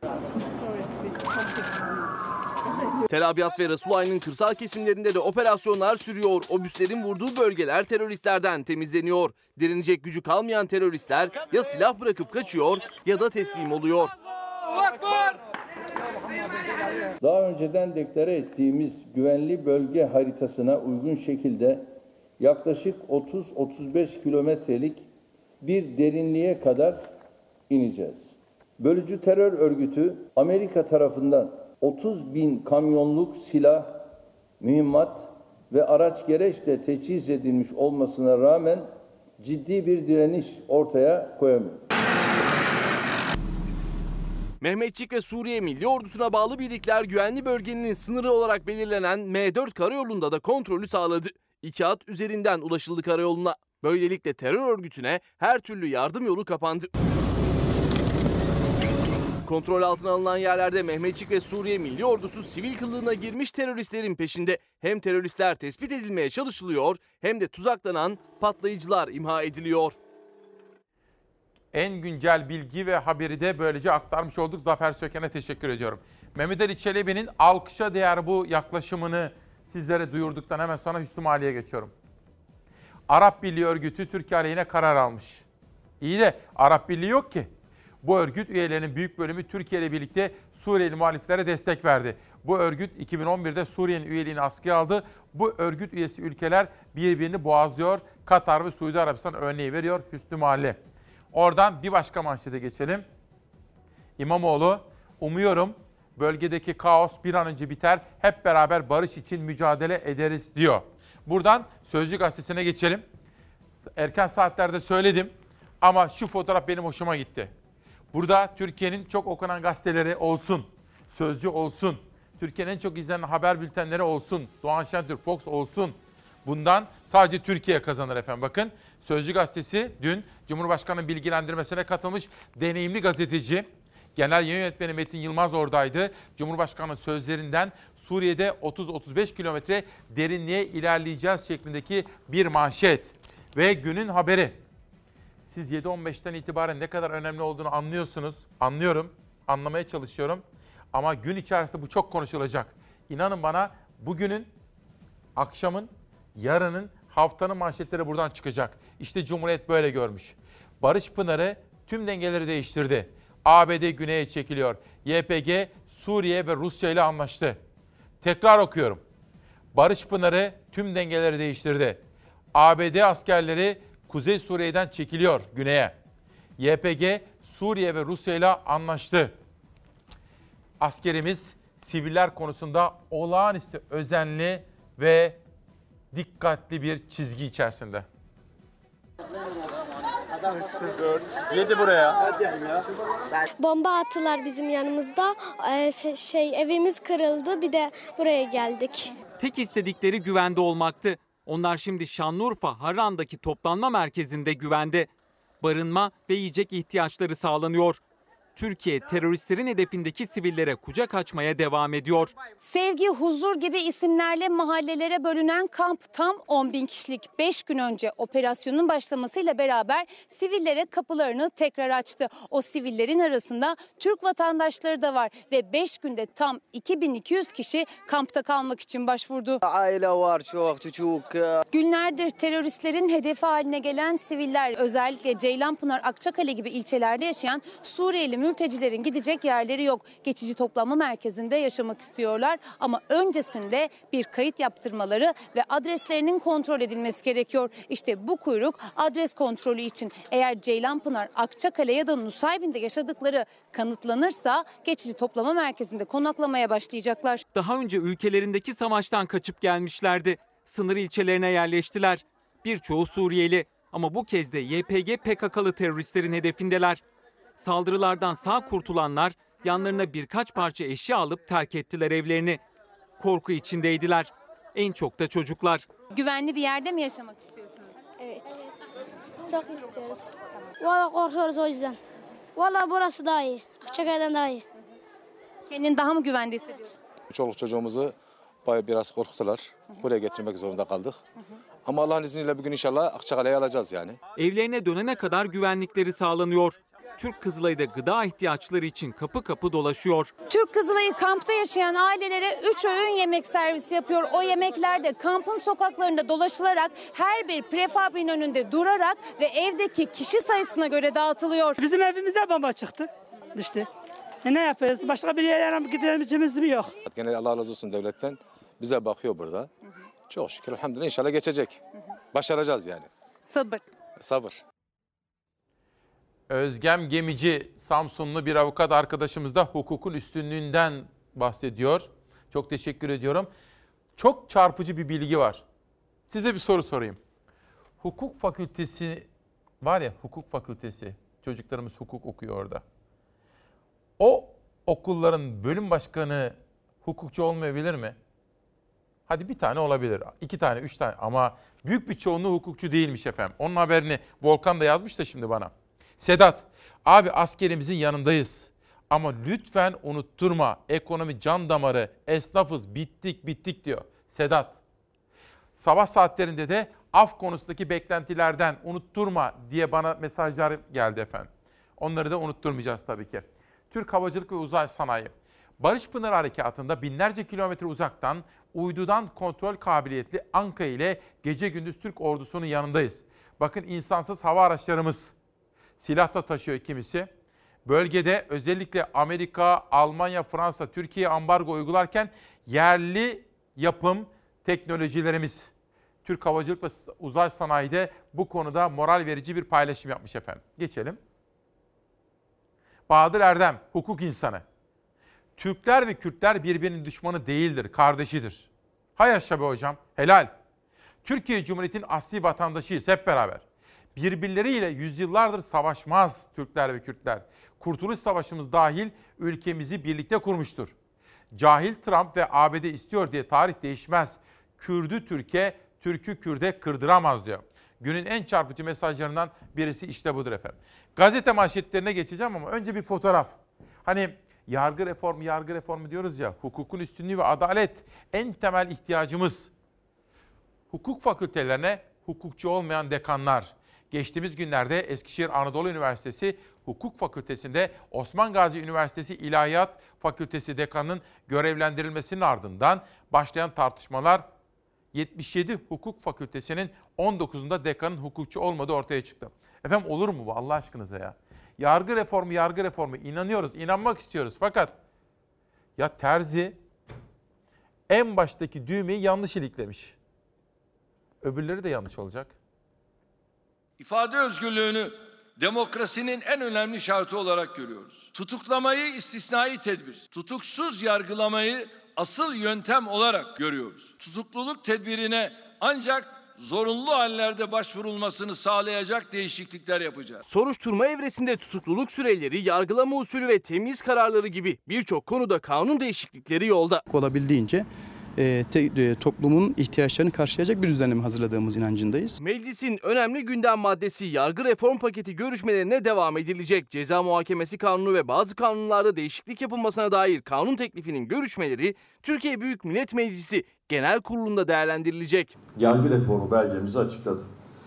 Tel Abyad ve Rasulayn'ın kırsal kesimlerinde de operasyonlar sürüyor. Obüslerin vurduğu bölgeler teröristlerden temizleniyor. Direnecek gücü kalmayan teröristler ya silah bırakıp kaçıyor ya da teslim oluyor. Daha önceden deklare ettiğimiz güvenli bölge haritasına uygun şekilde yaklaşık otuz otuz beş kilometrelik bir derinliğe kadar ineceğiz. Bölücü terör örgütü Amerika tarafından otuz bin kamyonluk silah, mühimmat ve araç gereçle teçhiz edilmiş olmasına rağmen ciddi bir direniş ortaya koyamıyor. Mehmetçik ve Suriye Milli Ordusu'na bağlı birlikler güvenli bölgenin sınırı olarak belirlenen M dört karayolunda da kontrolü sağladı. İki hat üzerinden ulaşıldı karayoluna. Böylelikle terör örgütüne her türlü yardım yolu kapandı. Kontrol altına alınan yerlerde Mehmetçik ve Suriye Milli Ordusu sivil kılığına girmiş teröristlerin peşinde. Hem teröristler tespit edilmeye çalışılıyor hem de tuzaklanan patlayıcılar imha ediliyor. En güncel bilgi ve haberi de böylece aktarmış olduk. Zafer Söken'e teşekkür ediyorum. Mehmet Ali Çelebi'nin alkışa değer bu yaklaşımını sizlere duyurduktan hemen sonra Hüsnü Mali'ye geçiyorum. Arap Birliği örgütü Türkiye aleyhine karar almış. İyi de Arap Birliği yok ki. Bu örgüt üyelerinin büyük bölümü Türkiye ile birlikte Suriyeli muhaliflere destek verdi. Bu örgüt iki bin on birde Suriye'nin üyeliğini askıya aldı. Bu örgüt üyesi ülkeler birbirini boğazlıyor. Katar ve Suudi Arabistan örneği veriyor Hüsnü Mali. Oradan bir başka manşete geçelim. İmamoğlu, umuyorum bölgedeki kaos bir an önce biter, hep beraber barış için mücadele ederiz diyor. Buradan Sözcü Gazetesi'ne geçelim. Erken saatlerde söyledim ama şu fotoğraf benim hoşuma gitti. Burada Türkiye'nin çok okunan gazeteleri olsun, Sözcü olsun, Türkiye'nin en çok izlenen haber bültenleri olsun, Doğan Şentürk, Fox olsun. Bundan sadece Türkiye kazanır efendim. Bakın Sözcü gazetesi dün Cumhurbaşkanı'nın bilgilendirmesine katılmış deneyimli gazeteci, Genel Yayın Yönetmeni Metin Yılmaz oradaydı. Cumhurbaşkanı'nın sözlerinden Suriye'de otuz otuz beş kilometre derinliğe ilerleyeceğiz şeklindeki bir manşet. Ve günün haberi. Siz yedi on beşten itibaren ne kadar önemli olduğunu anlıyorsunuz. Anlıyorum, anlamaya çalışıyorum. Ama gün içerisinde bu çok konuşulacak. İnanın bana bugünün, akşamın, yarının, haftanın manşetleri buradan çıkacak. İşte Cumhuriyet böyle görmüş. Barış Pınarı tüm dengeleri değiştirdi. A B D güneye çekiliyor. Y P G Suriye ve Rusya ile anlaştı. Tekrar okuyorum. Barış Pınarı tüm dengeleri değiştirdi. A B D askerleri Kuzey Suriye'den çekiliyor güneye. Y P G Suriye ve Rusya ile anlaştı. Askerimiz siviller konusunda olağanüstü özenli ve dikkatli bir çizgi içerisinde. Yedi buraya. Bomba attılar bizim yanımızda. Ee, şey evimiz kırıldı. Bir de buraya geldik. Tek istedikleri güvende olmaktı. Onlar şimdi Şanlıurfa Harran'daki toplanma merkezinde güvende. Barınma ve yiyecek ihtiyaçları sağlanıyor. Türkiye teröristlerin hedefindeki sivillere kucak açmaya devam ediyor. Sevgi, huzur gibi isimlerle mahallelere bölünen kamp tam on bin kişilik. beş gün önce operasyonun başlamasıyla beraber sivillere kapılarını tekrar açtı. O sivillerin arasında Türk vatandaşları da var ve beş günde tam iki bin iki yüz kişi kampta kalmak için başvurdu. Aile var, çok çocuk. Günlerdir teröristlerin hedefi haline gelen siviller, özellikle Ceylanpınar, Akçakale gibi ilçelerde yaşayan Suriyeli mültecilerin gidecek yerleri yok. Geçici toplanma merkezinde yaşamak istiyorlar ama öncesinde bir kayıt yaptırmaları ve adreslerinin kontrol edilmesi gerekiyor. İşte bu kuyruk adres kontrolü için. Eğer Ceylanpınar, Akçakale ya da Nusaybin'de yaşadıkları kanıtlanırsa geçici toplama merkezinde konaklamaya başlayacaklar. Daha önce ülkelerindeki savaştan kaçıp gelmişlerdi. Sınır ilçelerine yerleştiler. Birçoğu Suriyeli ama bu kez de Y P G P K K'lı teröristlerin hedefindeler. Saldırılardan sağ kurtulanlar yanlarına birkaç parça eşya alıp terk ettiler evlerini. Korku içindeydiler. En çok da çocuklar. Güvenli bir yerde mi yaşamak istiyorsunuz? Evet. Çok istiyoruz. Valla korkuyoruz o yüzden. Valla burası daha iyi. Akçakale'den daha iyi. Kendini daha mı güvende hissediyorsun? Çoluk çocuğumuzu bayağı biraz korkuttular. Buraya getirmek zorunda kaldık. Ama Allah'ın izniyle bugün inşallah Akçakale'yi alacağız yani. Evlerine dönene kadar güvenlikleri sağlanıyor. Türk Kızılay'ı da gıda ihtiyaçları için kapı kapı dolaşıyor. Türk Kızılay'ı kampta yaşayan ailelere üç öğün yemek servisi yapıyor. O yemekler de kampın sokaklarında dolaşılarak her bir prefabriğin önünde durarak ve evdeki kişi sayısına göre dağıtılıyor. Bizim evimizde bomba çıktı işte. E ne yapıyoruz? Başka bir yere gidebileceğimiz mi yok? Gene Allah razı olsun devletten bize bakıyor burada. Çok şükür elhamdülillah inşallah geçecek. Başaracağız yani. Sabır. Sabır. Özgem Gemici, Samsunlu bir avukat arkadaşımız da hukukun üstünlüğünden bahsediyor. Çok teşekkür ediyorum. Çok çarpıcı bir bilgi var. Size bir soru sorayım. Hukuk fakültesi var ya, hukuk fakültesi. Çocuklarımız hukuk okuyor orada. O okulların bölüm başkanı hukukçu olmayabilir mi? Hadi bir tane olabilir, iki tane, üç tane ama büyük bir çoğunluğu hukukçu değilmiş efendim. Onun haberini Volkan da yazmış da şimdi bana. Sedat, abi askerimizin yanındayız ama lütfen unutturma, ekonomi can damarı, esnafız, bittik bittik diyor Sedat. Sabah saatlerinde de af konusundaki beklentilerden unutturma diye bana mesajlar geldi efendim. Onları da unutturmayacağız tabii ki. Türk Havacılık ve Uzay Sanayi. Barış Pınarı Harekatı'nda binlerce kilometre uzaktan uydudan kontrol kabiliyetli Anka ile gece gündüz Türk ordusunun yanındayız. Bakın insansız hava araçlarımız. Silah da taşıyor kimisi. Bölgede özellikle Amerika, Almanya, Fransa, Türkiye ambargo uygularken yerli yapım teknolojilerimiz. Türk Havacılık ve Uzay Sanayi'de bu konuda moral verici bir paylaşım yapmış efendim. Geçelim. Bahadır Erdem, hukuk insanı. Türkler ve Kürtler birbirinin düşmanı değildir, kardeşidir. Hay yaşa be hocam, helal. Türkiye Cumhuriyeti'nin asli vatandaşıyız hep beraber. Birbirleriyle yüzyıllardır savaşmaz Türkler ve Kürtler. Kurtuluş Savaşımız dahil ülkemizi birlikte kurmuştur. Cahil Trump ve A B D istiyor diye tarih değişmez. Kürdü Türkiye, Türk'ü Kürde kırdıramaz diyor. Günün en çarpıcı mesajlarından birisi işte budur efendim. Gazete manşetlerine geçeceğim ama önce bir fotoğraf. Hani yargı reformu, yargı reformu diyoruz ya, hukukun üstünlüğü ve adalet en temel ihtiyacımız. Hukuk fakültelerine hukukçu olmayan dekanlar. Geçtiğimiz günlerde Eskişehir Anadolu Üniversitesi Hukuk Fakültesi'nde Osman Gazi Üniversitesi İlahiyat Fakültesi dekanının görevlendirilmesinin ardından başlayan tartışmalar yetmiş yedi Hukuk Fakültesi'nin on dokuzunda dekanın hukukçu olmadığı ortaya çıktı. Efendim olur mu bu Allah aşkınıza ya? Yargı reformu, yargı reformu inanıyoruz, inanmak istiyoruz fakat ya terzi en baştaki düğmeyi yanlış iliklemiş. Öbürleri de yanlış olacak. İfade özgürlüğünü demokrasinin en önemli şartı olarak görüyoruz. Tutuklamayı istisnai tedbir, tutuksuz yargılamayı asıl yöntem olarak görüyoruz. Tutukluluk tedbirine ancak zorunlu hallerde başvurulmasını sağlayacak değişiklikler yapacağız. Soruşturma evresinde tutukluluk süreleri, yargılama usulü ve temyiz kararları gibi birçok konuda kanun değişiklikleri yolda. Olabildiğince e, te, e, toplumun ihtiyaçlarını karşılayacak bir düzenleme hazırladığımız inancındayız. Meclisin önemli gündem maddesi yargı reform paketi görüşmelerine devam edilecek. Ceza muhakemesi kanunu ve bazı kanunlarda değişiklik yapılmasına dair kanun teklifinin görüşmeleri Türkiye Büyük Millet Meclisi Genel Kurulu'nda değerlendirilecek. Yargı reformu belgemizi açıkladı.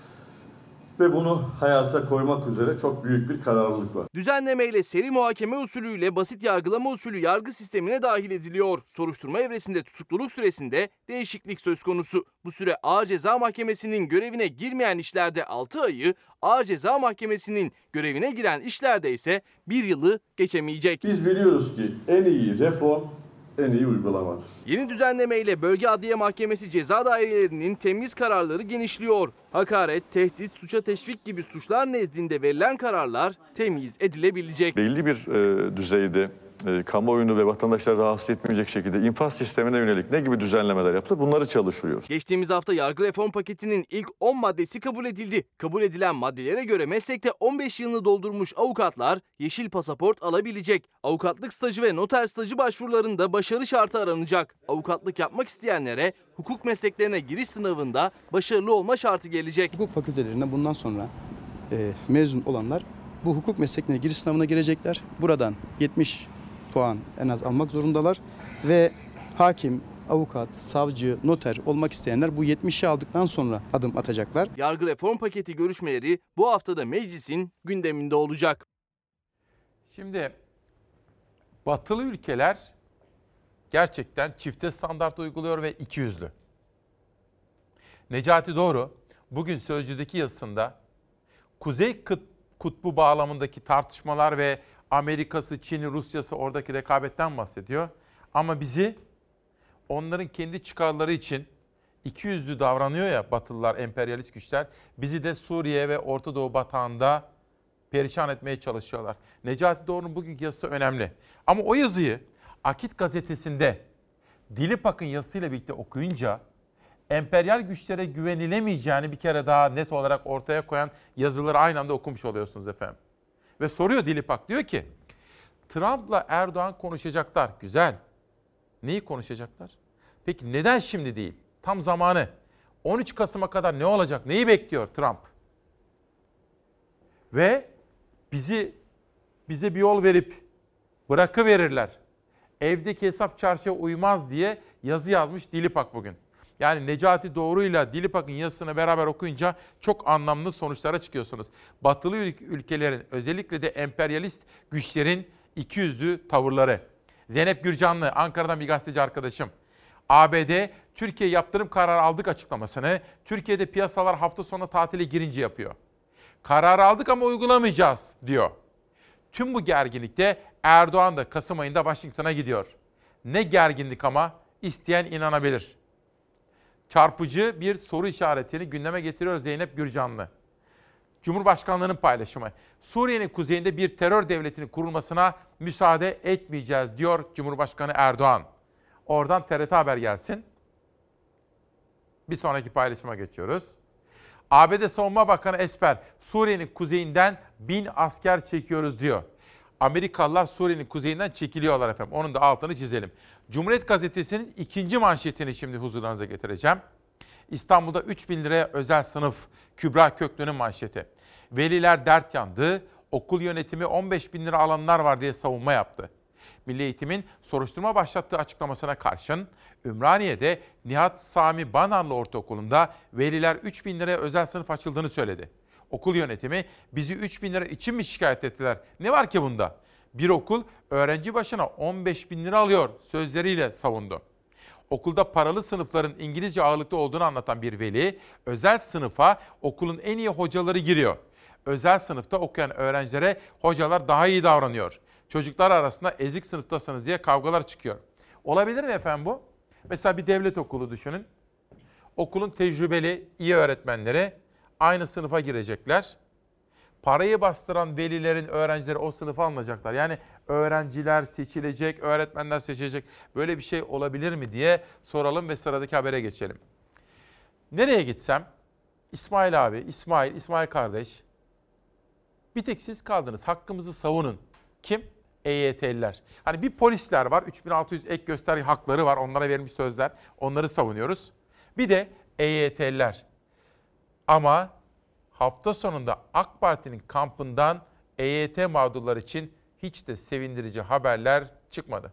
Ve bunu hayata koymak üzere çok büyük bir kararlılık var. Düzenlemeyle seri muhakeme usulüyle basit yargılama usulü yargı sistemine dahil ediliyor. Soruşturma evresinde tutukluluk süresinde değişiklik söz konusu. Bu süre Ağır Ceza Mahkemesi'nin görevine girmeyen işlerde altı ayı, Ağır Ceza Mahkemesi'nin görevine giren işlerde ise bir yılı geçemeyecek. Biz biliyoruz ki en iyi reform en iyi uygulamadır. Yeni düzenlemeyle Bölge Adliye Mahkemesi ceza dairelerinin temyiz kararları genişliyor. Hakaret, tehdit, suça teşvik gibi suçlar nezdinde verilen kararlar temyiz edilebilecek. Belli bir e, düzeyde e, kamuoyunu ve vatandaşları rahatsız etmeyecek şekilde infaz sistemine yönelik ne gibi düzenlemeler yapılır? Bunları çalışıyoruz. Geçtiğimiz hafta yargı reform paketinin ilk on maddesi kabul edildi. Kabul edilen maddelere göre meslekte on beş yılını doldurmuş avukatlar yeşil pasaport alabilecek. Avukatlık stajı ve noter stajı başvurularında başarı şartı aranacak. Avukatlık yapmak isteyenlere hukuk mesleklerine giriş sınavında başarılı olma şartı gelecek. Hukuk fakültelerinde bundan sonra e, mezun olanlar bu hukuk meslekine giriş sınavına girecekler. Buradan yetmiş puan en az almak zorundalar ve hakim, avukat, savcı, noter olmak isteyenler bu yetmişi aldıktan sonra adım atacaklar. Yargı reform paketi görüşmeleri bu haftada meclisin gündeminde olacak. Şimdi batılı ülkeler gerçekten çifte standart uyguluyor ve ikiyüzlü. Necati Doğru bugün Sözcü'deki yazısında Kuzey Kutbu bağlamındaki tartışmalar ve Amerika'sı, Çin'i, Rusya'sı oradaki rekabetten bahsediyor. Ama bizi onların kendi çıkarları için ikiyüzlü davranıyor ya Batılılar, emperyalist güçler. Bizi de Suriye ve Orta Doğu batağında perişan etmeye çalışıyorlar. Necati Doğru'nun bugünkü yazısı önemli. Ama o yazıyı Akit gazetesinde Dilipak'ın yazısıyla birlikte okuyunca emperyal güçlere güvenilemeyeceğini bir kere daha net olarak ortaya koyan yazıları aynı anda okumuş oluyorsunuz efendim. Ve soruyor Dilipak, diyor ki Trump'la Erdoğan konuşacaklar. Güzel. Neyi konuşacaklar? Peki neden şimdi değil? Tam zamanı. on üç Kasım'a kadar ne olacak? Neyi bekliyor Trump? Ve bizi bize bir yol verip bırakıverirler. Evdeki hesap çarşıya uymaz diye yazı yazmış Dilipak bugün. Yani Necati Doğru'yla Dilipak'ın yazısını beraber okuyunca çok anlamlı sonuçlara çıkıyorsunuz. Batılı ülkelerin, özellikle de emperyalist güçlerin ikiyüzlü tavırları. Zeynep Gürcanlı, Ankara'dan bir gazeteci arkadaşım. A B D, Türkiye yaptırım kararı aldık açıklamasını Türkiye'de piyasalar hafta sonu tatile girince yapıyor. Kararı aldık ama uygulamayacağız diyor. Tüm bu gerginlikte Erdoğan da Kasım ayında Washington'a gidiyor. Ne gerginlik ama, isteyen inanabilir. Çarpıcı bir soru işaretini gündeme getiriyor Zeynep Gürcanlı. Cumhurbaşkanlığının paylaşımı. Suriye'nin kuzeyinde bir terör devletinin kurulmasına müsaade etmeyeceğiz diyor Cumhurbaşkanı Erdoğan. Oradan T R T Haber gelsin. Bir sonraki paylaşıma geçiyoruz. A B D Savunma Bakanı Esper, Suriye'nin kuzeyinden bin asker çekiyoruz diyor. Amerikalılar Suriye'nin kuzeyinden çekiliyorlar efendim. Onun da altını çizelim. Cumhuriyet Gazetesi'nin ikinci manşetini şimdi huzurlarınıza getireceğim. İstanbul'da üç bin liraya özel sınıf. Kübra Köklü'nün manşeti. Veliler dert yandı. Okul yönetimi on beş bin lira alanlar var diye savunma yaptı. Milli Eğitim'in soruşturma başlattığı açıklamasına karşın Ümraniye'de Nihat Sami Banarlı Ortaokulu'nda veliler üç bin liraya özel sınıf açıldığını söyledi. Okul yönetimi bizi üç bin lira için mi şikayet ettiler? Ne var ki bunda? Bir okul öğrenci başına on beş bin lira alıyor sözleriyle savundu. Okulda paralı sınıfların İngilizce ağırlıklı olduğunu anlatan bir veli, özel sınıfa okulun en iyi hocaları giriyor. Özel sınıfta okuyan öğrencilere hocalar daha iyi davranıyor. Çocuklar arasında ezik sınıftasınız diye kavgalar çıkıyor. Olabilir mi efendim bu? Mesela bir devlet okulu düşünün. Okulun tecrübeli, iyi öğretmenleri aynı sınıfa girecekler. Parayı bastıran velilerin öğrencileri o sınıfa alınacaklar. Yani öğrenciler seçilecek, öğretmenler seçilecek. Böyle bir şey olabilir mi diye soralım ve sıradaki habere geçelim. Nereye gitsem, İsmail abi, İsmail, İsmail kardeş, bir tek siz kaldınız. Hakkımızı savunun. Kim? E Y T'liler. Hani bir polisler var, üç bin altı yüz ek gösterge hakları var, onlara verilmiş sözler, onları savunuyoruz. Bir de E Y T'liler. Ama hafta sonunda AK Parti'nin kampından E Y T mağdurları için hiç de sevindirici haberler çıkmadı.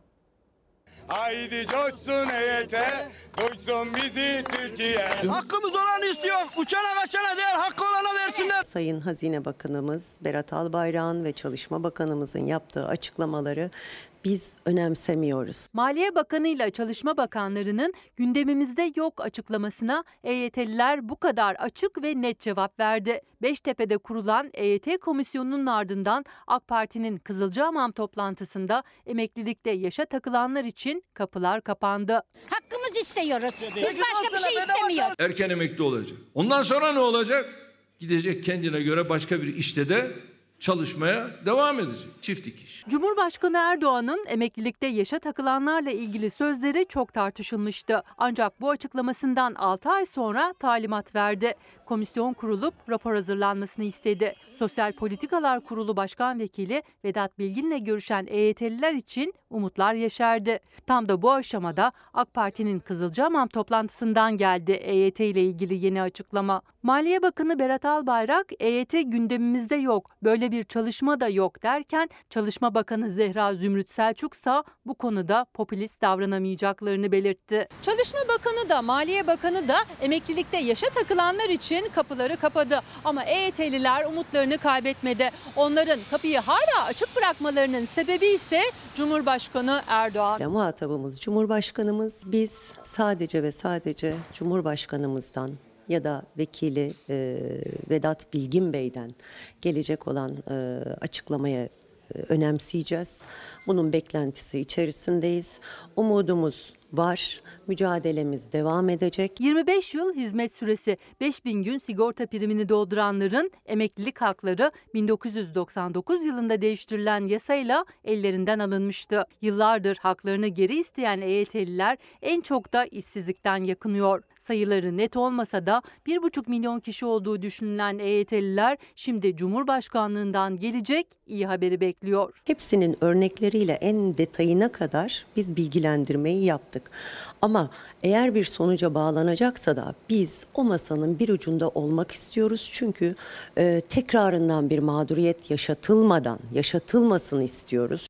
Haydi coşsun E Y T, duysun bizi Türkiye. Hakkımız olanı istiyor. Uçana kaçana değil, hakkı olana versinler. Sayın Hazine Bakanımız Berat Albayrak'ın ve Çalışma Bakanımızın yaptığı açıklamaları biz önemsemiyoruz. Maliye Bakanı ile Çalışma Bakanlarının gündemimizde yok açıklamasına E Y T'liler bu kadar açık ve net cevap verdi. Beştepe'de kurulan E Y T komisyonunun ardından AK Parti'nin Kızılcahamam toplantısında emeklilikte yaşa takılanlar için kapılar kapandı. Hakkımızı istiyoruz. Biz başka bir şey istemiyoruz. Erken emekli olacak. Ondan sonra ne olacak? Gidecek kendine göre başka bir işte de çalışmaya devam edecek. Çift dikiş. Cumhurbaşkanı Erdoğan'ın emeklilikte yaşa takılanlarla ilgili sözleri çok tartışılmıştı. Ancak bu açıklamasından altı ay sonra talimat verdi. Komisyon kurulup rapor hazırlanmasını istedi. Sosyal Politikalar Kurulu Başkan Vekili Vedat Bilgin'le görüşen E Y T'liler için umutlar yeşerdi. Tam da bu aşamada AK Parti'nin Kızılcahamam toplantısından geldi E Y T ile ilgili yeni açıklama. Maliye Bakanı Berat Albayrak, E Y T gündemimizde yok, böyle bir çalışma da yok derken Çalışma Bakanı Zehra Zümrüt Selçuk ise bu konuda popülist davranamayacaklarını belirtti. Çalışma Bakanı da Maliye Bakanı da emeklilikte yaşa takılanlar için kapıları kapadı. Ama E Y T'liler umutlarını kaybetmedi. Onların kapıyı hala açık bırakmalarının sebebi ise Cumhurbaşkanı Erdoğan. Muhatabımız Cumhurbaşkanımız, biz sadece ve sadece Cumhurbaşkanımızdan ya da vekili e, Vedat Bilgin Bey'den gelecek olan e, açıklamaya e, önemseyeceğiz. Bunun beklentisi içerisindeyiz. Umudumuz var. Mücadelemiz devam edecek. yirmi beş yıl hizmet süresi, beş bin gün sigorta primini dolduranların emeklilik hakları bin dokuz yüz doksan dokuz yılında değiştirilen yasayla ellerinden alınmıştı. Yıllardır haklarını geri isteyen E Y T'liler en çok da işsizlikten yakınıyor. Sayıları net olmasa da bir buçuk milyon kişi olduğu düşünülen E Y T'liler şimdi Cumhurbaşkanlığından gelecek iyi haberi bekliyor. Hepsinin örnekleriyle en detayına kadar biz bilgilendirmeyi yaptık. Ama eğer bir sonuca bağlanacaksa da biz o masanın bir ucunda olmak istiyoruz. Çünkü e, tekrarından bir mağduriyet yaşatılmadan, yaşatılmasını istiyoruz.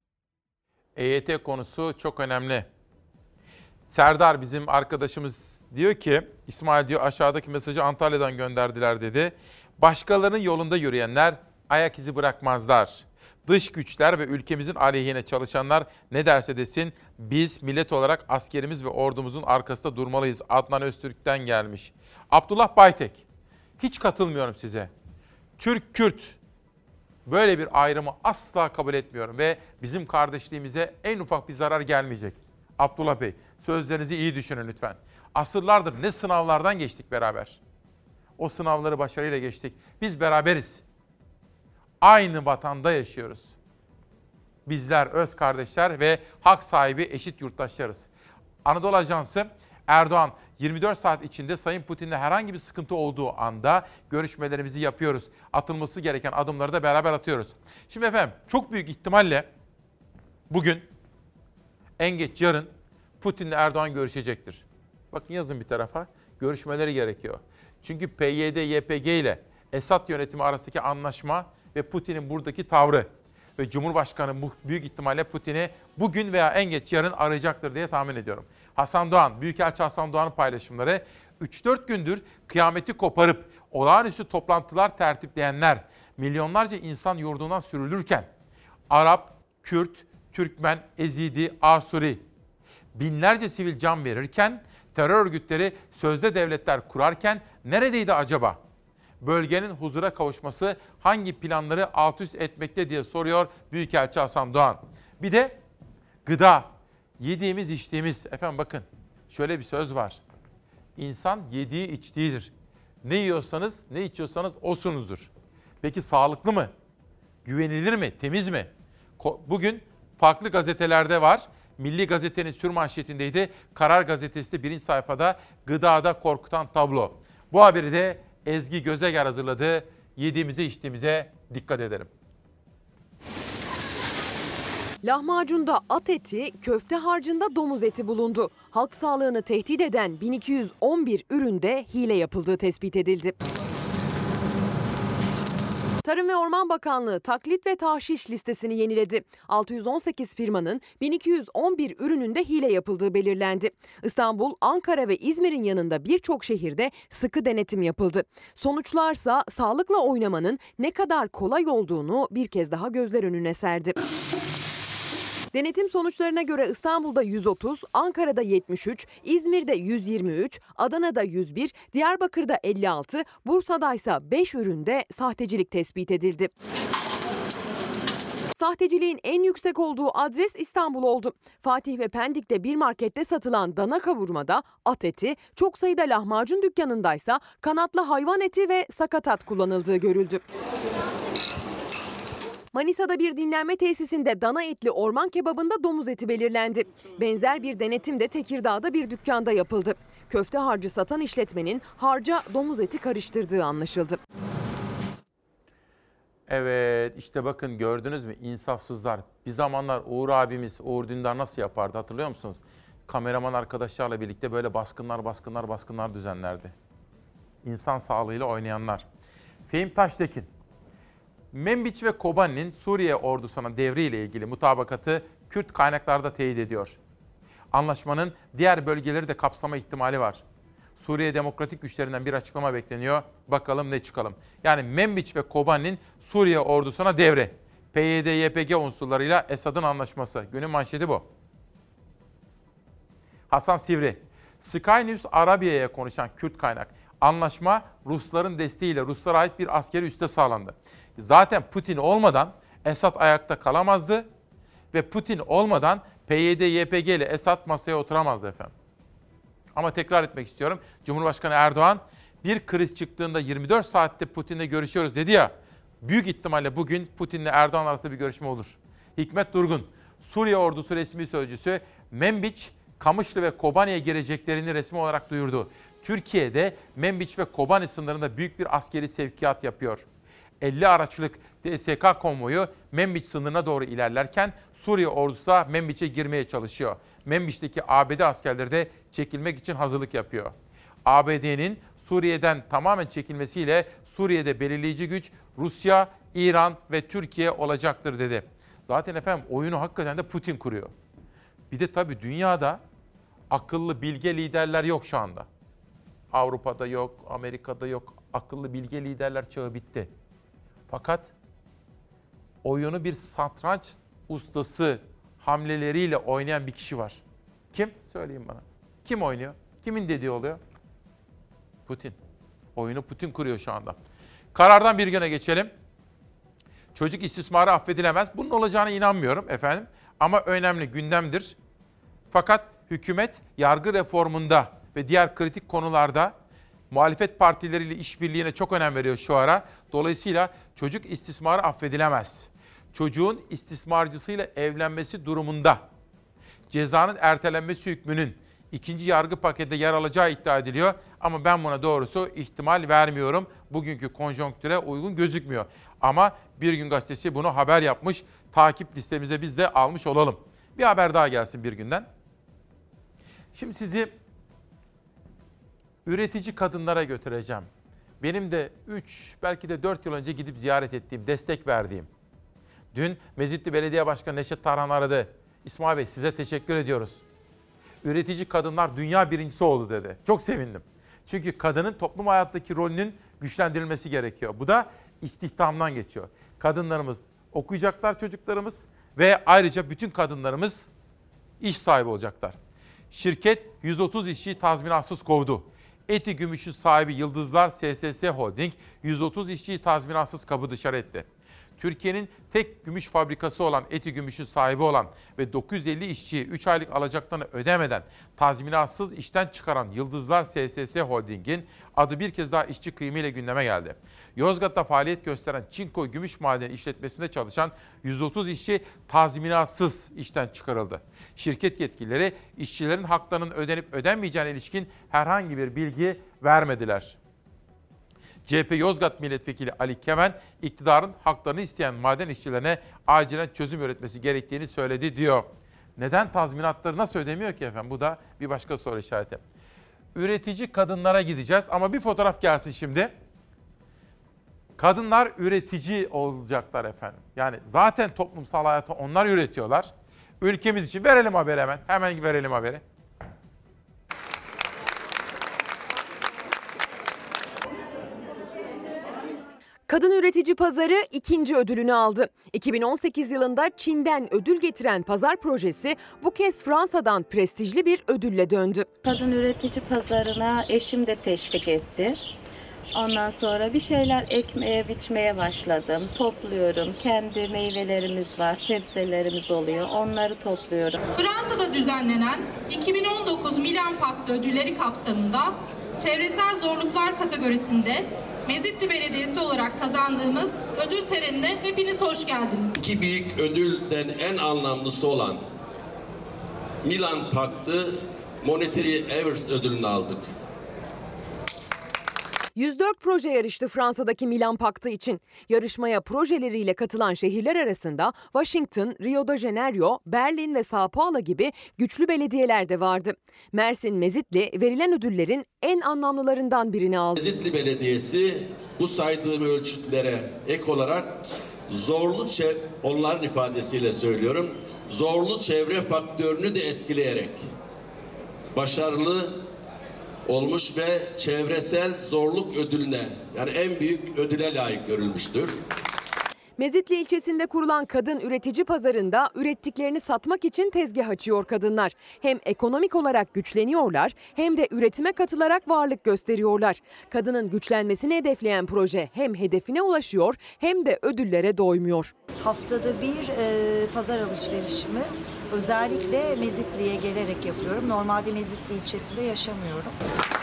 E Y T konusu çok önemli. Serdar bizim arkadaşımız diyor ki, İsmail diyor aşağıdaki mesajı Antalya'dan gönderdiler dedi. Başkalarının yolunda yürüyenler ayak izi bırakmazlar. Dış güçler ve ülkemizin aleyhine çalışanlar ne derse desin biz millet olarak askerimiz ve ordumuzun arkasında durmalıyız. Adnan Öztürk'ten gelmiş. Abdullah Baytek, hiç katılmıyorum size. Türk-Kürt böyle bir ayrımı asla kabul etmiyorum ve bizim kardeşliğimize en ufak bir zarar gelmeyecek. Abdullah Bey, sözlerinizi iyi düşünün lütfen. Asırlardır ne sınavlardan geçtik beraber. O sınavları başarıyla geçtik. Biz beraberiz. Aynı vatanda yaşıyoruz. Bizler öz kardeşler ve hak sahibi eşit yurttaşlarız. Anadolu Ajansı, Erdoğan yirmi dört saat içinde Sayın Putin'le herhangi bir sıkıntı olduğu anda görüşmelerimizi yapıyoruz. Atılması gereken adımları da beraber atıyoruz. Şimdi efendim çok büyük ihtimalle bugün en geç yarın Putin'le Erdoğan görüşecektir. Bakın yazın bir tarafa. görüşmeleri gerekiyor. Çünkü P Y D Y P G ile Esad yönetimi arasındaki anlaşma ve Putin'in buradaki tavrı ve Cumhurbaşkanı bu büyük ihtimalle Putin'i bugün veya en geç yarın arayacaktır diye tahmin ediyorum. Hasan Doğan, Büyükelçi Hasan Doğan'ın paylaşımları üç dört gündür kıyameti koparıp olağanüstü toplantılar tertipleyenler, milyonlarca insan yurdundan sürülürken Arap, Kürt, Türkmen, Ezidi, Asuri binlerce sivil can verirken, terör örgütleri sözde devletler kurarken neredeydi acaba? Bölgenin huzura kavuşması hangi planları alt üst etmekte diye soruyor Büyükelçi Hasan Doğan. Bir de gıda, yediğimiz içtiğimiz. Efendim bakın şöyle bir söz var. İnsan yediği içtiğidir. Ne yiyorsanız, ne içiyorsanız osunuzdur. Peki sağlıklı mı? Güvenilir mi? Temiz mi? Bugün farklı gazetelerde var. Milli Gazete'nin sürmanşetindeydi. Karar Gazetesi de birinci sayfada gıdada korkutan tablo. Bu haberi de Ezgi Gözeger hazırladı. Yediğimize içtiğimize dikkat edelim. Lahmacunda at eti, köfte harcında domuz eti bulundu. Halk sağlığını tehdit eden bin iki yüz on bir üründe hile yapıldığı tespit edildi. Tarım ve Orman Bakanlığı taklit ve tahşiş listesini yeniledi. altı yüz on sekiz firmanın bin iki yüz on bir ürününde hile yapıldığı belirlendi. İstanbul, Ankara ve İzmir'in yanında birçok şehirde sıkı denetim yapıldı. Sonuçlarsa sağlıkla oynamanın ne kadar kolay olduğunu bir kez daha gözler önüne serdi. Denetim sonuçlarına göre İstanbul'da yüz otuz, Ankara'da yetmiş üç, İzmir'de yüz yirmi üç, Adana'da yüz bir, Diyarbakır'da elli altı, Bursa'da ise beş üründe sahtecilik tespit edildi. Sahteciliğin en yüksek olduğu adres İstanbul oldu. Fatih ve Pendik'te bir markette satılan dana kavurmada at eti, çok sayıda lahmacun dükkanındaysa kanatlı hayvan eti ve sakatat kullanıldığı görüldü. Manisa'da bir dinlenme tesisinde dana etli orman kebabında domuz eti belirlendi. Benzer bir denetim de Tekirdağ'da bir dükkanda yapıldı. Köfte harcı satan işletmenin harca domuz eti karıştırdığı anlaşıldı. Evet işte bakın gördünüz mü insafsızlar. Bir zamanlar Uğur abimiz, Uğur Dündar nasıl yapardı hatırlıyor musunuz? Kameraman arkadaşlarla birlikte böyle baskınlar baskınlar baskınlar düzenlerdi. İnsan sağlığıyla oynayanlar. Fehim Taştekin. Menbiç ve Kobani'nin Suriye ordusuna devriyle ilgili mutabakatı Kürt kaynaklarda teyit ediyor. Anlaşmanın diğer bölgeleri de kapsama ihtimali var. Suriye Demokratik Güçlerinden bir açıklama bekleniyor. Bakalım ne çıkalım. Yani Menbiç ve Kobani'nin Suriye ordusuna devre. P Y D Y P G unsurlarıyla Esad'ın anlaşması. Günün manşeti bu. Hasan Sivri. Sky News Arabia'ya konuşan Kürt kaynak. Anlaşma Rusların desteğiyle Ruslara ait bir askeri üste sağlandı. Zaten Putin olmadan Esad ayakta kalamazdı ve Putin olmadan P Y D Y P G ile Esad masaya oturamazdı efendim. Ama tekrar etmek istiyorum. Cumhurbaşkanı Erdoğan bir kriz çıktığında yirmi dört saatte Putin'le görüşüyoruz dedi ya. Büyük ihtimalle bugün Putin'le Erdoğan arasında bir görüşme olur. Hikmet Durgun, Suriye ordusu resmi sözcüsü Menbiç, Kamışlı ve Kobani'ye gireceklerini resmi olarak duyurdu. Türkiye'de Menbiç ve Kobani sınırında büyük bir askeri sevkiyat yapıyor. elli araçlık D S K konvoyu Menbiç sınırına doğru ilerlerken Suriye ordusu da Menbiç'e girmeye çalışıyor. Menbiç'teki A B D askerleri de çekilmek için hazırlık yapıyor. A B D'nin Suriye'den tamamen çekilmesiyle Suriye'de belirleyici güç Rusya, İran ve Türkiye olacaktır dedi. Zaten efendim oyunu hakikaten de Putin kuruyor. Bir de tabii dünyada akıllı bilge liderler yok şu anda. Avrupa'da yok, Amerika'da yok. Akıllı bilge liderler çağı bitti. Fakat oyunu bir satranç ustası hamleleriyle oynayan bir kişi var. Kim? Söyleyin bana. Kim oynuyor? Kimin dediği oluyor? Putin. Oyunu Putin kuruyor şu anda. Karardan bir güne geçelim. Çocuk istismarı affedilemez. Bunun olacağına inanmıyorum efendim. Ama önemli gündemdir. Fakat hükümet yargı reformunda ve diğer kritik konularda muhalefet partileriyle işbirliğine çok önem veriyor şu ara. Dolayısıyla çocuk istismarı affedilemez. Çocuğun istismarcısıyla evlenmesi durumunda cezanın ertelenmesi hükmünün ikinci yargı paketinde yer alacağı iddia ediliyor. Ama ben buna doğrusu ihtimal vermiyorum. Bugünkü konjonktüre uygun gözükmüyor. Ama Bir Gün Gazetesi bunu haber yapmış. Takip listemize biz de almış olalım. Bir haber daha gelsin Bir Gün'den. Şimdi sizi üretici kadınlara götüreceğim. Benim de üç belki de dört yıl önce gidip ziyaret ettiğim, destek verdiğim. Dün Mezitli Belediye Başkanı Neşet Tarhan aradı. İsmail Bey size teşekkür ediyoruz. Üretici kadınlar dünya birincisi oldu dedi. Çok sevindim. Çünkü kadının toplum hayattaki rolünün güçlendirilmesi gerekiyor. Bu da istihdamdan geçiyor. Kadınlarımız okuyacaklar, çocuklarımız ve ayrıca bütün kadınlarımız iş sahibi olacaklar. Şirket yüz otuz işçiyi tazminatsız kovdu. Eti Gümüş'ün sahibi Yıldızlar S S S Holding yüz otuz işçiyi tazminatsız kapı dışarı etti. Türkiye'nin tek gümüş fabrikası olan Eti Gümüş'ün sahibi olan ve dokuz yüz elli işçiyi üç aylık alacaklarını ödemeden tazminatsız işten çıkaran Yıldızlar S S S Holding'in adı bir kez daha işçi kıyımıyla gündeme geldi. Yozgat'ta faaliyet gösteren Çinko Gümüş Madeni işletmesinde çalışan yüz otuz işçi tazminatsız işten çıkarıldı. Şirket yetkilileri işçilerin haklarının ödenip ödenmeyeceğine ilişkin herhangi bir bilgi vermediler. C H P Yozgat Milletvekili Ali Kemen, iktidarın haklarını isteyen maden işçilerine acilen çözüm üretmesi gerektiğini söyledi diyor. Neden tazminatları nasıl ödemiyor ki efendim? Bu da bir başka soru işareti. Üretici kadınlara gideceğiz ama bir fotoğraf gelsin şimdi. Kadınlar üretici olacaklar efendim. Yani zaten toplumsal hayatı onlar üretiyorlar. Ülkemiz için verelim haberi hemen. Hemen verelim haberi. Kadın Üretici Pazarı ikinci ödülünü aldı. iki bin on sekiz yılında Çin'den ödül getiren pazar projesi bu kez Fransa'dan prestijli bir ödülle döndü. Kadın Üretici Pazarına eşim de teşvik etti. Ondan sonra bir şeyler ekmeye, biçmeye başladım. Topluyorum. Kendi meyvelerimiz var, sebzelerimiz oluyor. Onları topluyorum. Fransa'da düzenlenen iki bin on dokuz Milan Paktı ödülleri kapsamında çevresel zorluklar kategorisinde Mezitli Belediyesi olarak kazandığımız ödül törenine hepiniz hoş geldiniz. İki büyük ödülden en anlamlısı olan Milan Paktı Monetary Awards ödülünü aldık. yüz dört proje yarıştı Fransa'daki Milan Paktı için. Yarışmaya projeleriyle katılan şehirler arasında Washington, Rio de Janeiro, Berlin ve Sao Paulo gibi güçlü belediyeler de vardı. Mersin Mezitli verilen ödüllerin en anlamlılarından birini aldı. Mezitli Belediyesi bu saydığım ölçütlere ek olarak zorlu çevre, onların ifadesiyle söylüyorum, zorlu çevre faktörünü de etkileyerek başarılı olmuş ve çevresel zorluk ödülüne, yani en büyük ödüle layık görülmüştür. Mezitli ilçesinde kurulan kadın üretici pazarında ürettiklerini satmak için tezgah açıyor kadınlar. Hem ekonomik olarak güçleniyorlar hem de üretime katılarak varlık gösteriyorlar. Kadının güçlenmesini hedefleyen proje hem hedefine ulaşıyor hem de ödüllere doymuyor. Haftada bir e, pazar alışverişimi özellikle Mezitli'ye gelerek yapıyorum. Normalde Mezitli ilçesinde yaşamıyorum.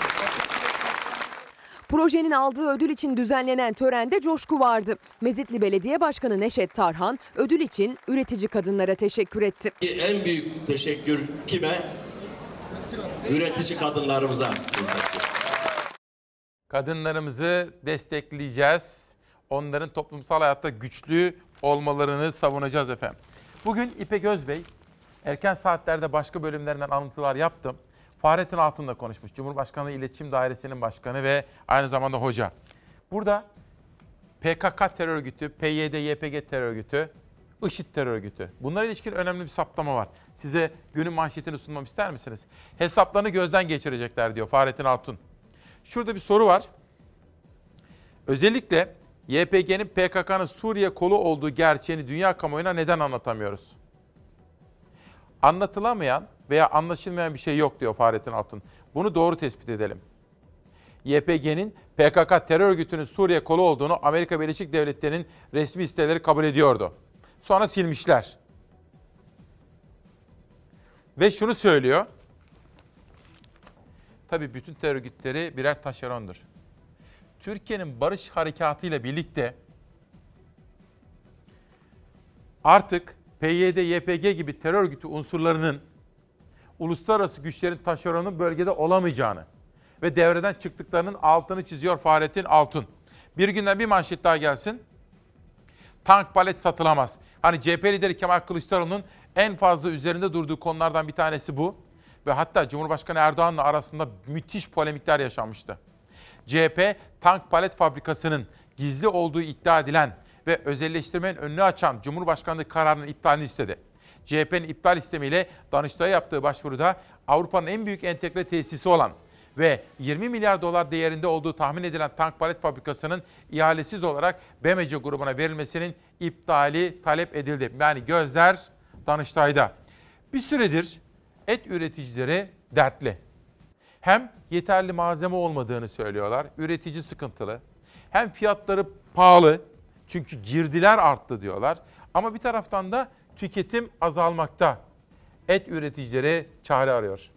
Projenin aldığı ödül için düzenlenen törende coşku vardı. Mezitli Belediye Başkanı Neşet Tarhan ödül için üretici kadınlara teşekkür etti. En büyük teşekkür kime? Üretici kadınlarımıza. Kadınlarımızı destekleyeceğiz. Onların toplumsal hayatta güçlü olmalarını savunacağız efendim. Bugün İpek Özbey erken saatlerde başka bölümlerinden alıntılar yaptım. Fahrettin Altun'la konuşmuş. Cumhurbaşkanlığı İletişim Dairesi'nin başkanı ve aynı zamanda hoca. Burada P K K terör örgütü, P Y D Y P G terör örgütü, IŞİD terör örgütü. Bunlara ilişkin önemli bir saptama var. Size günün manşetini sunmam ister misiniz? Hesaplarını gözden geçirecekler diyor Fahrettin Altun. Şurada bir soru var. Özellikle Y P G'nin P K K'nın Suriye kolu olduğu gerçeğini dünya kamuoyuna neden anlatamıyoruz? Anlatılamayan veya anlaşılmayan bir şey yok diyor Fahrettin Altun. Bunu doğru tespit edelim. Y P G'nin P K K terör örgütünün Suriye kolu olduğunu Amerika Birleşik Devletleri'nin resmi siteleri kabul ediyordu. Sonra silmişler. Ve şunu söylüyor. Tabii bütün terör örgütleri birer taşerondur. Türkiye'nin barış harekatı ile birlikte artık P Y D Y P G gibi terör örgütü unsurlarının uluslararası güçlerin taşeronu bölgede olamayacağını ve devreden çıktıklarının altını çiziyor Fahrettin Altun. Bir günden bir manşet daha gelsin. Tank palet satılamaz. Hani C H P lideri Kemal Kılıçdaroğlu'nun en fazla üzerinde durduğu konulardan bir tanesi bu. ve hatta Cumhurbaşkanı Erdoğan'la arasında müthiş polemikler yaşanmıştı. C H P, tank palet fabrikasının gizli olduğu iddia edilen ve özelleştirmenin önünü açan Cumhurbaşkanlığı kararının iptalini istedi. C H P'nin iptal istemiyle Danıştay'a yaptığı başvuruda Avrupa'nın en büyük entegre tesisi olan ve yirmi milyar dolar değerinde olduğu tahmin edilen tank palet fabrikasının ihalesiz olarak B M C grubuna verilmesinin iptali talep edildi. Yani gözler Danıştay'da. Bir süredir et üreticileri dertli. Hem yeterli malzeme olmadığını söylüyorlar, üretici sıkıntılı. Hem fiyatları pahalı çünkü girdiler arttı diyorlar. Ama bir taraftan da tüketim azalmakta. Et üreticileri çare arıyor.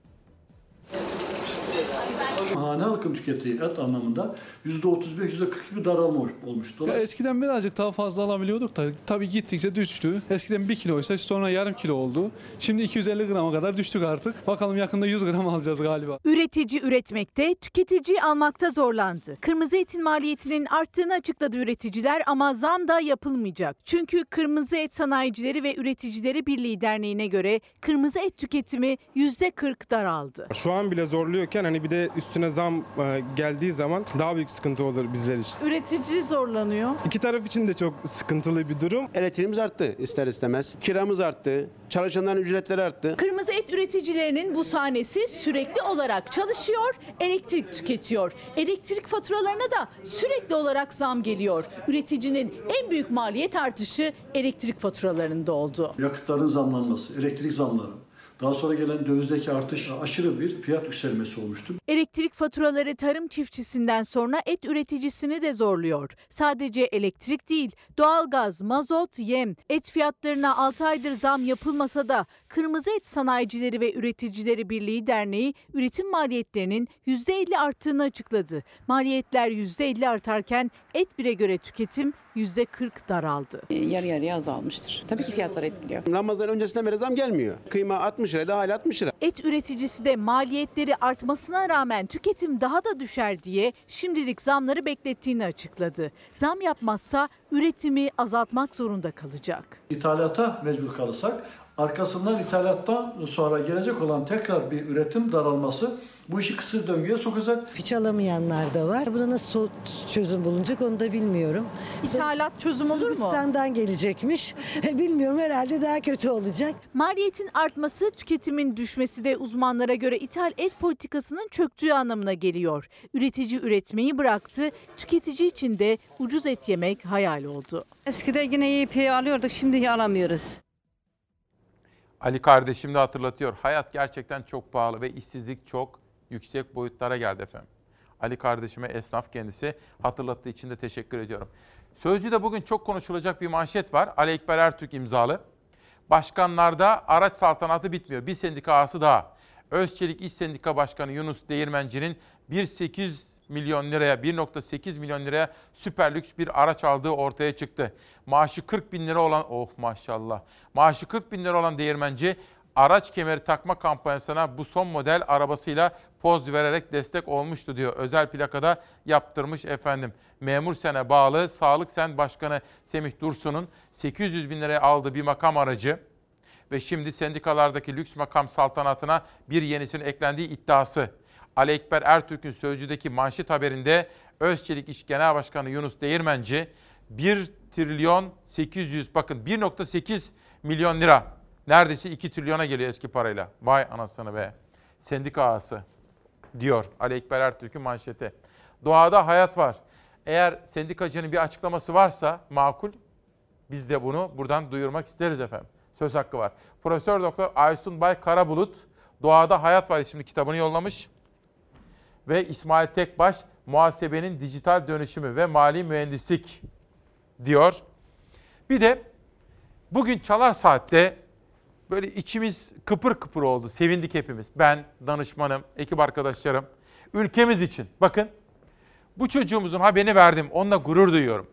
Hane halkın tükettiği et anlamında yüzde otuz beş yüzde kırk gibi daralma olmuştu. Ya eskiden birazcık daha fazla alabiliyorduk da tabii gittikçe düştü. Eskiden bir kiloysa sonra yarım kilo oldu. Şimdi iki yüz elli grama kadar düştük artık. Bakalım yakında yüz gram alacağız galiba. Üretici üretmekte, tüketici almakta zorlandı. Kırmızı etin maliyetinin arttığını açıkladı üreticiler ama zam da yapılmayacak. Çünkü Kırmızı Et Sanayicileri ve Üreticileri Birliği Derneği'ne göre kırmızı et tüketimi yüzde kırk daraldı. Şu an bile zorluyorken hani bir de üstüne zam geldiği zaman daha büyük sıkıntı olur bizler için. Üretici zorlanıyor. İki taraf için de çok sıkıntılı bir durum. Elektriğimiz arttı ister istemez. Kiramız arttı. Çalışanların ücretleri arttı. Kırmızı et üreticilerinin bu sahnesi sürekli olarak çalışıyor, elektrik tüketiyor. Elektrik faturalarına da sürekli olarak zam geliyor. Üreticinin en büyük maliyet artışı elektrik faturalarında oldu. Yakıtların zamlanması, elektrik zamları, daha sonra gelen dövizdeki artış aşırı bir fiyat yükselmesi olmuştu. Elektrik faturaları tarım çiftçisinden sonra et üreticisini de zorluyor. Sadece elektrik değil, doğalgaz, mazot, yem, et fiyatlarına altı aydır zam yapılmasa da Kırmızı Et Sanayicileri ve Üreticileri Birliği Derneği üretim maliyetlerinin yüzde elli arttığını açıkladı. Maliyetler yüzde elli artarken et bire göre tüketim yüzde kırk daraldı. Yarı yarıya azalmıştır. Tabii ki fiyatlar etkiliyor. Ramazan öncesinden beri zam gelmiyor. Kıyma altmış lira, hala altmış lira. Et üreticisi de maliyetleri artmasına rağmen tüketim daha da düşer diye şimdilik zamları beklettiğini açıkladı. Zam yapmazsa üretimi azaltmak zorunda kalacak. İthalata mecbur kalırsak arkasından ithalattan sonra gelecek olan tekrar bir üretim daralması bu işi kısır döngüye sokacak. Hiç alamayanlar da var. Buna nasıl çözüm bulunacak onu da bilmiyorum. İthalat çözüm olur mu? Sırbistan'dan gelecekmiş. Bilmiyorum, herhalde daha kötü olacak. Maliyetin artması, tüketimin düşmesi de uzmanlara göre ithal et politikasının çöktüğü anlamına geliyor. Üretici üretmeyi bıraktı, tüketici için de ucuz et yemek hayal oldu. Eskide yine iyi ipi alıyorduk, şimdi alamıyoruz. Ali kardeşim de hatırlatıyor. Hayat gerçekten çok pahalı ve işsizlik çok yüksek boyutlara geldi efendim. Ali kardeşime, esnaf kendisi, hatırlattığı için de teşekkür ediyorum. Sözcü'de bugün çok konuşulacak bir manşet var. Ali Ekber Ertürk imzalı. Başkanlarda araç saltanatı bitmiyor. Bir sendika ağası daha. Özçelik İş Sendika Başkanı Yunus Değirmenci'nin bir virgül sekiz milyon liraya, bir virgül sekiz milyon liraya süper lüks bir araç aldığı ortaya çıktı. Maaşı kırk bin lira olan, oh maşallah, maaşı kırk bin lira olan Değirmenci, araç kemeri takma kampanyasına bu son model arabasıyla poz vererek destek olmuştu diyor. Özel plakada yaptırmış efendim. Memur Sen'e bağlı Sağlık Sen Başkanı Semih Dursun'un sekiz yüz bin liraya aldığı bir makam aracı ve şimdi sendikalardaki lüks makam saltanatına bir yenisinin eklendiği iddiası. Ali Ekber Ertürk'ün Sözcü'deki manşet haberinde Özçelik İş Genel Başkanı Yunus Değirmenci bir trilyon sekiz yüz, bakın bir virgül sekiz milyon lira. Neredeyse iki trilyona geliyor eski parayla. Vay anasını be. Sendika ağası diyor Ali Ekber Ertürk'ün manşeti. Doğada hayat var. Eğer sendikacının bir açıklaması varsa makul, biz de bunu buradan duyurmak isteriz efendim. Söz hakkı var. Profesör Doktor Aysun Bay Karabulut Doğada Hayat Var isimli kitabını yollamış. Ve İsmail Tekbaş muhasebenin dijital dönüşümü ve mali mühendislik diyor. Bir de bugün Çalar Saat'te böyle içimiz kıpır kıpır oldu. Sevindik hepimiz. Ben, danışmanım, ekip arkadaşlarım. Ülkemiz için. Bakın bu çocuğumuzun haberini verdim. Onunla gurur duyuyorum.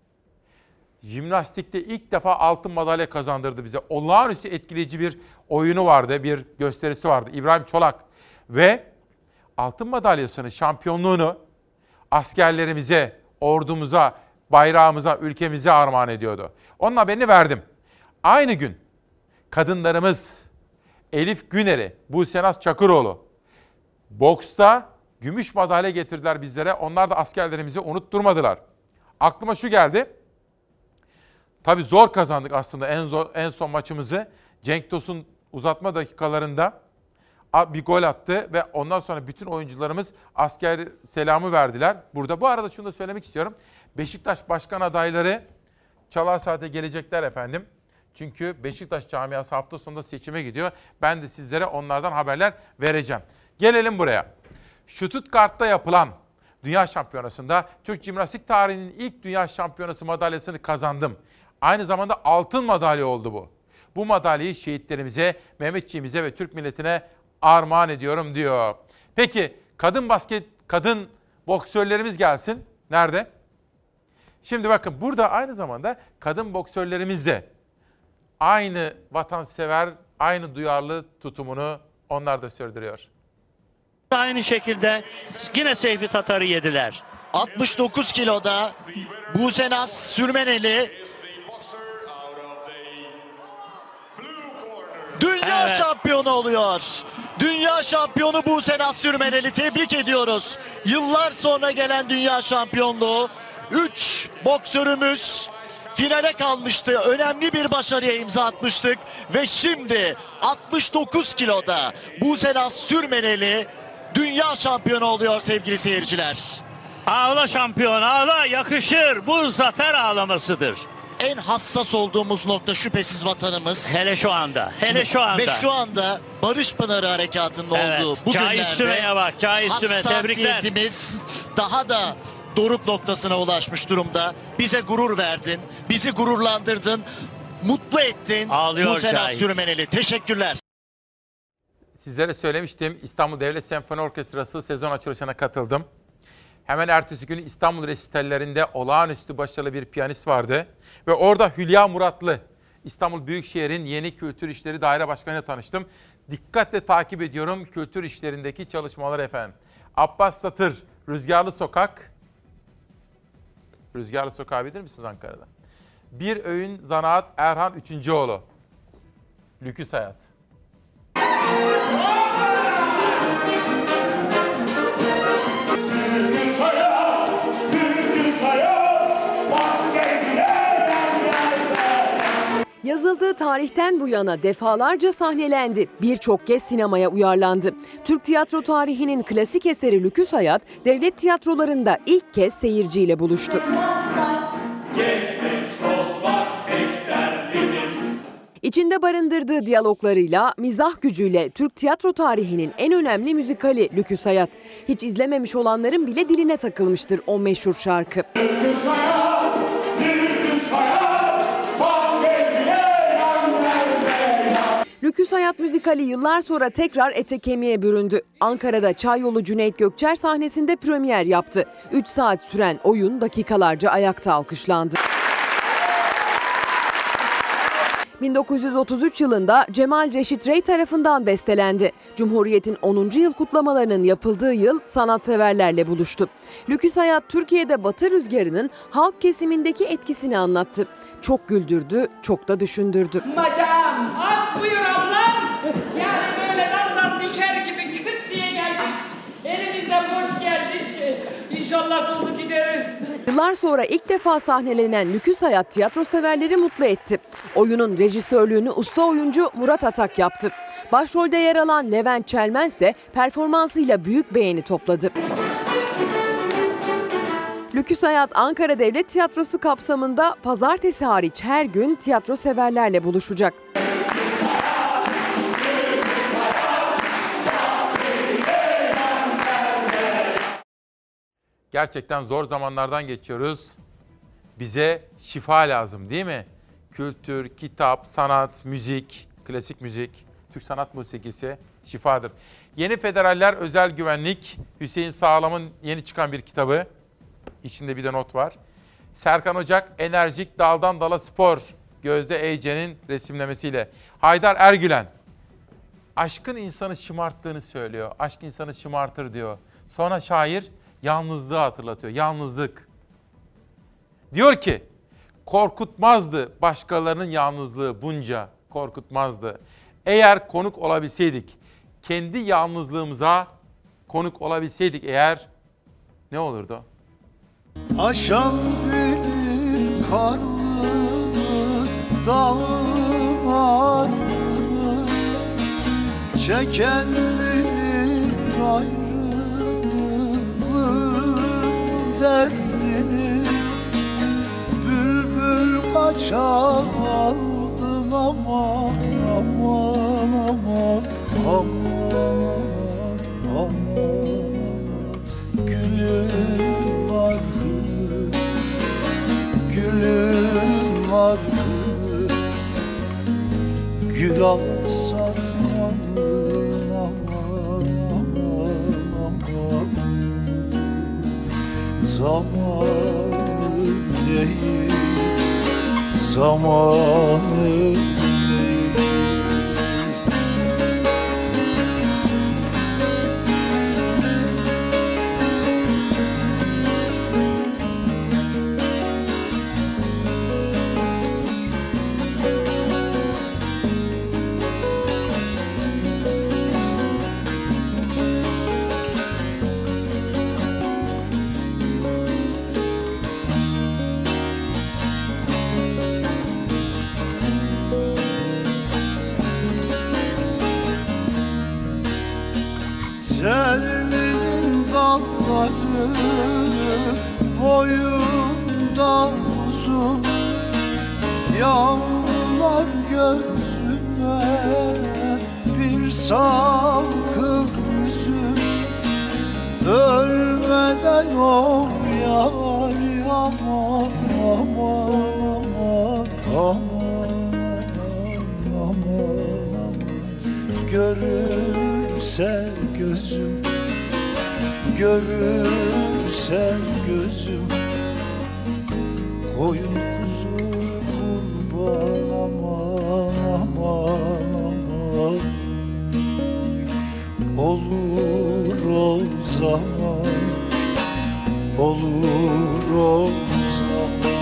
Jimnastikte ilk defa altın madalya kazandırdı bize. Olağanüstü etkileyici bir oyunu vardı, bir gösterisi vardı. İbrahim Çolak. Ve altın madalyasını, şampiyonluğunu askerlerimize, ordumuza, bayrağımıza, ülkemize armağan ediyordu. Onun haberini verdim. Aynı gün kadınlarımız Elif Güner'i, Busenaz Çakıroğlu. Boksta gümüş madalya getirdiler bizlere. Onlar da askerlerimizi unutturmadılar. Aklıma şu geldi. Tabii zor kazandık aslında en zor, en son maçımızı. Cenk Tosun uzatma dakikalarında bir gol attı ve ondan sonra bütün oyuncularımız asker selamı verdiler. Burada bu arada şunu da söylemek istiyorum. Beşiktaş başkan adayları Çalar Saat'e gelecekler efendim. Çünkü Beşiktaş camiası hafta sonunda seçime gidiyor. Ben de sizlere onlardan haberler vereceğim. Gelelim buraya. Stuttgart'ta yapılan Dünya Şampiyonası'nda Türk jimnastik tarihinin ilk Dünya Şampiyonası madalyasını kazandım. Aynı zamanda altın madalya oldu bu. Bu madalyayı şehitlerimize, Mehmetçiğimize ve Türk milletine armağan ediyorum diyor. Peki kadın basket, kadın boksörlerimiz gelsin. Nerede? Şimdi bakın burada aynı zamanda kadın boksörlerimiz de aynı vatansever, aynı duyarlı tutumunu onlar da sürdürüyor. Aynı şekilde yine Seyfi Tatar'ı yediler. altmış dokuz kiloda Busenaz Sürmeneli dünya Evet. şampiyonu oluyor. Dünya şampiyonu Busenaz Sürmeneli, tebrik ediyoruz. Yıllar sonra gelen dünya şampiyonluğu. Üç boksörümüz finale kalmıştı. Önemli bir başarıya imza atmıştık. Ve şimdi altmış dokuz kiloda Busenaz Sürmeneli dünya şampiyonu oluyor sevgili seyirciler. Ağla şampiyon ağla, yakışır. Bu zafer ağlamasıdır. En hassas olduğumuz nokta şüphesiz vatanımız. Hele şu anda. Hele şu anda. Ve şu anda Barış Pınarı Harekatı'nın Evet, olduğu bu Cahit günlerde Süme'ye bak, Cahit Süme, tebrikler. hassasiyetimiz daha da doruk noktasına ulaşmış durumda. Bize gurur verdin, bizi gururlandırdın, mutlu ettin. Ağlıyor Busenaz Cahit. Sürmeneli. Teşekkürler. Sizlere söylemiştim, İstanbul Devlet Senfoni Orkestrası sezon açılışına katıldım. Hemen ertesi gün İstanbul resitallerinde olağanüstü başarılı bir piyanist vardı. Ve orada Hülya Muratlı, İstanbul Büyükşehir'in yeni Kültür İşleri Daire Başkanı'yla tanıştım. Dikkatle takip ediyorum kültür işlerindeki çalışmaları efendim. Abbas Satır, Rüzgarlı Sokak. Rüzgarlı Sokak bilir misiniz Ankara'da? Bir Öğün Zanaat Erhan Üçüncüoğlu. Lüküs Hayat. Yazıldığı tarihten bu yana defalarca sahnelendi. Birçok kez sinemaya uyarlandı. Türk tiyatro tarihinin klasik eseri Lüküs Hayat, devlet tiyatrolarında ilk kez seyirciyle buluştu. İçinde barındırdığı diyaloglarıyla, mizah gücüyle Türk tiyatro tarihinin en önemli müzikali Lüküs Hayat. Hiç izlememiş olanların bile diline takılmıştır o meşhur şarkı. Lüküs Hayat müzikali yıllar sonra tekrar ete kemiğe büründü. Ankara'da Çayyolu Cüneyt Gökçer sahnesinde premier yaptı. üç saat süren oyun dakikalarca ayakta alkışlandı. bin dokuz yüz otuz üç yılında Cemal Reşit Rey tarafından bestelendi. Cumhuriyet'in onuncu yıl kutlamalarının yapıldığı yıl sanatseverlerle buluştu. Lüküs Hayat Türkiye'de Batı rüzgarının halk kesimindeki etkisini anlattı. Çok güldürdü, çok da düşündürdü. Madam, af buyur ablam. Yani böyle daldan düşer gibi küt diye geldik. Elimizde boş geldik. İnşallah dolu gideriz. Yıllar sonra ilk defa sahnelenen Lüküs Hayat tiyatro severleri mutlu etti. Oyunun rejisörlüğünü usta oyuncu Murat Atak yaptı. Başrolde yer alan Levent Çelmen ise performansıyla büyük beğeni topladı. Lüküs Hayat Ankara Devlet Tiyatrosu kapsamında pazartesi hariç her gün tiyatro severlerle buluşacak. Gerçekten zor zamanlardan geçiyoruz. Bize şifa lazım değil mi? Kültür, kitap, sanat, müzik, klasik müzik, Türk sanat musikisi şifadır. Yeni Federaller Özel Güvenlik, Hüseyin Sağlam'ın yeni çıkan bir kitabı. İçinde bir de not var. Serkan Ocak, Enerjik Daldan Dala Spor, Gözde Eyce'nin resimlemesiyle. Haydar Ergülen, aşkın insanı şımarttığını söylüyor. Aşk insanı şımartır diyor. Sonra şair yalnızlığı hatırlatıyor. Yalnızlık. Diyor ki, korkutmazdı başkalarının yalnızlığı bunca, korkutmazdı. Eğer konuk olabilseydik, kendi yalnızlığımıza konuk olabilseydik eğer ne olurdu? Aşan bir karlı dağlar, çeken bir ayrılık derdini, bülbül kaçar aldın aman aman aman aman aman, gülüm var gülüm var, gül al satmalı aman aman aman, zamanı değil zamanı. Selvi'nin dalları boyunda uzun, yağmurlar gözüme bir salkım yüzüm, ölmeden ol yar aman aman aman aman aman aman, görürse gözüm, görürse gözüm, koyun kuzu kurban aman aman aman, olur o zaman, olur o zaman.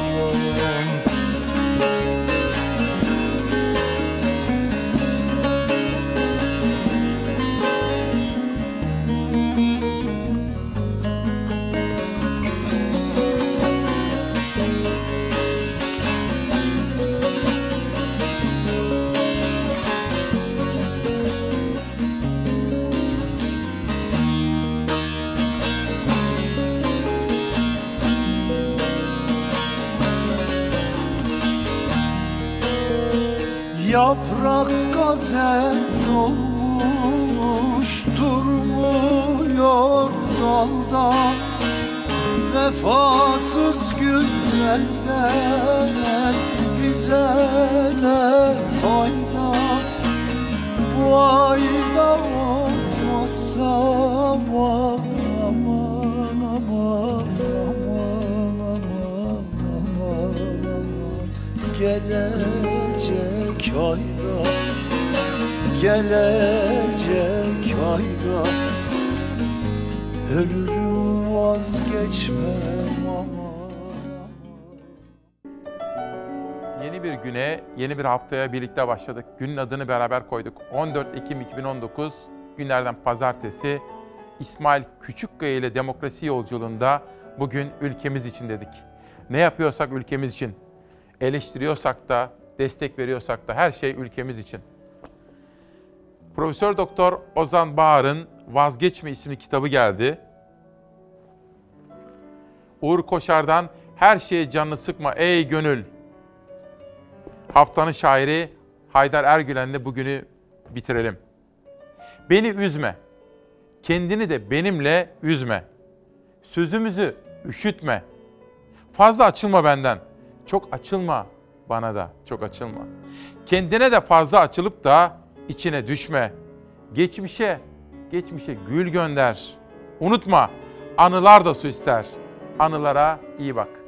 Yaprak gazel olmuş durmuyor dalda, vefasız günlerden bize ne fayda, bu ayda olmazsa aman aman aman aman aman aman aman, gelecek ayda, gelecek ayda ölürüm vazgeçmem ama. Yeni bir güne, yeni bir haftaya birlikte başladık. Günün adını beraber koyduk. on dört Ekim iki bin on dokuz günlerden pazartesi. İsmail Küçükkaya ile demokrasi yolculuğunda bugün ülkemiz için dedik. Ne yapıyorsak ülkemiz için. Eleştiriyorsak da, destek veriyorsak da her şey ülkemiz için. Profesör Doktor Ozan Bağar'ın Vazgeçme isimli kitabı geldi. Uğur Koşar'dan Her şeye canını sıkma ey gönül. Haftanın şairi Haydar Ergülen'le bugünü bitirelim. Beni üzme, kendini de benimle üzme. Sözümüzü üşütme. Fazla açılma benden, çok açılma bana da, çok açılma. Kendine de fazla açılıp da içine düşme. Geçmişe, geçmişe gül gönder. Unutma, anılar da su ister. Anılara iyi bak.